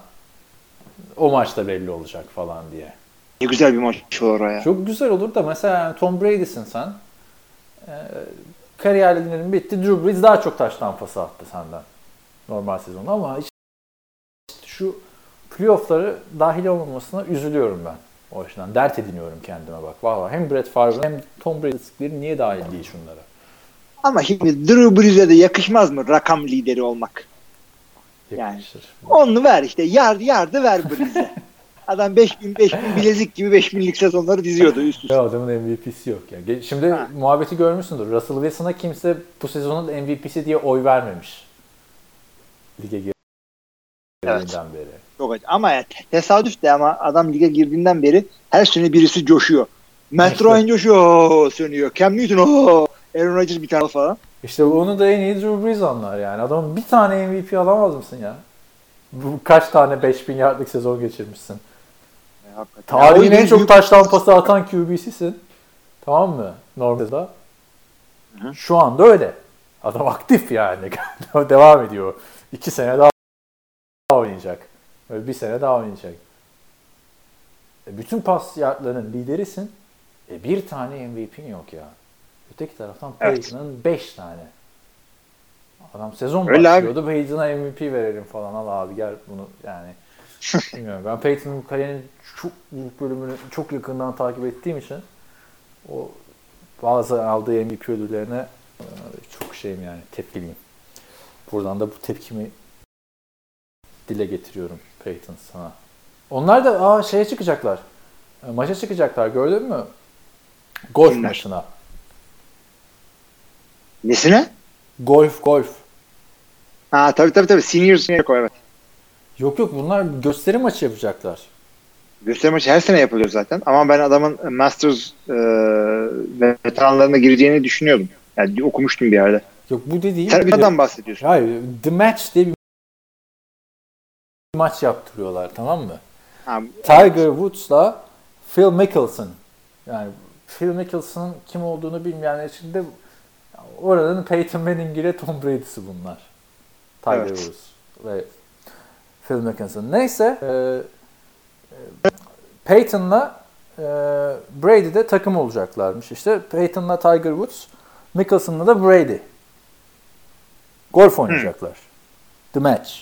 o maçta belli olacak falan diye. Ne güzel bir maç olur ya. Çok güzel olur da mesela yani Tom Brady'sin sen. Ee, kariyerlerin bitti. Drew Brees daha çok touchdown pası attı senden normal sezonda, ama işte şu playoff'ları dahil olmamasına üzülüyorum ben. O yüzden dert ediniyorum kendime bak. Vallahi hem Brett Favre hem Tom Brady'likleri niye dahil değil şunlara? Ama şimdi Drew Brees'e de yakışmaz mı rakam lideri olmak? Yakışır. Yani onu ver işte. Yar, yardı ver Brees'e. Adam beş bin beş bin bilezik gibi beş binlik sezonları diziyordu üst üste. Ya adamın M V P'si yok ya. Şimdi ha. muhabbeti görmüşsündür. Russell Wilson'a kimse bu sezonun M V P'si diye oy vermemiş. Lige girdiğinden evet. beri. Çok acı. Ama ya, tesadüf de, ama adam lige girdiğinden beri her sene birisi coşuyor. Matt Ryan coşuyor, sönüyor. Cam Newton o, Aaron Rodgers bir tane falan. İşte onu da en iyi Drew Brees anlar yani. Adamın bir tane M V P alamaz mısın ya? Bu kaç tane beş bin yardlık sezon geçirmişsin. Ya, tarihin en çok touchdown pası atan Q B'sisin. Tamam mı? Normalde. Şu anda öyle. Adam aktif yani. Devam ediyor. İki sene daha oynayacak. Böyle bir sene daha oynayacak. E bütün pas yardlarının liderisin. E bir tane M V P'in yok ya. Öteki taraftan Peyton'ın evet. beş tane. Adam sezon öyle başlıyordu. Peyton'a M V P verelim falan. Al abi gel bunu yani. Bilmiyorum. Ben Peyton'un kariyerinin çok büyük bölümünü çok yakından takip ettiğim için o bazı aldığı M V P ödüllerine çok şeyim yani, tepkiliyim. Buradan da bu tepkimi dile getiriyorum Peyton sana. Onlar da aa şeye çıkacaklar. Maça çıkacaklar, gördün mü? Golf Kimler? maçına. Nesine? Golf, golf. Ha tabii tabii tabii. Seniors yok evet. Yok yok, bunlar gösteri maçı yapacaklar. Gösteri maçı her sene yapılıyor zaten. Ama ben adamın Masters e, veteranlarına gireceğini düşünüyordum. Yani okumuştum bir yerde. Yok bu dediğim. Sen bir adam bahsediyorsun. Hayır. The Match diye bir maç yaptırıyorlar, tamam mı? Ha, Tiger evet. Woods'la Phil Mickelson. Yani Phil Mickelson'ın kim olduğunu bilmeyenler için de oranın Peyton Manning ile Tom Brady'si bunlar. Tiger evet. Woods ve Phil Mickelson. Neyse e, e, Peyton'la e, Brady de takım olacaklarmış. İşte Peyton'la Tiger Woods, Mickelson'la da Brady. Golf oynayacaklar. Hmm. The Match.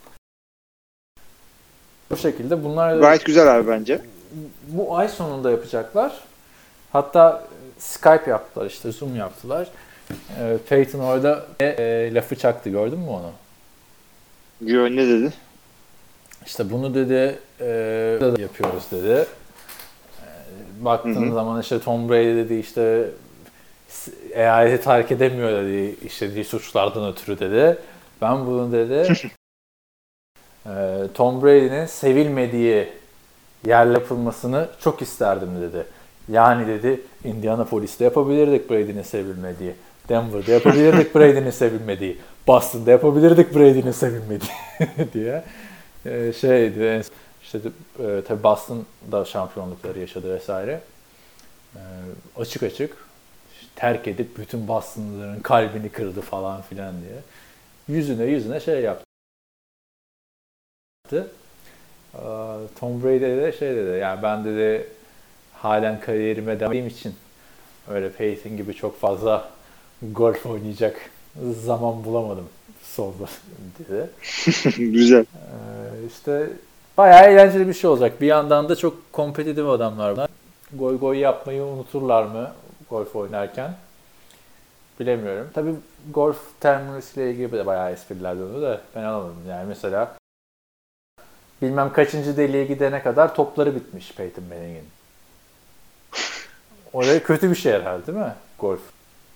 Bu şekilde bunlar da gayet güzel abi bence. Bu ay sonunda yapacaklar. Hatta Skype yaptılar, işte Zoom yaptılar. E, Peyton orada e, lafı çaktı, gördün mü onu? Yo, ne dedi? İşte bunu dedi e, yapıyoruz dedi. E, baktığın Hı-hı. zaman işte Tom Brady dedi işte eyaleti terk edemiyor dedi, işlediği suçlardan ötürü dedi. Ben bunu dedi e, Tom Brady'nin sevilmediği yerle yapılmasını çok isterdim dedi. Yani dedi Indianapolis'te yapabilirdik Brady'nin sevilmediği. Denver'da yapabilirdik Brady'nin sevilmediği. Boston'da yapabilirdik Brady'nin sevilmediği diye. Ee, şeydi işte e, tabii Boston'da şampiyonlukları yaşadı vesaire. Ee, açık açık terk edip bütün Boston'lıların kalbini kırdı falan filan diye. Yüzüne yüzüne şey yaptı. Ee, Tom Brady de şey dedi. Yani ben dedi halen kariyerime devam ettiğim için öyle Peyton gibi çok fazla golf oynayacak zaman bulamadım solda dedi. Güzel. Ee, işte bayağı eğlenceli bir şey olacak. Bir yandan da çok kompetitif adamlar bunlar. Goy goy yapmayı unuturlar mı golf oynarken? Bilemiyorum. Tabii golf terminolojisiyle ilgili de bayağı espriler dönüyor da ben anlamadım. Yani mesela bilmem kaçıncı deliğe gidene kadar topları bitmiş Peyton Manning'in. O da kötü bir şey herhalde değil mi? Golf.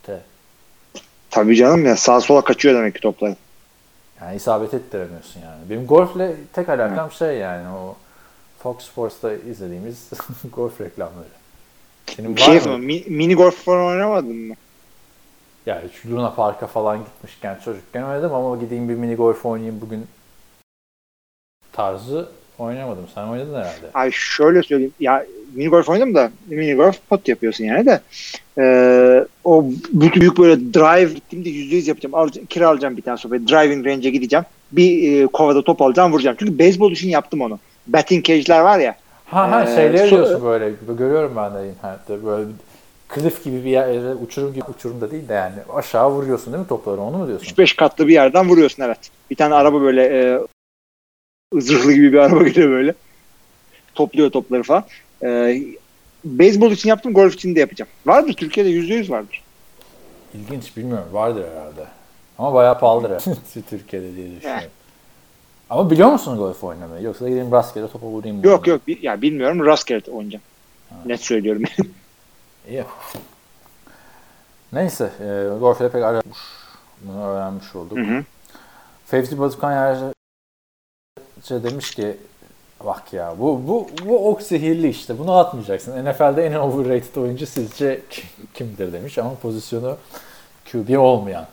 Te. Tabii canım ya, sağa sola kaçıyor demek ki toplar. Yani isabet ettiremiyorsun yani. Benim golfle tek alakam Hı. şey yani o Fox Sports'ta izlediğimiz golf reklamları. Senin şey var mı? Mi, mini golf falan oynamadın mı? Ya hiç Luna Park'a falan gitmişken çocukken oynadım ama gideyim bir mini golf oynayayım bugün tarzı oynamadım. Sen oynadın herhalde. Ay şöyle söyleyeyim. Ya mini golf oynadım da mini golf pot yapıyorsun yani de. Ee, o büyük, büyük böyle drive gittiğimde yüzde yüz yapacağım. Al, kiralayacağım bir tane sopa. Driving range'e gideceğim. Bir e, kovada top alacağım, vuracağım. Çünkü beyzbol için yaptım onu. Batting cage'ler var ya. Ha ha e, şeyleri so- diyorsun böyle. Görüyorum ben de internette. Böyle cliff gibi bir yer, uçurum gibi, uçurum da değil de yani aşağı vuruyorsun değil mi topları, onu mu diyorsun? üç beş katlı bir yerden vuruyorsun, evet. Bir tane araba böyle e, zırhlı gibi bir araba geliyor böyle. Topluyor topları falan. E, beyzbol için yaptım, golf için de yapacağım. Vardır Türkiye'de, yüzde yüz vardır. İlginç, bilmiyorum. Vardır herhalde. Ama bayağı pahalıdır herhalde Türkiye'de diye düşünüyorum. Ama biliyor musun golf oynamayı? Yoksa gideyim rastgele topa vurayım mı? Yok yok. Ya bilmiyorum. Rastgele oynayacağım. Ha. Net söylüyorum. İyi. Neyse. E, golfle pek aramış. Bunu öğrenmiş olduk. Hı hı. Fevzi Batukan Yerce demiş ki bak ya bu bu bu ok sihirli işte. Bunu atmayacaksın. N F L'de en overrated oyuncu sizce kimdir demiş ama pozisyonu Q B olmayan.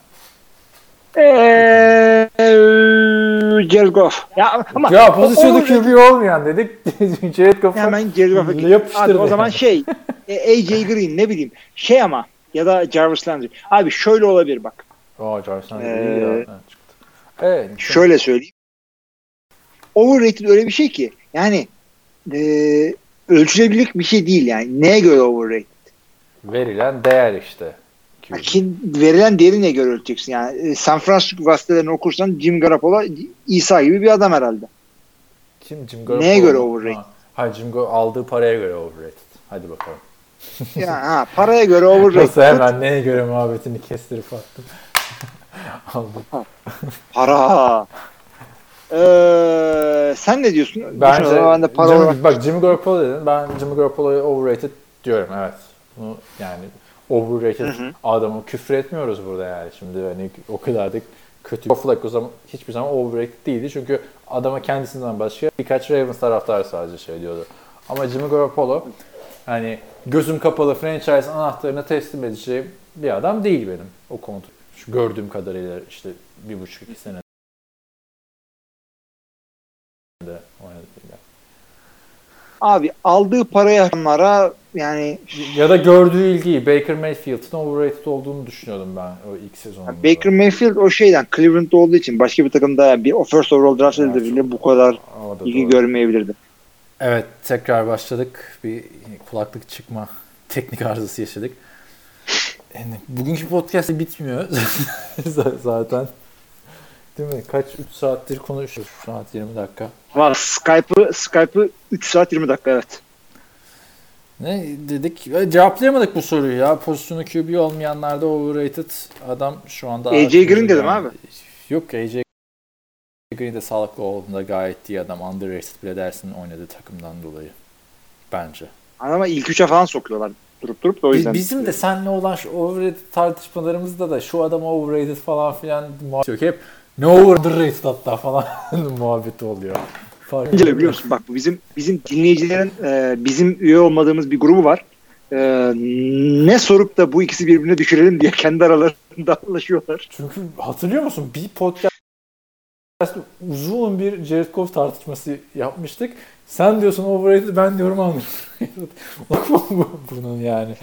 Eee Jared Goff. Ya ama ya pozisyonu Q B olmayan dedik. Jared Goff'a hemen Jared Goff'a yapıştırdı. O zaman şey A J Green ne bileyim şey ama ya da Jarvis Landry. Abi şöyle olabilir bak. Aa Jarvis Landry ee, iyi ya. Evet, çıktı. Evet. Şöyle söyleyeyim. Overrated öyle bir şey ki yani e, ölçülebilir bir şey değil yani. Neye göre overrated? Verilen değer işte. Kim, verilen değeri neye göre ölçeceksin yani? San Francisco gazetelerini okursan Jim Garoppolo İsa gibi bir adam herhalde. Kim Jim Garoppolo? Neye göre overrated? Ha. Hayır, Jim Garoppolo aldığı paraya göre overrated. Hadi bakalım. ya ha, paraya göre overrated. Nasıl hemen neye göre muhabbetini kestirip attım. Aldım. Para. Ee, sen ne diyorsun? Bence ben de para Jim, olarak... bak Jimmy Garoppolo dedin. Ben Jimmy Garoppolo'yu overrated diyorum, evet. Bunu yani overrated hı hı. Adamı küfür etmiyoruz burada yani. Şimdi hani o kadar da kötü. Joe Flacco o zaman hiçbir zaman overrated değildi. Çünkü adama kendisinden başka birkaç Ravens taraftarı sadece şey diyordu. Ama Jimmy Garoppolo hani gözüm kapalı franchise anahtarını teslim edeceğim bir adam değil benim o konuda. Şu gördüğüm kadarıyla işte bir buçuk iki sene abi aldığı paraya onlara yani ya da gördüğü ilgiyi Baker Mayfield'ın overrated olduğunu düşünüyordum ben o ilk sezonunda. Baker Mayfield o şeyden Cleveland'da olduğu için başka bir takımda bir first overall draft edilebilir bu kadar ilgi doğru. Görmeyebilirdi. Evet, tekrar başladık. Bir kulaklık çıkma teknik arızası yaşadık. Yani bugünkü podcast bitmiyor zaten. Değil mi? Kaç? üç saattir konuşuyoruz. üç saat yirmi dakika. Var. Skype'ı Skype'ı üç saat yirmi dakika, evet. Ne dedik? Cevaplayamadık bu soruyu ya. Pozisyonu Q B olmayanlarda overrated adam şu anda. A J Green dedim abi. Yok, A J Green de sağlıklı olduğunda gayet iyi adam. Underrated bile dersin oynadığı takımdan dolayı. Bence. Ama ilk üçe falan sokuyorlar. Durup durup da o yüzden. Bizim de seninle olan şu overrated tartışmalarımızda da şu adam overrated falan filan muhabbet yok. Hep ne overrated hatta falan muhabbeti oluyor. Farklı biliyor musun? Bak bu bizim bizim dinleyicilerin e, bizim üye olmadığımız bir grubu var. E, ne sorup da bu ikisi birbirine düşürelim diye kendi aralarında anlaşıyorlar. Çünkü hatırlıyor musun? Bir podcast uzun bir Jared Goff tartışması yapmıştık. Sen diyorsun overrated, ben diyorum underrated. Bunun yani.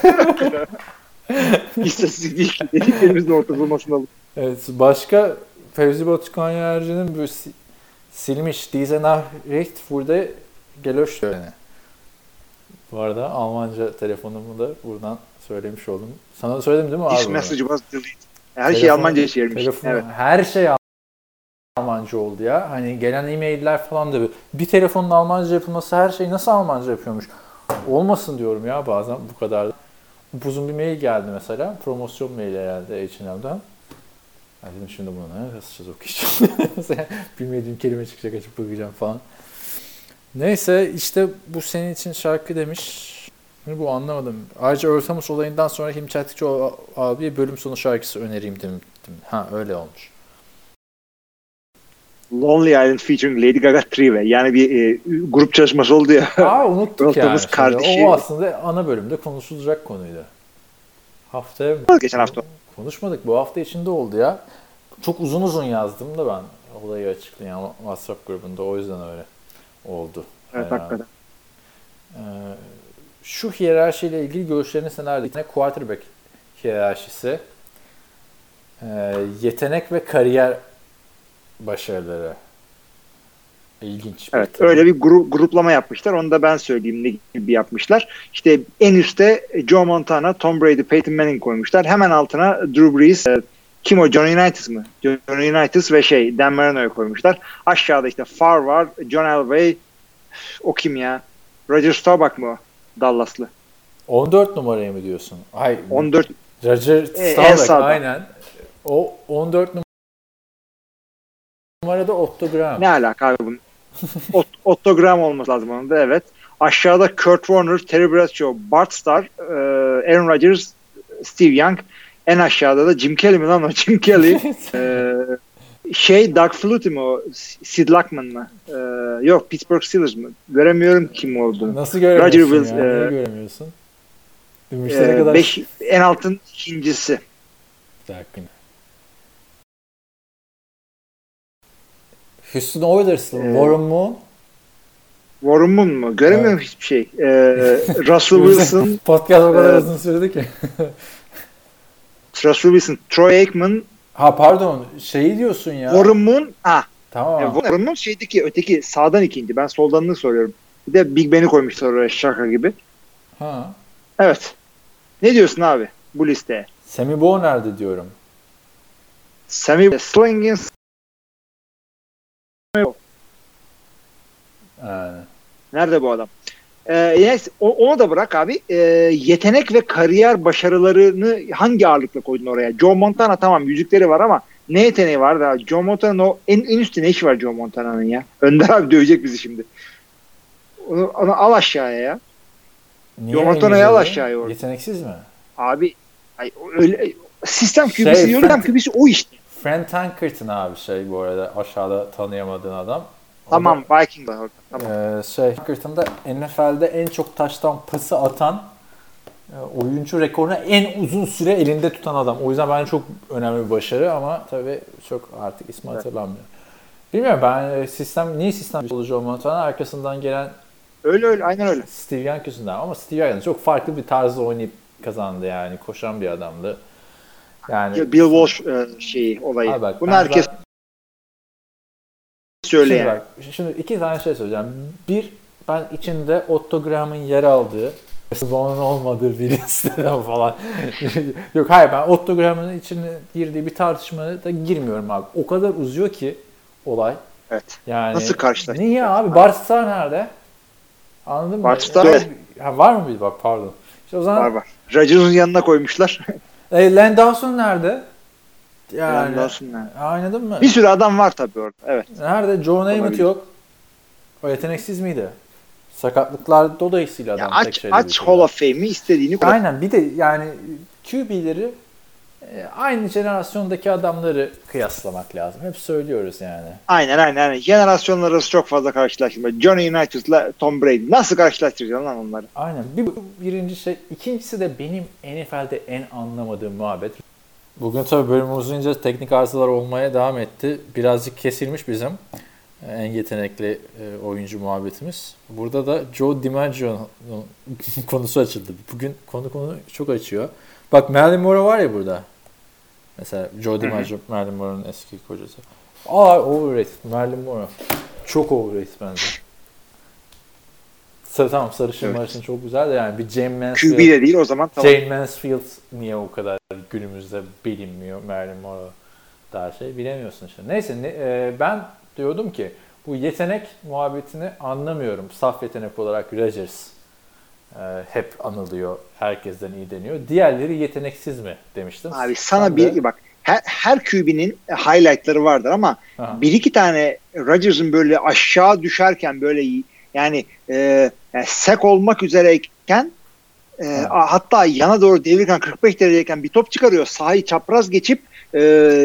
İstatistik değil ki. Dediklerimizin ortalamasını alıp. Evet, başka Fevzi Batukan Yerci'nin böyle si- silmiş Diese Nachricht burada gelöş yani. Bu arada Almanca telefonumu da buradan söylemiş oldum. Sana söyledim değil mi abi? This message was deleted. Her Telefon, şey Almanca çevirmiş. Evet. Her şey Almanca oldu ya. Hani gelen e-mailler falan da bir telefonun Almanca yapılması her şeyi nasıl Almanca yapıyormuş? Olmasın diyorum ya bazen bu kadar. Uzun bir mail geldi mesela. Promosyon maili herhalde H and M'den. Ben dedim şimdi bunu ne yazacağız, okuyacağım. Bilmediğim kelime çıkacak, açıp bakacağım falan. Neyse işte bu senin için şarkı demiş. Şimdi bu anlamadım. Ayrıca Earl Thomas olayından sonra Hilmi Çeltikçioğlu abiye bölüm sonu şarkısı önereyim dedim. Ha öyle olmuş. Lonely Island featuring Lady Gaga Three-Way. Yani bir e, grup çalışması oldu ya. Aa unuttuk Earl yani. Thomas kardeşi. O aslında ana bölümde konuşulacak konuydu. Haftaya geçen hafta konuşmadık. Bu hafta içinde oldu ya. Çok uzun uzun yazdım da ben olayı açıklayan WhatsApp grubunda. O yüzden öyle oldu. Evet yani. Hakikaten. Ee, şu hiyerarşiyle ilgili görüşleriniz nelerdi? Quarterback hiyerarşisi, e, yetenek ve kariyer başarıları. İlginç. Evet, tabii. Öyle bir gru- gruplama yapmışlar. Onu da ben söyleyeyim ne gibi yapmışlar. İşte en üstte Joe Montana, Tom Brady, Peyton Manning koymuşlar. Hemen altına Drew Brees, e, kim o? John Unitas mı? John Unitas ve şey Dan Marino'yu koymuşlar. Aşağıda işte Favre var, John Elway, o kim ya? Roger Staubach mı o? Dallaslı. on dört numarayı mı diyorsun? Ay, on dört. Roger Staubach, e, aynen. O on dört numarada Ottogram. Ne alaka abi bunun? Ot- Ottogram olması lazım onun da, evet. Aşağıda Kurt Warner, Terry Bradshaw, Bart Starr, e, Aaron Rodgers, Steve Young. En aşağıda da Jim Kelly mi lan o? Jim Kelly. e, şey Doug Flutie mi o? Sid Luckman mı? E, yok Pittsburgh Steelers mı? Göremiyorum kim olduğunu. Nasıl göremiyorsun Roger ya? Wills, Niye e, göremiyorsun? E, kadar... beş, en altın ikincisi. Dakika. Houston Oilers'lı ee, Warren Moon. Warren Moon mu? Göremiyorum evet. Hiçbir şey. Ee, Russell Wilson. Podcast o kadar e, uzun sürdü ki. Russell Wilson, Troy Aikman. Ha pardon, şeyi diyorsun ya. Warren Moon. Ha. Tamam. Yani Warren Moon şeydeki öteki sağdan ikinci. Ben soldanını soruyorum. Bir de Big Ben'i koymuşlar oraya şaka gibi. Ha. Evet. Ne diyorsun abi bu listeye? Sammy Bo nerede diyorum? Sammy Slingin. Yani. Nerede bu adam? Ee, yani onu da bırak abi. Ee, yetenek ve kariyer başarılarını hangi ağırlıkla koydun oraya? Joe Montana tamam yüzükleri var ama ne yeteneği var da? Joe Montana'nın o en, en üstte ne işi var Joe Montana'nın ya? Önder abi dövecek bizi şimdi. Onu, onu al aşağıya ya. Niye Joe Montana'yı al aşağıya orada. Yeteneksiz mi? Abi ay, öyle sistem Q B'si, şey, yöntem Q B'si o işte. Frank Tankerton abi şey bu arada aşağıda tanıyamadığın adam. O tamam da, Vikings var orada. Tamam. E, şey Tankerton'da N F L'de en çok taştan pası atan e, oyuncu rekorunu en uzun süre elinde tutan adam. O yüzden bence çok önemli bir başarı ama tabii çok artık ismi evet. hatırlamıyor. Bilmiyorum ben sistem niye sistem olucu olmadan arkasından gelen öyle öyle aynen öyle. Steve Young yüzünden ama Steve Young çok farklı bir tarzda oynayıp kazandı yani koşan bir adamdı. Yani Bill Walsh e, şeyi olayı. Bak, bunu herkes zaten... söylüyor. Şimdi, bak, şimdi iki tane şey söyleyeceğim. Bir, ben içinde Otto Graham'ın yer aldığı, onun olmadığı bir listeden falan. Yok hayır ben Otto Graham'ın içine girdiği bir tartışmaya da girmiyorum abi. O kadar uzuyor ki olay. Evet. Yani, nasıl karşılaştık? Niye abi? Bart Starr nerede? Anladın mı? Bart Starr evet. Ha, var mı bir bak pardon. İşte o zaman... Var var. Rodgers'ın yanına koymuşlar. E, Len Dawson nerede? Yani, Len Dawson nerede? Anladın mı? Bir sürü adam var tabii orada. Evet. Nerede? Joe Namath yok. O yeteneksiz miydi? Sakatlıklar dolayısıyla adam ya tek aç, şeyde aç Hall of Fame'i istediğini koy. Aynen. Bir de yani Q B'leri aynı jenerasyondaki adamları kıyaslamak lazım. Hep söylüyoruz yani. Aynen aynen. aynen. Jenerasyonlar arası çok fazla karşılaştırma. Johnny Unitas'la Tom Brady. Nasıl karşılaştıracaksın lan onları? Aynen. Bir, birinci şey. İkincisi de benim N F L'de en anlamadığım muhabbet. Bugün tabii bölüm uzunca teknik arızalar olmaya devam etti. Birazcık kesilmiş bizim en yetenekli oyuncu muhabbetimiz. Burada da Joe DiMaggio'nun konusu açıldı. Bugün konu konu çok açıyor. Bak Marilyn Monroe var ya burada. Mesela Joe DiMaggio, Marilyn Monroe'nun eski kocası. Aa overrated. Marilyn Monroe. Çok overrated bence. Sarı, tamam sarışın evet. Marışın çok güzel de yani bir Jane Mansfield. Q B de değil o zaman. Tamam. Jane Mansfield niye o kadar günümüzde bilinmiyor Marilyn Monroe daha şey bilemiyorsun işte. Neyse ne, e, ben diyordum ki bu yetenek muhabbetini anlamıyorum. Saf yetenek olarak Rodgers e, hep anılıyor. Herkesten iyi deniyor. Diğerleri yeteneksiz mi demiştim. Abi sana ben bir de... bak her, her Q B'nin highlightları vardır ama Aha. bir iki tane Rodgers'ın böyle aşağı düşerken böyle yani, e, yani sek olmak üzereyken E, hatta yana doğru devirirken kırk beş dereceyken bir top çıkarıyor. Sahayı çapraz geçip e,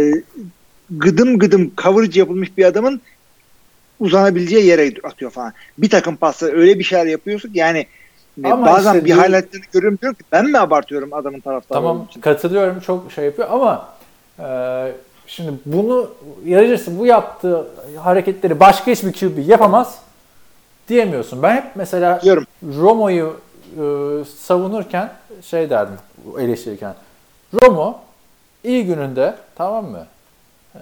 gıdım gıdım coverage yapılmış bir adamın uzanabileceği yere atıyor falan. Bir takım pasları öyle bir şeyler yapıyorsun ki yani ama bazen işte bir highlight'ını görüyorum diyorum ki ben mi abartıyorum adamın taraftarı tamam için? Katılıyorum, çok şey yapıyor ama e, şimdi bunu yarıcısı bu yaptığı hareketleri başka hiçbir Q B yapamaz diyemiyorsun. Ben hep mesela diyorum. Romo'yu e, savunurken şey derdim eleştirirken, Romo iyi gününde, tamam mı? E,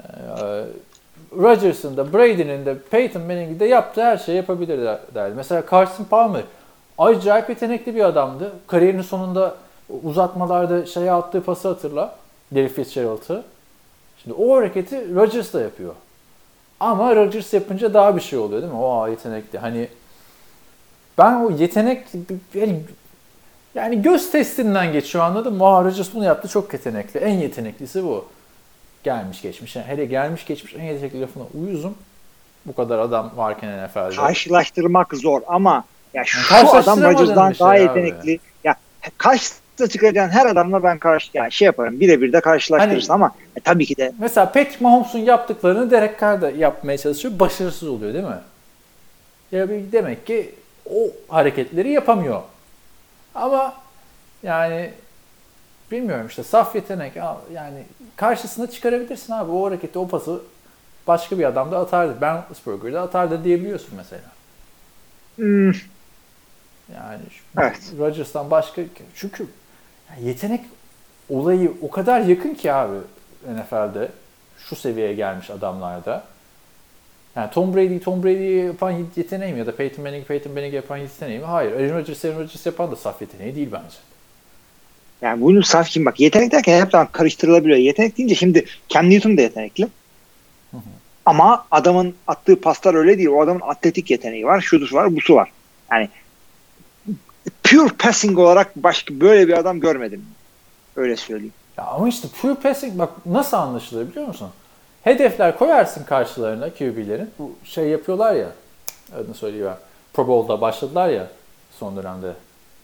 Rodgers'ın da Brady'nin de Peyton Manning'in de yaptığı her şeyi yapabilir derdi. Mesela Carson Palmer acayip yetenekli bir adamdı. Kariyerinin sonunda uzatmalarda şeye attığı pası hatırla. Larry Fitzgerald'ı. Şimdi o hareketi Rodgers da yapıyor. Ama Rodgers yapınca daha bir şey oluyor değil mi? O yetenekli. Hani ben o yetenek yani, yani göz testinden geçiyor, anladın mı? O Rodgers bunu yaptı, çok yetenekli. En yeteneklisi bu. Gelmiş geçmiş. Yani hele gelmiş geçmiş en yetenekli lafına uyuzum. Bu kadar adam varken N F L'de. Karşılaştırmak zor ama ya şu yani adam Rodgers'dan daha şey yetenekli. Abi. Ya karşısına çıkacağın her adamla ben karşı yani şey yaparım. Birebir de karşılaştırırsın hani, ama e, tabii ki de. Mesela Patrick Mahomes'un yaptıklarını Derek Carr da yapmaya çalışıyor. Başarısız oluyor değil mi? Ya demek ki o hareketleri yapamıyor. Ama yani bilmiyorum işte saf yetenek yani karşısına çıkarabilirsin abi. O hareketi, o pası başka bir adam da atardı. Ben Roethlisberger'da atardı diyebiliyorsun mesela. Hmm. Yani evet. Rodgers'tan başka çünkü yetenek olayı o kadar yakın ki abi N F L'de şu seviyeye gelmiş adamlarda. Yani Tom Brady, Tom Brady yapan yeteneği mi ya da Peyton Manning, Peyton Manning yapan yeteneği mi? Hayır. Aaron Rodgers, Aaron Rodgers yapan da saf yeteneği değil bence. Yani bunu saf kim bak yetenek derken hep zaman karıştırılabiliyor. Yetenek deyince şimdi Cam Newton da yetenekli. Hı hı. Ama adamın attığı paslar öyle değil. O adamın atletik yeteneği var, şusu var, busu var. Yani pure passing olarak başka böyle bir adam görmedim. Öyle söyleyeyim. Ya ama işte pure passing bak nasıl anlaşılır biliyor musun? Hedefler koyarsın karşılarına Q B'lerin. Bu şey yapıyorlar ya, adını söyleyeyim. Pro Bowl'da başladılar ya son dönemde.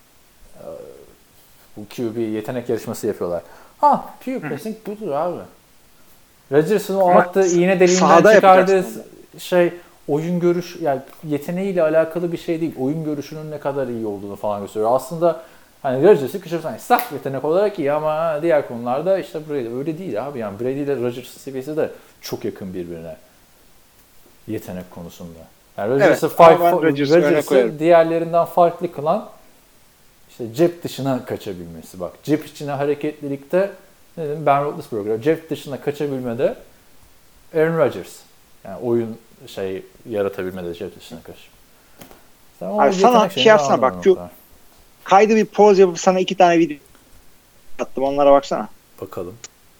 Bu Q B yetenek yarışması yapıyorlar. Ha, pure passing budur abi. Rodgers'ın o attığı iğne deliğinden çıkardığı şey oyun görüş, yani yeteneğiyle alakalı bir şey değil. Oyun görüşünün ne kadar iyi olduğunu falan gösteriyor. Aslında hani Rodgers'ı kışırsan saf yetenek olarak iyi ama diğer konularda işte Brady öyle değil abi. Yani Brady ile Rodgers'ın seviyesi de çok yakın birbirine. Yetenek konusunda. Yani Rodgers'ı evet, fark, Rodgers'ı diğerlerinden farklı kılan işte cep dışına kaçabilmesi. Bak cep içine hareketlilikte ne dedim Ben Roethlisberger. Cep dışına kaçabilmede Aaron Rodgers. Yani oyun şey yaratabilmede cep dışına kaçıp. Abi sana şey yapsana bak şu kaydı bir poz yapıp sana iki tane video attım. Onlara baksana. Bakalım.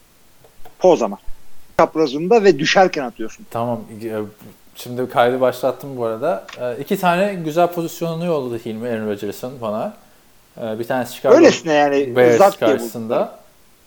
Poz ama. Çaprazında ve düşerken atıyorsun. Tamam. Şimdi kaydı başlattım bu arada. İki tane güzel pozisyonunu yolladı Hilmi Aaron Rodgers'ın bana. Bir tanesi çıkardı. Öylesine yani. Bears karşısında.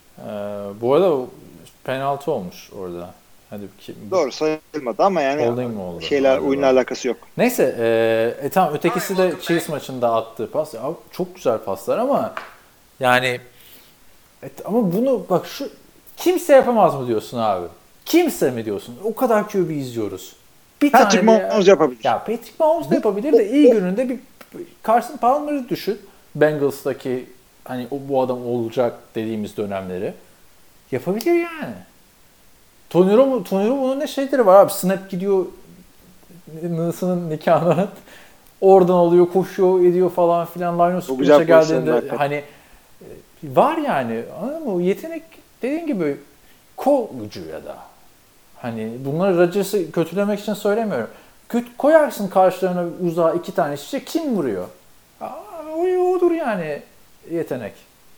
Bu arada penaltı olmuş orada. Hadi kim? Doğru sayılmadı ama yani holding mi oldu? Şeyler Hadi oyunla alakası yok. Neyse e, e, tamam ötekisi de Chiefs maçında attığı pas. Ya, çok güzel paslar ama yani et, ama bunu bak şu kimse yapamaz mı diyorsun abi? Kimse mi diyorsun? O kadar Q B izliyoruz. Bir Patrick tane Mahomes yapabilir. Ya Patrick Mahomes da yapabilir de iyi gününde bir Carson Palmer'ı düşün. Bengals'taki hani o, bu adam olacak dediğimiz dönemleri yapabilir yani. Tony Romo, Tony Romo'nun ne şeyleri var abi. Snap gidiyor Nısı'nın nikahına oradan alıyor, koşuyor, ediyor falan filan. Linus Scrimmage geldiğinde hani var yani. Anladın mı? Yetenek dediğin gibi kol gücü ya da. Hani bunları Rodgers'ı kötülemek için söylemiyorum. Kötü koyarsın karşılarına uzağa iki tane şişe kim vuruyor? Aa, o odur yani yetenek.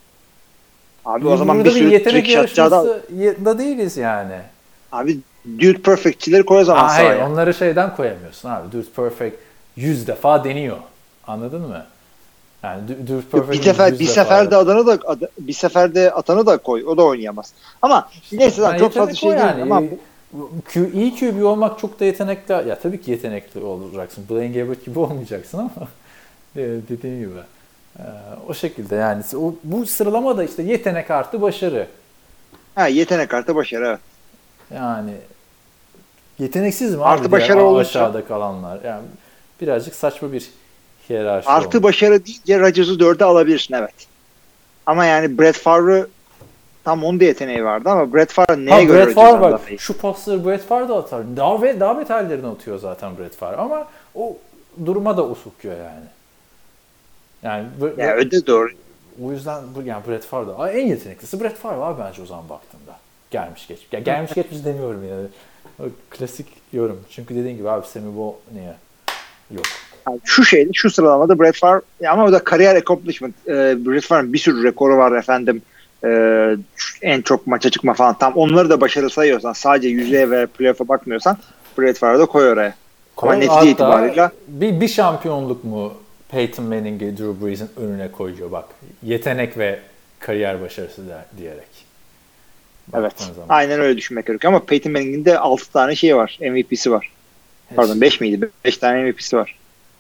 Abi o zaman bir sürü yetenek yarışmasında değiliz yani. Abi Dude Perfect'çileri koy o zaman sahaya. Hayır onları şeyden koyamıyorsun abi. Dude Perfect yüz defa deniyor. Anladın mı? Yani Dude Perfect bir sefer bir seferde adanı da bir seferde atanı da koy. O da oynayamaz. Ama işte, neyse yani çok fazla şey değil yani. Ama Q, iyi Q B olmak çok da yetenekli. Ya tabii ki yetenekli olacaksın. Blaine Gabbert gibi olmayacaksın ama dediğim gibi. Ee, o şekilde yani. O, bu sıralama da işte yetenek artı başarı. Ha, yetenek artı başarı, evet. Yani yeteneksiz mi artı abi başarı diğer olunca, aşağıda kalanlar? Yani birazcık saçma bir hiyerarşi artı olmuş. başarı deyince Rodgers'ı dörde alabilirsin, evet. Ama yani Brett Favre tam onun da yeteneği vardı ama Brett Favre neye ha, göre Brett Favre Rodgers'dan bak. daha iyi? Şu pasları Brett Favre da atar. Daha ve daha beterlerini atıyor zaten Brett Favre. Ama o duruma da o sokuyor yani. Yani bu, Ya öyle doğru. o yüzden bu yani Brett Favre da en yeteneklisi Brett Favre abi bence o zaman baktığımda. Gelmiş geçmiş. Ya gelmiş geçmiş demiyorum yani. O klasik yorum. Çünkü dediğin gibi abi Sammy Bo niye? Yok. Yani şu şeyde, şu sıralamada Brett Favre, ama o da kariyer accomplishment. Ee, Brett Favre'ın bir sürü rekoru var efendim. Ee, en çok maça çıkma falan. Tam onları da başarı sayıyorsan, sadece yüzeye ve playoff'a bakmıyorsan Brett Favre'ı da koy oraya. Ama neticede itibariyle bir, bir şampiyonluk mu Peyton Manning'i Drew Brees'in önüne koyuyor bak. Yetenek ve kariyer başarısı der, diyerek. Evet. Zaman. Aynen öyle düşünmek gerekiyor. Ama Peyton Manning'in de altı tane şeyi var. M V P'si var. Pardon beş miydi? beş tane M V P'si var.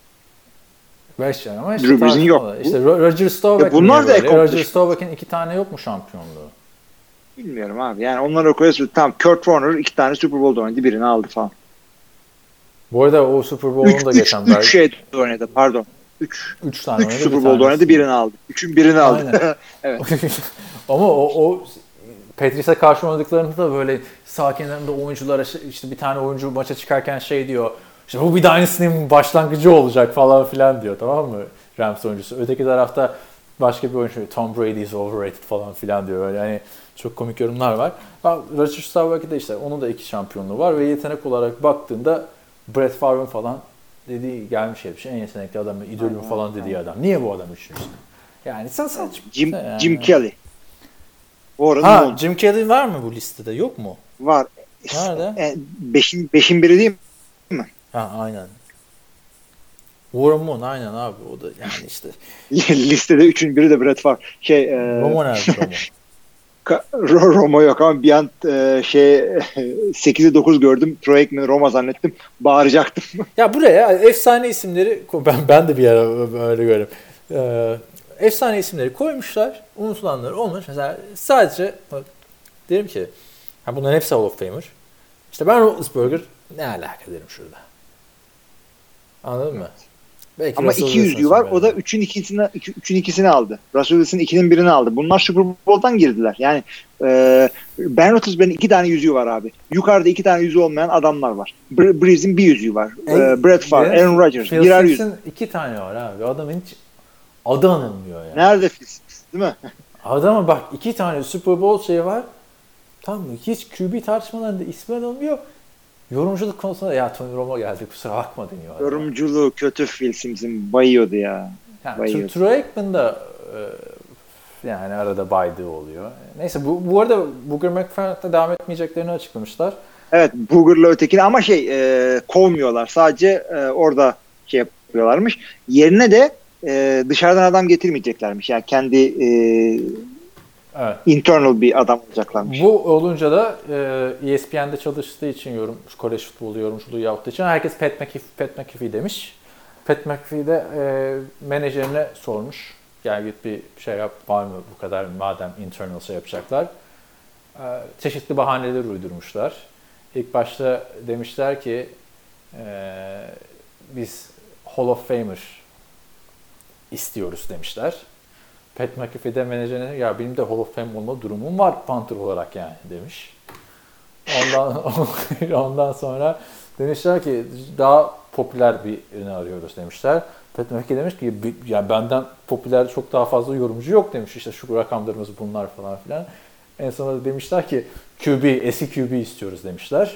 beş yani ama işte Drew Brees'in yok. İşte Roger Staubach bunlar da Roger Staubach'in iki tane yok mu şampiyonluğu? Bilmiyorum abi. Yani onları koyuyorsun. Tamam, Kurt Warner iki tane Super Bowl'da oynadı. Birini aldı falan. Bu arada o Super Bowl'un da geçen. üç şey oynadı pardon. üç üç tane üç Super Bowl'da oynadı. Birini aldı. üçün birini aldı. Evet. Ama o, o Patrice'e karşı oynadıklarında da böyle sakinlerinde oyunculara işte bir tane oyuncu maça çıkarken şey diyor. İşte bu bir Dynasty'nin başlangıcı olacak falan filan diyor, tamam mı? Rams oyuncusu. Öteki tarafta başka bir oyuncu Tom Brady is overrated falan filan diyor. Böyle yani çok komik yorumlar var. Roger Staubach'ı da işte onun da iki şampiyonluğu var ve yetenek olarak baktığında Brett Favre'ın falan dediği gelmiş bir şey. En yetenekli adam, idolüm falan dediği adam. Niye bu adam üçüncü? Yani sen saçma. Jim, yani. Jim Kelly. Warren ha, Moon. Jim Kelly var mı bu listede? Yok mu? Var. Nerede? E, beşin, beşin biri değil mi? Ha, aynen. Warren Moon aynen abi. O da yani işte. Listede üçün biri de Brett Favre. Şey, e, Romo nerede Romo? Romo yok ama bir an e, şey sekize dokuz gördüm. Troy Aikman'ı Roma zannettim. Bağıracaktım. Ya buraya efsane isimleri ben ben de bir ara böyle görüyorum. Ee, efsane isimleri koymuşlar. Unutulanlar olmuş. Mesela sadece derim ki ha bunların hepsi Hall of Famer. İşte ben Roethlisberger ne alaka derim şurada. Anladın mı? Belki ama iki yüzüğü var. O da üçün ikisini üçün ikisini aldı. Russell Wilson'ın ikinin birini aldı. Bunlar Super Bowl'dan girdiler. Yani e, Ben Roethlisberger'in iki tane yüzüğü var abi. Yukarıda iki tane yüzüğü olmayan adamlar var. Bre- Brees'in bir yüzüğü var. E, e, Brett Favre, Aaron Rodgers birer yüzüğü. iki tane var abi. Adamın hiç adı anılmıyor yani. Nerede Phil Simms, değil mi? Adama bak iki tane Super Bowl şeyi var. Tamam mı? Hiç Q B tartışmalarında ismi anılmıyor. Yorumculuk konusunda ya Tony Romo geldi kusura bakma deniyor. Yorumculuğu kötü Phil Simms'in bayıyordu ya. Yani Troy Aikman da e, yani arada baydığı oluyor. Neyse bu, bu arada Booger McFarland'la devam etmeyeceklerini açıklamışlar. Evet, Booger'la ötekini ama şey e, kovmuyorlar. Sadece e, orada şey yapıyorlarmış. Yerine de e, dışarıdan adam getirmeyeceklermiş. Yani kendi e, evet. internal bir adam olacaklarmış. Bu olunca da e, E S P N'de çalıştığı için yorum, kolej futbolu yorumculuğu yaptığı için herkes Pat McAfee, Pat McAfee demiş. Pat McAfee de e, menajerine sormuş. Gel git bir şey yap, var mı bu kadar madem internal şey yapacaklar. E, çeşitli bahaneler uydurmuşlar. İlk başta demişler ki e, biz Hall of Famer istiyoruz demişler. Pat McAfee de menajerine ya benim de Hall of Fame olma durumum var Panther olarak yani demiş. Ondan ondan sonra demişler ki daha popüler birini arıyoruz demişler. Pat McAfee demiş ki ya benden popüler çok daha fazla yorumcu yok demiş. İşte şu rakamlarımız bunlar falan filan. En sonunda demişler ki Q B, eski Q B istiyoruz demişler.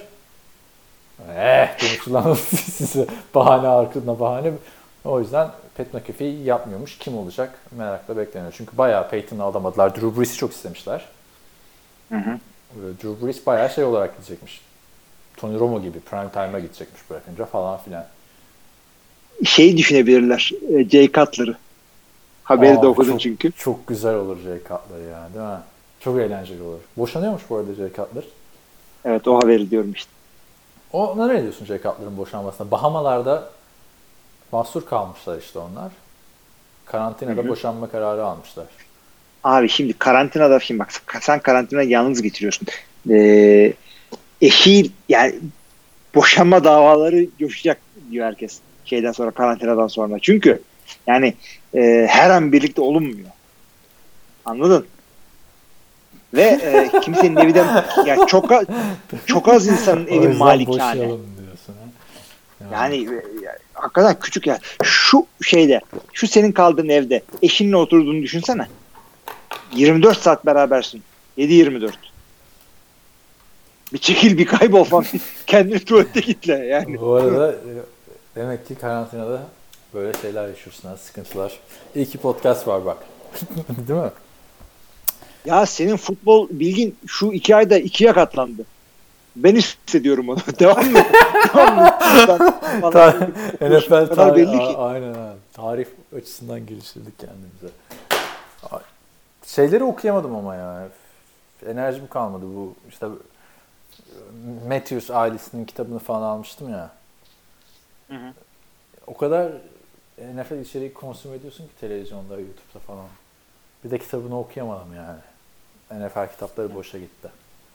Eh demiş lan size bahane arkasında bahane. O yüzden Pat McAfee yapmıyormuş. Kim olacak? Merakla bekleniyor. Çünkü bayağı Peyton'ı alamadılar. Drew Brees'i çok istemişler. Hı hı. Drew Brees bayağı şey olarak gidecekmiş. Tony Romo gibi prime time'a gidecekmiş bırakınca falan filan. Şeyi düşünebilirler. Jay Cutler'ı. Haberi Aa, de okudum çok, çünkü. Çok güzel olur Jay Cutler ya, değil mi? Çok eğlenceli olur. Boşanıyormuş bu arada Jay Cutler. Evet, o haberi diyorum işte. O ne diyorsun Jay Cutler'ın boşanmasına? Bahamalarda mahsur kalmışlar işte onlar. karantinada Hı-hı. boşanma kararı almışlar. Abi şimdi karantinada şimdi bak sen karantina yalnız geçiriyorsun. Ee, eşi yani boşanma davaları coşacak diyor herkes şeyden sonra karantinadan sonra. Çünkü yani e, her an birlikte olunmuyor. Anladın? Ve e, kimsenin evi de yani çok az, çok az insanın evi malikane. Diyorsun, ha? Yani, yani e, hakikaten küçük ya. Şu şeyde, şu senin kaldığın evde eşinle oturduğunu düşünsene. yirmi dört saat berabersin. yedi yirmi dört. Bir çekil bir kaybol falan. Kendini tuvalete gitle yani. Bu arada demek ki karantinada böyle şeyler yaşıyorsun ha, sıkıntılar. İyi ki podcast var bak. Değil mi? Ya senin futbol bilgin şu iki ayda ikiye katlandı. Ben hissediyorum onu. Devam mı? Devam mı? Ta- N F L tarih, aynen abi. Tarih açısından geliştirdik kendimize. Şeyleri okuyamadım ama ya. Enerjim kalmadı bu işte Matthews ailesinin kitabını falan almıştım ya. Hı hı. O kadar N F L içeriği konsüm ediyorsun ki televizyonda, YouTube'da falan. Bir de kitabını okuyamadım yani. N F L kitapları boşa gitti.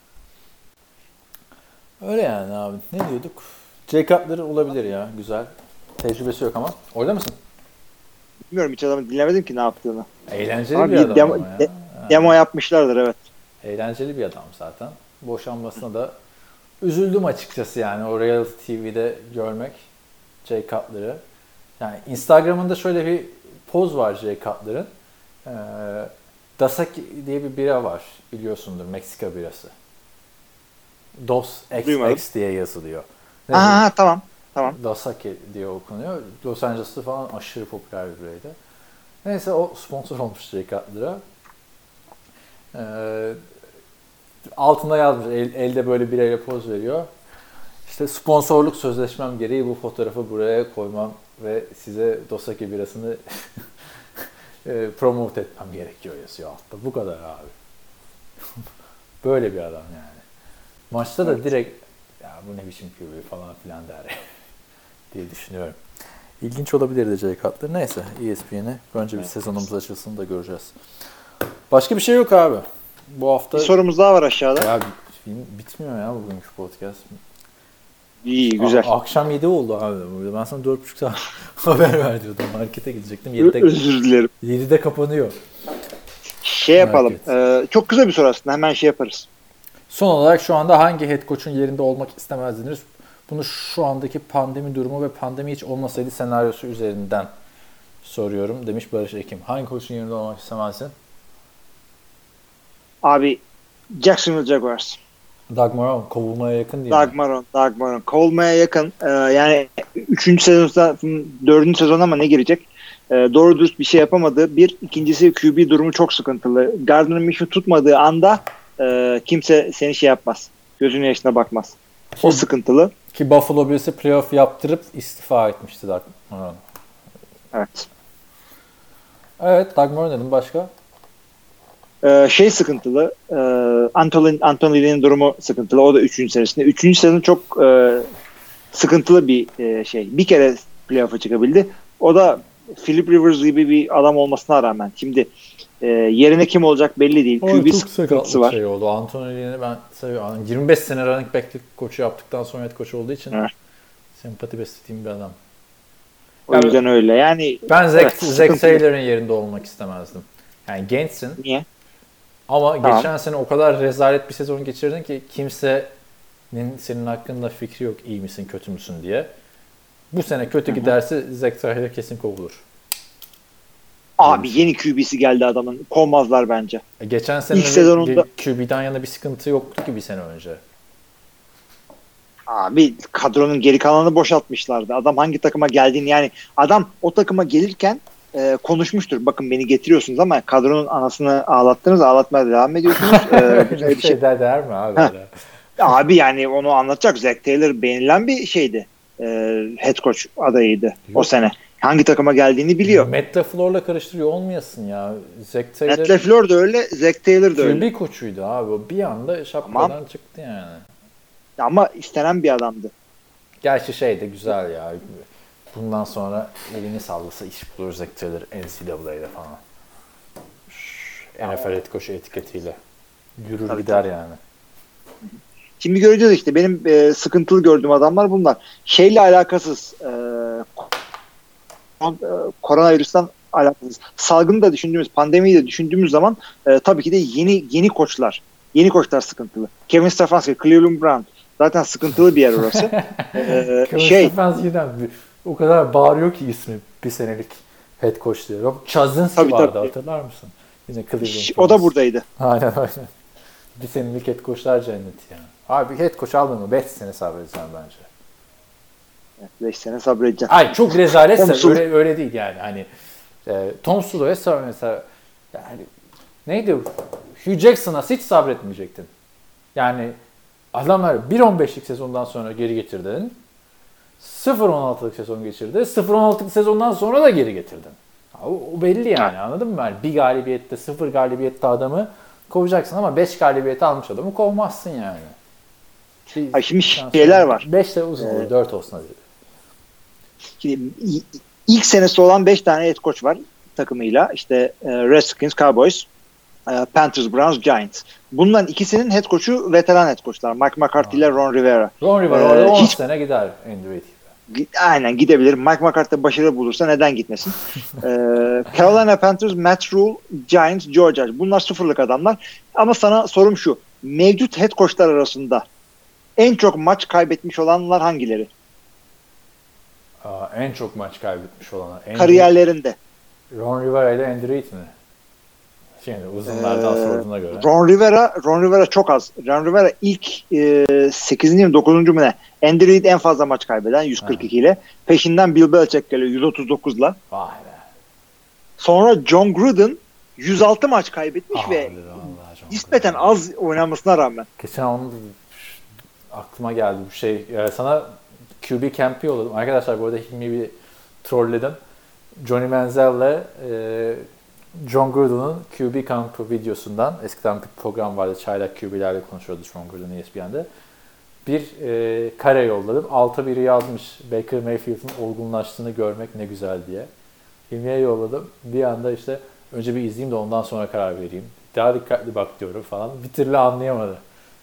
Öyle yani abi. Ne diyorduk? Jay Cutler olabilir ya. Güzel. Tecrübesi yok ama. Orada mısın? Bilmiyorum, hiç adamı dinlemedim ki ne yaptığını. Eğlenceli ama bir adam demo, ama ya. De, demo yapmışlardır evet. Eğlenceli bir adam zaten. Boşanmasına da üzüldüm açıkçası yani o Reality T V'de görmek Jay Cutler'ı. Yani Instagram'ında şöyle bir poz var Jay Cutler'ın. Ee, Dasaki diye bir bira var. Biliyorsundur, Meksika birası. Dos X X diye yazılıyor. Ne Aha tamam. Tamam. Dasaki diye okunuyor. Los Angeles'ta falan aşırı popüler bir bireydi. Neyse o sponsor olmuş Jay Cutler'a. Ee, altında yazmış. El, elde böyle bireyle poz veriyor. İşte sponsorluk sözleşmem gereği bu fotoğrafı buraya koymam ve size Dosaki birasını e, promote etmem gerekiyor yazıyor altta. Bu kadar abi. Böyle bir adam yani. Maçta da evet. Direkt ya bu ne biçim Q B falan filan der diye düşünüyorum. İlginç olabilirdi Jay Cutler. Neyse E S P N'e önce bir evet. Sezonumuz açılsın da göreceğiz. Başka bir şey yok abi. Bu hafta... Bir sorumuz daha var aşağıda. Ya bitmiyor ya bugünkü podcast. İyi, güzel. A- akşam yedi oldu abi. Ben sana dört buçuk saat haber verdiyordum. Markete gidecektim. yedide, Özür dilerim. yedide kapanıyor. Şey yapalım. Ee, çok kısa bir soru aslında. Hemen şey yaparız. Son olarak şu anda hangi head coach'un yerinde olmak istemezdiniz? Bunu şu andaki pandemi durumu ve pandemi hiç olmasaydı senaryosu üzerinden soruyorum demiş Barış Ekim. Hangi coach'un yerinde olmak istemezdin? Abi Jacksonville Jaguars. Doug Marrone kovulmaya yakın değil Doug mi? Marrone, Doug Marrone kovulmaya yakın. Ee, yani üçüncü sezonda dördüncü sezon ama ne girecek? Ee, doğru dürüst bir şey yapamadı. Bir, ikincisi Q B durumu çok sıkıntılı. Gardner Minshew tutmadığı anda e, kimse seni şey yapmaz. Gözünün yaşına bakmaz. O ki, sıkıntılı. Ki Buffalo Bills'e playoff yaptırıp istifa etmişti Doug Marrone. Evet. Evet, Doug Marrone dedim. Başka? Ee, şey sıkıntılı. E, Anthony, Anthony'nin durumu sıkıntılı. O da üçüncü serisinde. Üçüncü sezon çok e, sıkıntılı bir e, şey. Bir kere playoff'a çıkabildi. O da Philip Rivers gibi bir adam olmasına rağmen. Şimdi e, yerine kim olacak belli değil. Q B sıkıntısı var. Şey oldu. Anthony'ni ben seviyorum. yirmi beş sene running back'lik koçu yaptıktan sonra head coach olduğu için evet. Sempati beslediğim bir adam. O yani, yüzden öyle. Yani ben Zach, evet, Zach Taylor'ın yerinde olmak istemezdim. Yani gençsin. Niye? Ama tamam. Geçen sene o kadar rezalet bir sezon geçirdin ki kimsenin senin hakkında fikri yok iyi misin kötü müsün diye. Bu sene kötü Hı-hı. giderse Zach Taylor kesin kovulur. Abi Değil yeni Q B'si geldi adamın. Kovmazlar bence. E geçen sene İlk sezonunda Q B'den yana bir sıkıntı yoktu ki bir sene önce. Abi kadronun geri kalanını boşaltmışlardı. Adam hangi takıma geldiğini yani adam o takıma gelirken e, konuşmuştur. Bakın beni getiriyorsunuz ama kadronun anasını ağlattınız, ağlatmaya devam ediyorsunuz. E, bir şey, şey der, der mi abi? Abi yani onu anlatacak. Zach Taylor beğenilen bir şeydi. E, head coach adayıydı Yok. o sene. Hangi takıma geldiğini biliyor. Matt LaFleur'la karıştırıyor olmayasın ya. Zach Taylor. Matt LaFleur da öyle, Zach Taylor da öyle. Q B koçuydu abi. O bir anda şapkadan tamam. çıktı yani. Ama istenen bir adamdı. Gerçi şey de güzel ya. bundan sonra elini sallasa iş bulur zektedir N C A A'de falan. N F L head coach etiketiyle. Yürür Tabii, gider tabii. yani. Şimdi göreceğiz işte. Benim e, sıkıntılı gördüğüm adamlar bunlar. Şeyle alakasız. E, koronavirüsten alakasız. Salgını da düşündüğümüz, pandemiyi de düşündüğümüz zaman e, tabii ki de yeni yeni koçlar. Yeni koçlar sıkıntılı. Kevin Stefanski, Cleveland Brown. Zaten sıkıntılı bir yer orası. e, Kevin şey, Stefanski'den o kadar bağırıyor ki ismi bir senelik head coach diye. Rob Chazinski Tabii, vardı, tabii. hatırlar mısın? Yine Cleveland o da Browns. buradaydı. Aynen aynen. Bir senelik head coachlar cenneti yani. Abi head coach aldın mı beş sene sabredeceksin bence. beş sene sabredeceksin. Ay çok rezaletse Tom Sula- öyle öyle değil yani hani e, Tom Sulu'ya sabır mesela yani neydi Hugh Jackson'a hiç sabretmeyecektin. Yani adamlar bir on beşlik sezondan sonra geri getirdin. sıfır on altılık sezon geçirdi. sıfır on altılık sezondan sonra da geri getirdin. O, o belli yani anladın mı? Yani bir galibiyette sıfır galibiyette adamı kovacaksın ama beş galibiyeti almış adamı kovmazsın yani. Bir, Ay şimdi şeyler var. beş de uzun olur, Ee, dört olsun hadi. Şimdi i- ilk senesi olan beş tane head coach var takımıyla. İşte e, Redskins, Cowboys, e, Panthers, Browns, Giants. Bunların ikisinin head coach'u veteran head coach'lar. Mike McCarthy ile Ron Rivera. Ron Rivera Ee, orada on hiç- sene gider Andy Reid gibi. Aynen gidebilir. Mike McCarthy başarı bulursa neden gitmesin? Ee, Carolina Panthers, Matt Rule, Giants, George Judge. Bunlar sıfırlık adamlar. Ama sana sorum şu. Mevcut head coachlar arasında en çok maç kaybetmiş olanlar hangileri? Aa, en çok maç kaybetmiş olanlar. Andy- Kariyerlerinde. Ron Rivera ile Andy Reid mi? Şimdi uzunlardan Ee, sorduğuna göre. Ron Rivera, Ron Rivera çok az. Ron Rivera ilk e, sekizinci mi dokuzuncu mu ne? Andy Reid en fazla maç kaybeden yüz kırk iki ile. Peşinden Bill Belichick geliyor yüz otuz dokuzla. Vay be. Sonra John Gruden yüz altı maç kaybetmiş Ah, ve be, vallahi çok nispeten güzel. az oynamasına rağmen. Geçen onu aklıma geldi bu şey. Ee, sana Q B Camp'i yolladım. Arkadaşlar bu arada Hilmi'yi bir trolledim. Johnny Manziel'le e, John Gruden'ın Q B kampı videosundan, eskiden bir program vardı, Çaylak Q B'lerle konuşuyordu John Gruden E S P N'de. Bir e, kare yolladım. Alta biri yazmış, Baker Mayfield'ın olgunlaştığını görmek ne güzel diye. Hilmi'ye yolladım. Bir anda işte önce bir izleyeyim de ondan sonra karar vereyim. Daha dikkatli bak diyorum falan. Bir türlü anlayamadı.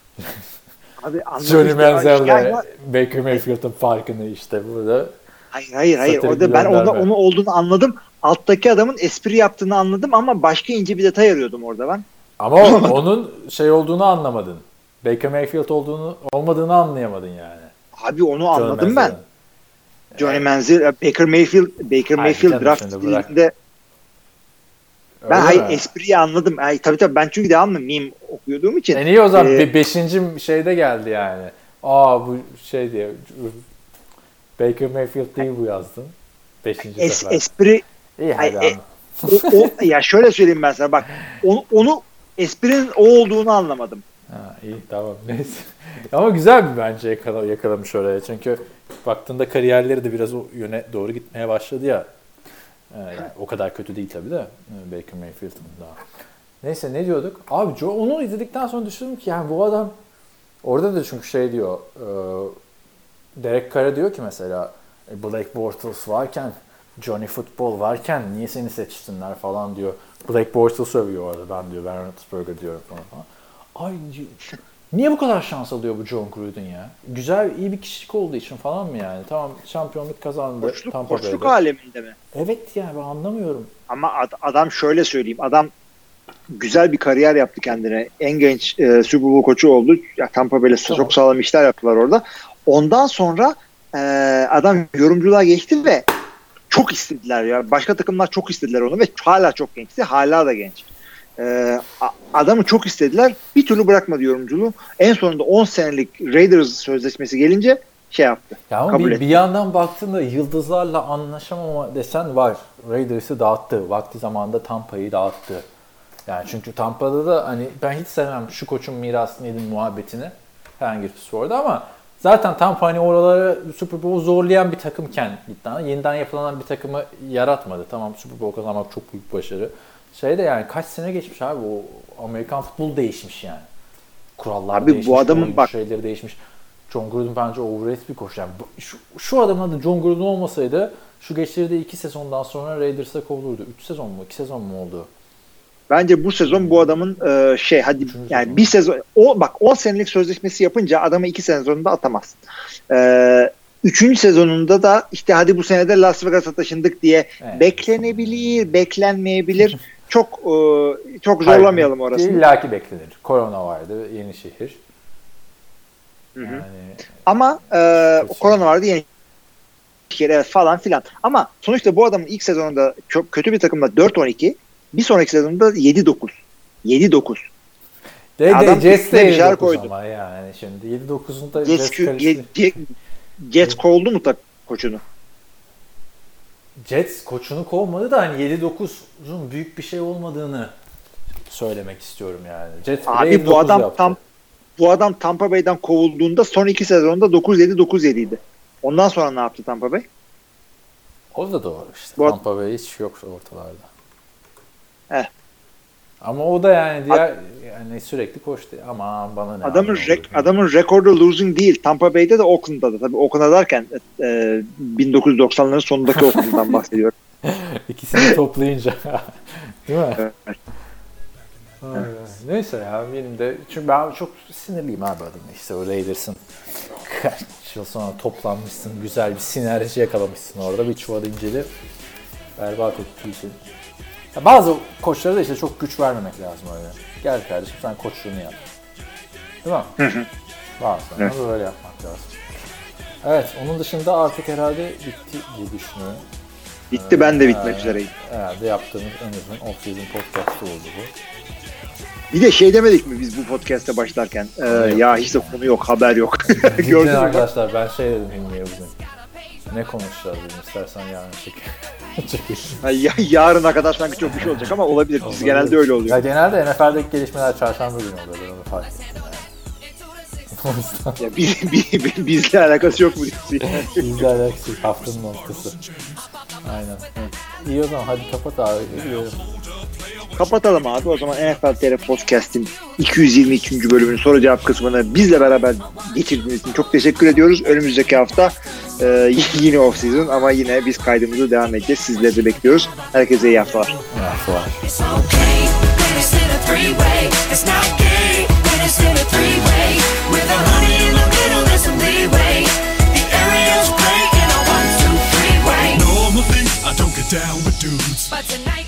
Abi anladım Johnny işte. Manziel'le Yani- Baker Mayfield'ın farkını işte burada. Hayır hayır hayır. Satirik Orada ben onu, gönderme. onu olduğunu anladım. Alttaki adamın espri yaptığını anladım ama başka ince bir detay arıyordum orada ben. Ama o- onun şey olduğunu anlamadın. Baker Mayfield olduğunu olmadığını anlayamadın yani. Abi onu Johnny anladım ben. Manziel'in. Johnny Manziel, Baker Mayfield, Baker Ay, Mayfield canım draft şimdi bırak. stilinde ben Öyle hayır mi? espriyi anladım. Ay, tabii tabii ben çünkü devamlı meme okuduğum için. En iyi o zaman Ee, be- beşinci şeyde geldi yani. Aa bu şey diye Baker Mayfield değil bu yazdın. Beşinci es, sefer. espri İyi ay, hadi e- anla. o, o, ya şöyle söyleyeyim ben sana bak. Onu, onu esprinin o olduğunu anlamadım. Ha, iyi tamam neyse. Ama güzel bir bence yakala, yakalamış oraya. Çünkü baktığında kariyerleri de biraz o yöne doğru gitmeye başladı ya. Ee, yani o kadar kötü değil tabii de e, Baker Mayfield'ın daha. Neyse ne diyorduk? Abi Joe, onu izledikten sonra düşündüm ki yani bu adam orada da çünkü şey diyor e, Derek Carr'a diyor ki mesela e, Blake Bortles varken Johnny Football varken niye seni seçsinler falan diyor. Blake Bortles övüyor orada ben diyor Ben Roethlisberger diyorum falan falan. Ay niye bu kadar şans alıyor bu John Gruden ya? Güzel, iyi bir kişilik olduğu için falan mı yani? Tamam şampiyonluk kazandı. Koçluk, Tampa koçluk Bay'de. aleminde mi? Evet yani ben anlamıyorum. Ama ad- adam şöyle söyleyeyim. Adam güzel bir kariyer yaptı kendine. En genç e, Super Bowl koçu oldu. Ya, Tampa Bay'le Tamam. çok sağlam işler yaptılar orada. Ondan sonra e, adam yorumculuğa geçti ve çok istediler ya. Başka takımlar çok istediler onu ve hala çok gençti. Hala da genç. E, a- adamı çok istediler. Bir türlü bırakmadı yorumculuğu. En sonunda on senelik Raiders sözleşmesi gelince şey yaptı. Ya ama kabul bir, etti. bir yandan baktığında yıldızlarla anlaşamama desen var. Raiders'ı dağıttı. Vakti zamanında Tampa'yı dağıttı. Yani çünkü Tampa'da da hani ben hiç sevmem şu koçun mirasını yedin muhabbetini. Herhangi bir sporda ama zaten Tampa hani oraları Super Bowl zorlayan bir takımken yeniden yapılan bir takımı yaratmadı. Tamam Super Bowl kazanmak çok büyük başarı. Şey de yani kaç sene geçmiş abi o Amerikan futbolu değişmiş yani. Kurallar Abi bu değişmiş, adamın oyun bak- şeyleri değişmiş. John Gruden bence overrated bir koç. Yani şu, şu adamın adı John Gruden olmasaydı şu geçirdiği iki sezondan sonra Raiders'a kovulurdu. Üç sezon mu? iki sezon mu oldu? Bence bu sezon bu adamın e, şey hadi Üçüncü yani sezon. bir sezon o bak on senelik sözleşmesi yapınca adamı iki sezonunda atamazsın. E, üçüncü sezonunda da işte hadi bu senede Las Vegas'a taşındık diye evet. beklenebilir, beklenmeyebilir. Çok e, çok zorlamayalım Hayır, orasını. İlla ki beklenir. Korona vardı, yeni şehir. Yani, ama e, korona vardı, yeni şehir evet, falan filan. Ama sonuçta bu adamın ilk sezonunda çok kötü bir takımla dört on iki, bir sonraki sezonunda yedi dokuz. yedi dokuz. De, adam Jets de yedi dokuz ama yani şimdi yedi dokuzunda Jets, Jets, Jets, Jets kovdu mu tak koçunu? Jets koçunu kovmadı da hani yedi dokuzun büyük bir şey olmadığını söylemek istiyorum yani. Jets abi bu adam yaptı. tam bu adam Tampa Bay'den kovulduğunda son iki sezonda dokuz yedi dokuz yedi idi. Ondan sonra ne yaptı Tampa Bay? O da doğru işte. Bu Tampa Bay hiç yok ortalarda. Heh. Ama o da yani diğer yani sürekli koştu. Ama bana ne? Adamın rek, adamın rekordu losing değil. Tampa Bay'de de Oakland'da da. Tabii Oakland derken e, bin dokuz yüz doksanların sonundaki Oakland'dan bahsediyorum. İkisini toplayınca. Değil mi? Evet. Evet. Neyse ya benim de çünkü ben çok sinirliyim abi adamı. İşte o Raiders'ın kaç yıl sonra toplanmışsın. Güzel bir sinerji yakalamışsın orada. Bir çuval inceli berbat ettiği için. Ya bazı koçlara da işte çok güç vermemek lazım öyle. Gel kardeşim sen koçluğunu yap. Değil mi? Hı hı. Bazılarına evet. Böyle yapmak lazım. Evet onun dışında artık herhalde bitti diye düşünüyorum. Bitti ee, ben de bitmek yani, üzereyim. Herhalde yaptığımız en uzun off-season podcast'ı oldu bu. Bir de şey demedik mi biz bu podcast'e başlarken? Ee, ya hiç de konu yok, haber yok. Gördünüz mü? Arkadaşlar ben şey dedim Hilmi'ye bugün. Ne konuşacağız dedim istersen yarın çekelim. ya, yarına kadar sanki çok bir şey olacak ama olabilir. Biz genelde öyle oluyor. Ya genelde N F L'deki gelişmeler çarşamba günü oluyor. Ben onu fark ettim yani. Ya biz, biz, bizle alakası yok mu diyorsun yani? Bizle alakası yok. Haftanın noktası. Aynen. İyi o zaman hadi kapat abi. Gidiyorum. Kapatalım abi. O zaman N F L T R Podcast'in iki yüz yirmi ikinci bölümünün soru cevap kısmını bizle beraber geçirdiğiniz için çok teşekkür ediyoruz. Önümüzdeki hafta e, yine off season ama yine biz kaydımızı devam edeceğiz. Sizleri de bekliyoruz. Herkese iyi haftalar. İyi haftalar. Down with dudes. But tonight